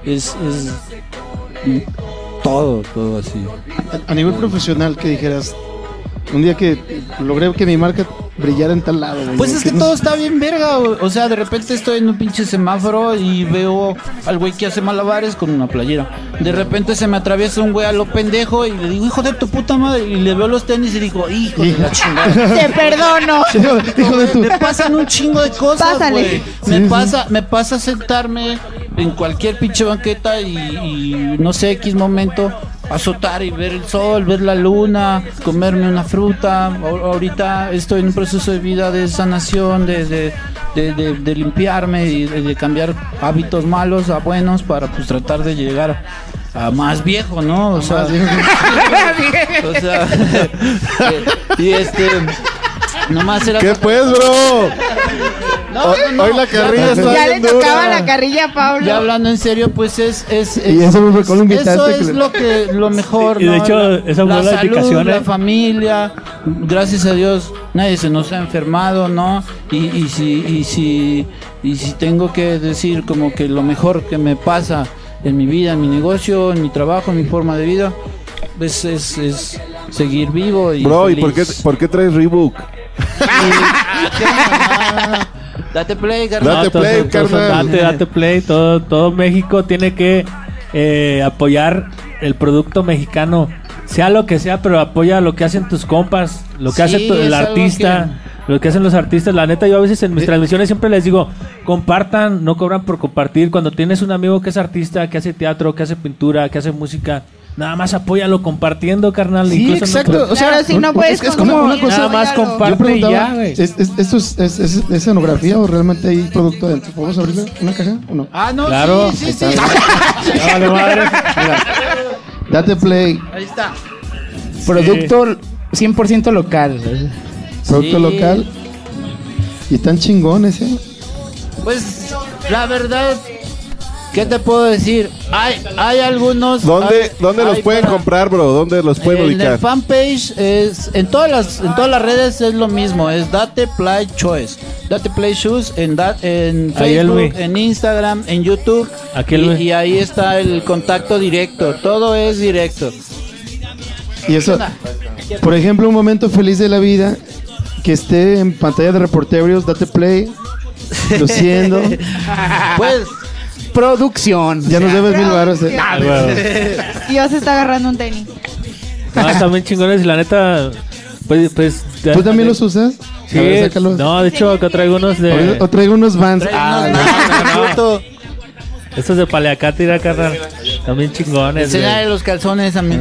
todo así. A nivel profesional, ¿qué dijeras? Un día que logré que mi marca brillara en tal lado, güey. Pues es que todo está bien verga, o sea, de repente estoy en un pinche semáforo y veo al güey que hace malabares con una playera. De repente se me atraviesa un güey a lo pendejo y le digo, hijo de tu puta madre, y le veo los tenis y digo, hijo de la chingada. Te perdono. Hijo de tu... Me pasan un chingo de cosas, güey. Me pasa sentarme en cualquier pinche banqueta y no sé, X momento, azotar y ver el sol, ver la luna, comerme una fruta. Ahorita estoy en un proceso de vida de sanación, de limpiarme y de cambiar hábitos malos a buenos para pues tratar de llegar a más viejo, ¿no? O sea, y nomás era... ¿Qué pues, bro? No, hoy la carrilla está Ya bien le tocaba dura. la carrilla a Pablo. Ya hablando en serio, pues Y eso me fue con un eso invitante es lo mejor, Y de ¿no? hecho, esa fue la salud, explicación, la familia, gracias a Dios nadie se nos ha enfermado, ¿no? Y si tengo que decir como que lo mejor que me pasa en mi vida, en mi negocio, en mi trabajo, en mi forma de vida, pues es seguir vivo y Bro, ¿y feliz. por qué traes Reebok? Date play, carnal. Date play, carnal. Date play. Todo México tiene que apoyar el producto mexicano, sea lo que sea, pero apoya lo que hacen tus compas, lo que hace el artista, lo que hacen los artistas. La neta, yo a veces en mis transmisiones siempre les digo, compartan, no cobran por compartir. Cuando tienes un amigo que es artista, que hace teatro, que hace pintura, que hace música, nada más apóyalo compartiendo, carnal. Sí, Incluso exacto. O sea, Claro, si no puedes es como una cosa. nada más Yo comparte y preguntaba, ya, güey. ¿esto es escenografía o realmente hay producto dentro? ¿Podemos abrirle una caja o no? Ah, no, Claro. sí. Ya vale madre. Date play. Ahí está. Producto 100% local. Producto local. Y están chingones, ¿eh? Pues la verdad, ¿qué te puedo decir? Hay algunos. ¿Dónde los hay pueden para- comprar, bro? ¿Dónde los pueden En ubicar? el fanpage en todas las redes es lo mismo, es Date Play Choice, Date Play Shoes en Ahí el Facebook, Luis. en Instagram, en YouTube. Aquí el Luis. y ahí está el contacto directo, todo es directo. Y eso, por ejemplo, un momento feliz de la vida que esté en pantalla de reporterios, date play, luciendo. Pues Producción. Ya nos debes 1000 baros. Ah, güey. Dios se está agarrando un tenis. No, están bien chingones y la neta, pues ¿Tú también los usas? Sí, A ver, sácalos. no, de hecho acá traigo unos de... O traigo unos Vans. no. Estos de Paleacátira, carnal. También chingones. Enseñale los calzones a mí.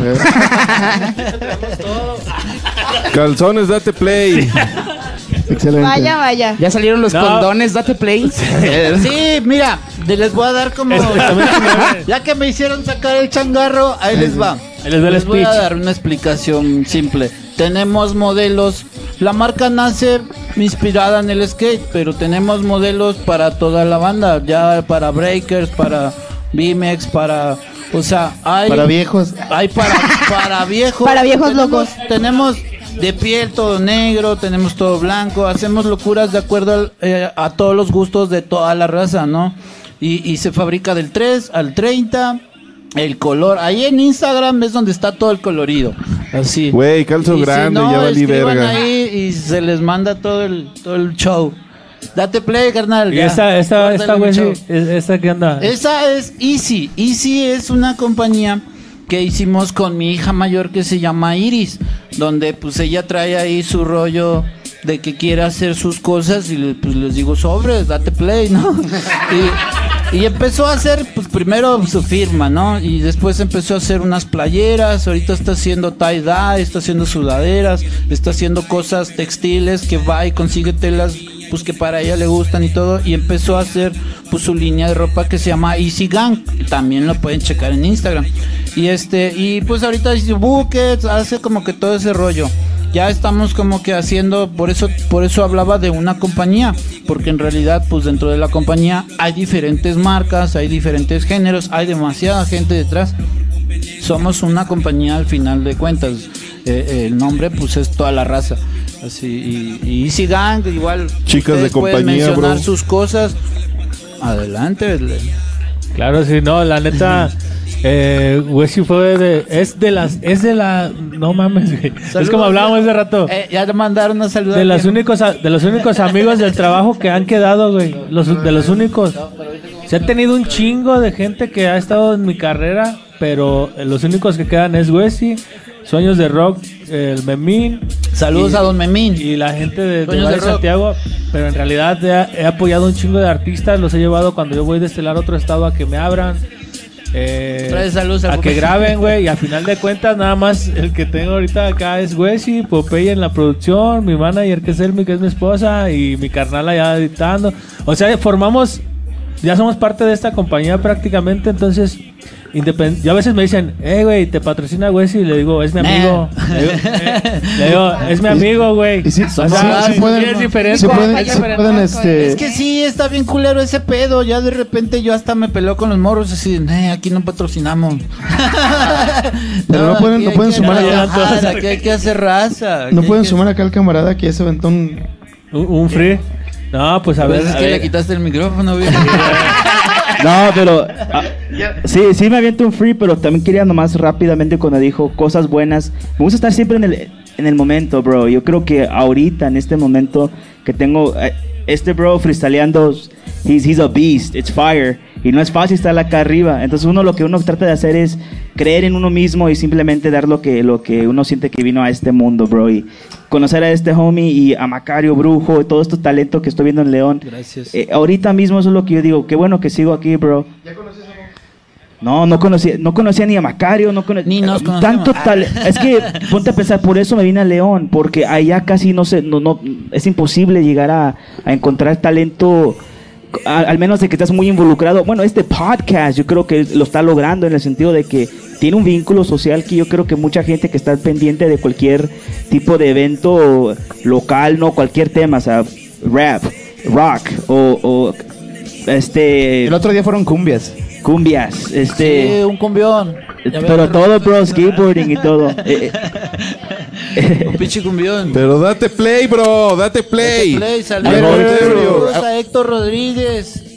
Calzones, date play. Excelente. Vaya. Ya salieron los No. condones, date play. Sí, mira, les voy a dar como... Ya que me hicieron sacar el changarro, ahí les va. Ahí les va el Les voy a speech. dar una explicación simple. Tenemos modelos. La marca nace inspirada en el skate, pero tenemos modelos para toda la banda. Ya para breakers, para BMX, para... O sea, hay... Para viejos. Hay para viejos. Para viejos Tenemos- locos. Tenemos de piel todo negro, tenemos todo blanco, hacemos locuras de acuerdo a todos los gustos de toda la raza, ¿no? Y se fabrica del 3 al 30, el color. Ahí en Instagram es donde está todo el colorido. Así. Güey, calzo Y si grande, no, ya valí escriban verga. ahí y se les manda todo el show. Date play, carnal. Y ya. esta Guárdale güey, mi sí, show. esta que anda. Esa es Easy. Easy es una compañía que hicimos con mi hija mayor que se llama Iris, donde pues ella trae ahí su rollo de que quiere hacer sus cosas y pues les digo, sobres, date play, ¿no? Y empezó a hacer, pues primero su firma, ¿no? Y después empezó a hacer unas playeras, ahorita está haciendo tie-dye, está haciendo sudaderas, está haciendo cosas textiles que va y consigue telas pues que para ella le gustan y todo, y empezó a hacer pues su línea de ropa que se llama Easy Gang, también lo pueden checar en Instagram. Y pues ahorita dice buckets, hace como que todo ese rollo. Ya estamos como que haciendo, por eso hablaba de una compañía, porque en realidad pues dentro de la compañía hay diferentes marcas, hay diferentes géneros, hay demasiada gente detrás. Somos una compañía al final de cuentas. El nombre pues es toda la raza. Así, y Easy Gang, igual chicas de compañía, pueden mencionar bro. sus cosas. Adelante. Claro, sí, no, la neta, Wesley no mames, güey. Es como hablábamos hace rato. Ya te mandaron a saludar. De los únicos amigos del trabajo que han quedado, güey. De los únicos. Se ha tenido un chingo de gente que ha estado en mi carrera, pero los únicos que quedan es Wesley, Sueños de Rock, el Memín. Saludos a don Memín. Y la gente de Sueños Bar de Rock. Santiago. Pero en realidad he apoyado un chingo de artistas. Los he llevado cuando yo voy de estelar a otro estado a que me abran. Saludos a que graben, güey. Y a final de cuentas, nada más el que tengo ahorita acá es Wesley, Popeye en la producción, mi manager que es Elmi, que es mi esposa, y mi carnal allá editando. O sea, ya somos parte de esta compañía prácticamente, entonces yo a veces me dicen, güey, te patrocina Wesley, y le digo, es mi amigo. Le digo, es mi amigo, güey. Y sí, O sea, sí pueden, es diferente. sí pueden, Es que sí, está bien culero ese pedo. Ya de repente yo hasta me peleo con los morros así, aquí no patrocinamos. Pero no pueden- aquí no hay pueden que sumar trabajar, aquí hay que hacer raza. No aquí pueden hay que- sumar acá al camarada que ya se aventó un free. No, pues a ver. Pues es que le quitaste el micrófono, güey. No, pero sí me aviento un free, pero también quería nomás rápidamente cuando dijo cosas buenas. Me gusta estar siempre en el momento, bro. Yo creo que ahorita, en este momento que tengo, bro freestyleando, he's a beast, it's fire. Y no es fácil estar acá arriba. Entonces lo que uno trata de hacer es creer en uno mismo y simplemente dar lo que uno siente que vino a este mundo, bro. Y conocer a este homie y a Macario Brujo y todo este talento que estoy viendo en León. Gracias. Ahorita mismo eso es lo que yo digo. Qué bueno que sigo aquí, bro. ¿Ya conoces a no conocía ni a Macario, Ni nos conocemos. tanto es que ponte a pensar, por eso me vine a León, porque allá casi no es imposible llegar a encontrar talento, al menos de que estás muy involucrado. Bueno, este podcast yo creo que lo está logrando en el sentido de que tiene un vínculo social que yo creo que mucha gente que está pendiente de cualquier tipo de evento local, no cualquier tema, o sea, rap, rock o El otro día fueron cumbias. Sí, un cumbión. Pero todo, bro, skateboarding y todo. Un pinche cumbión. Pero date play, bro, date play. Saludos a Héctor Rodríguez.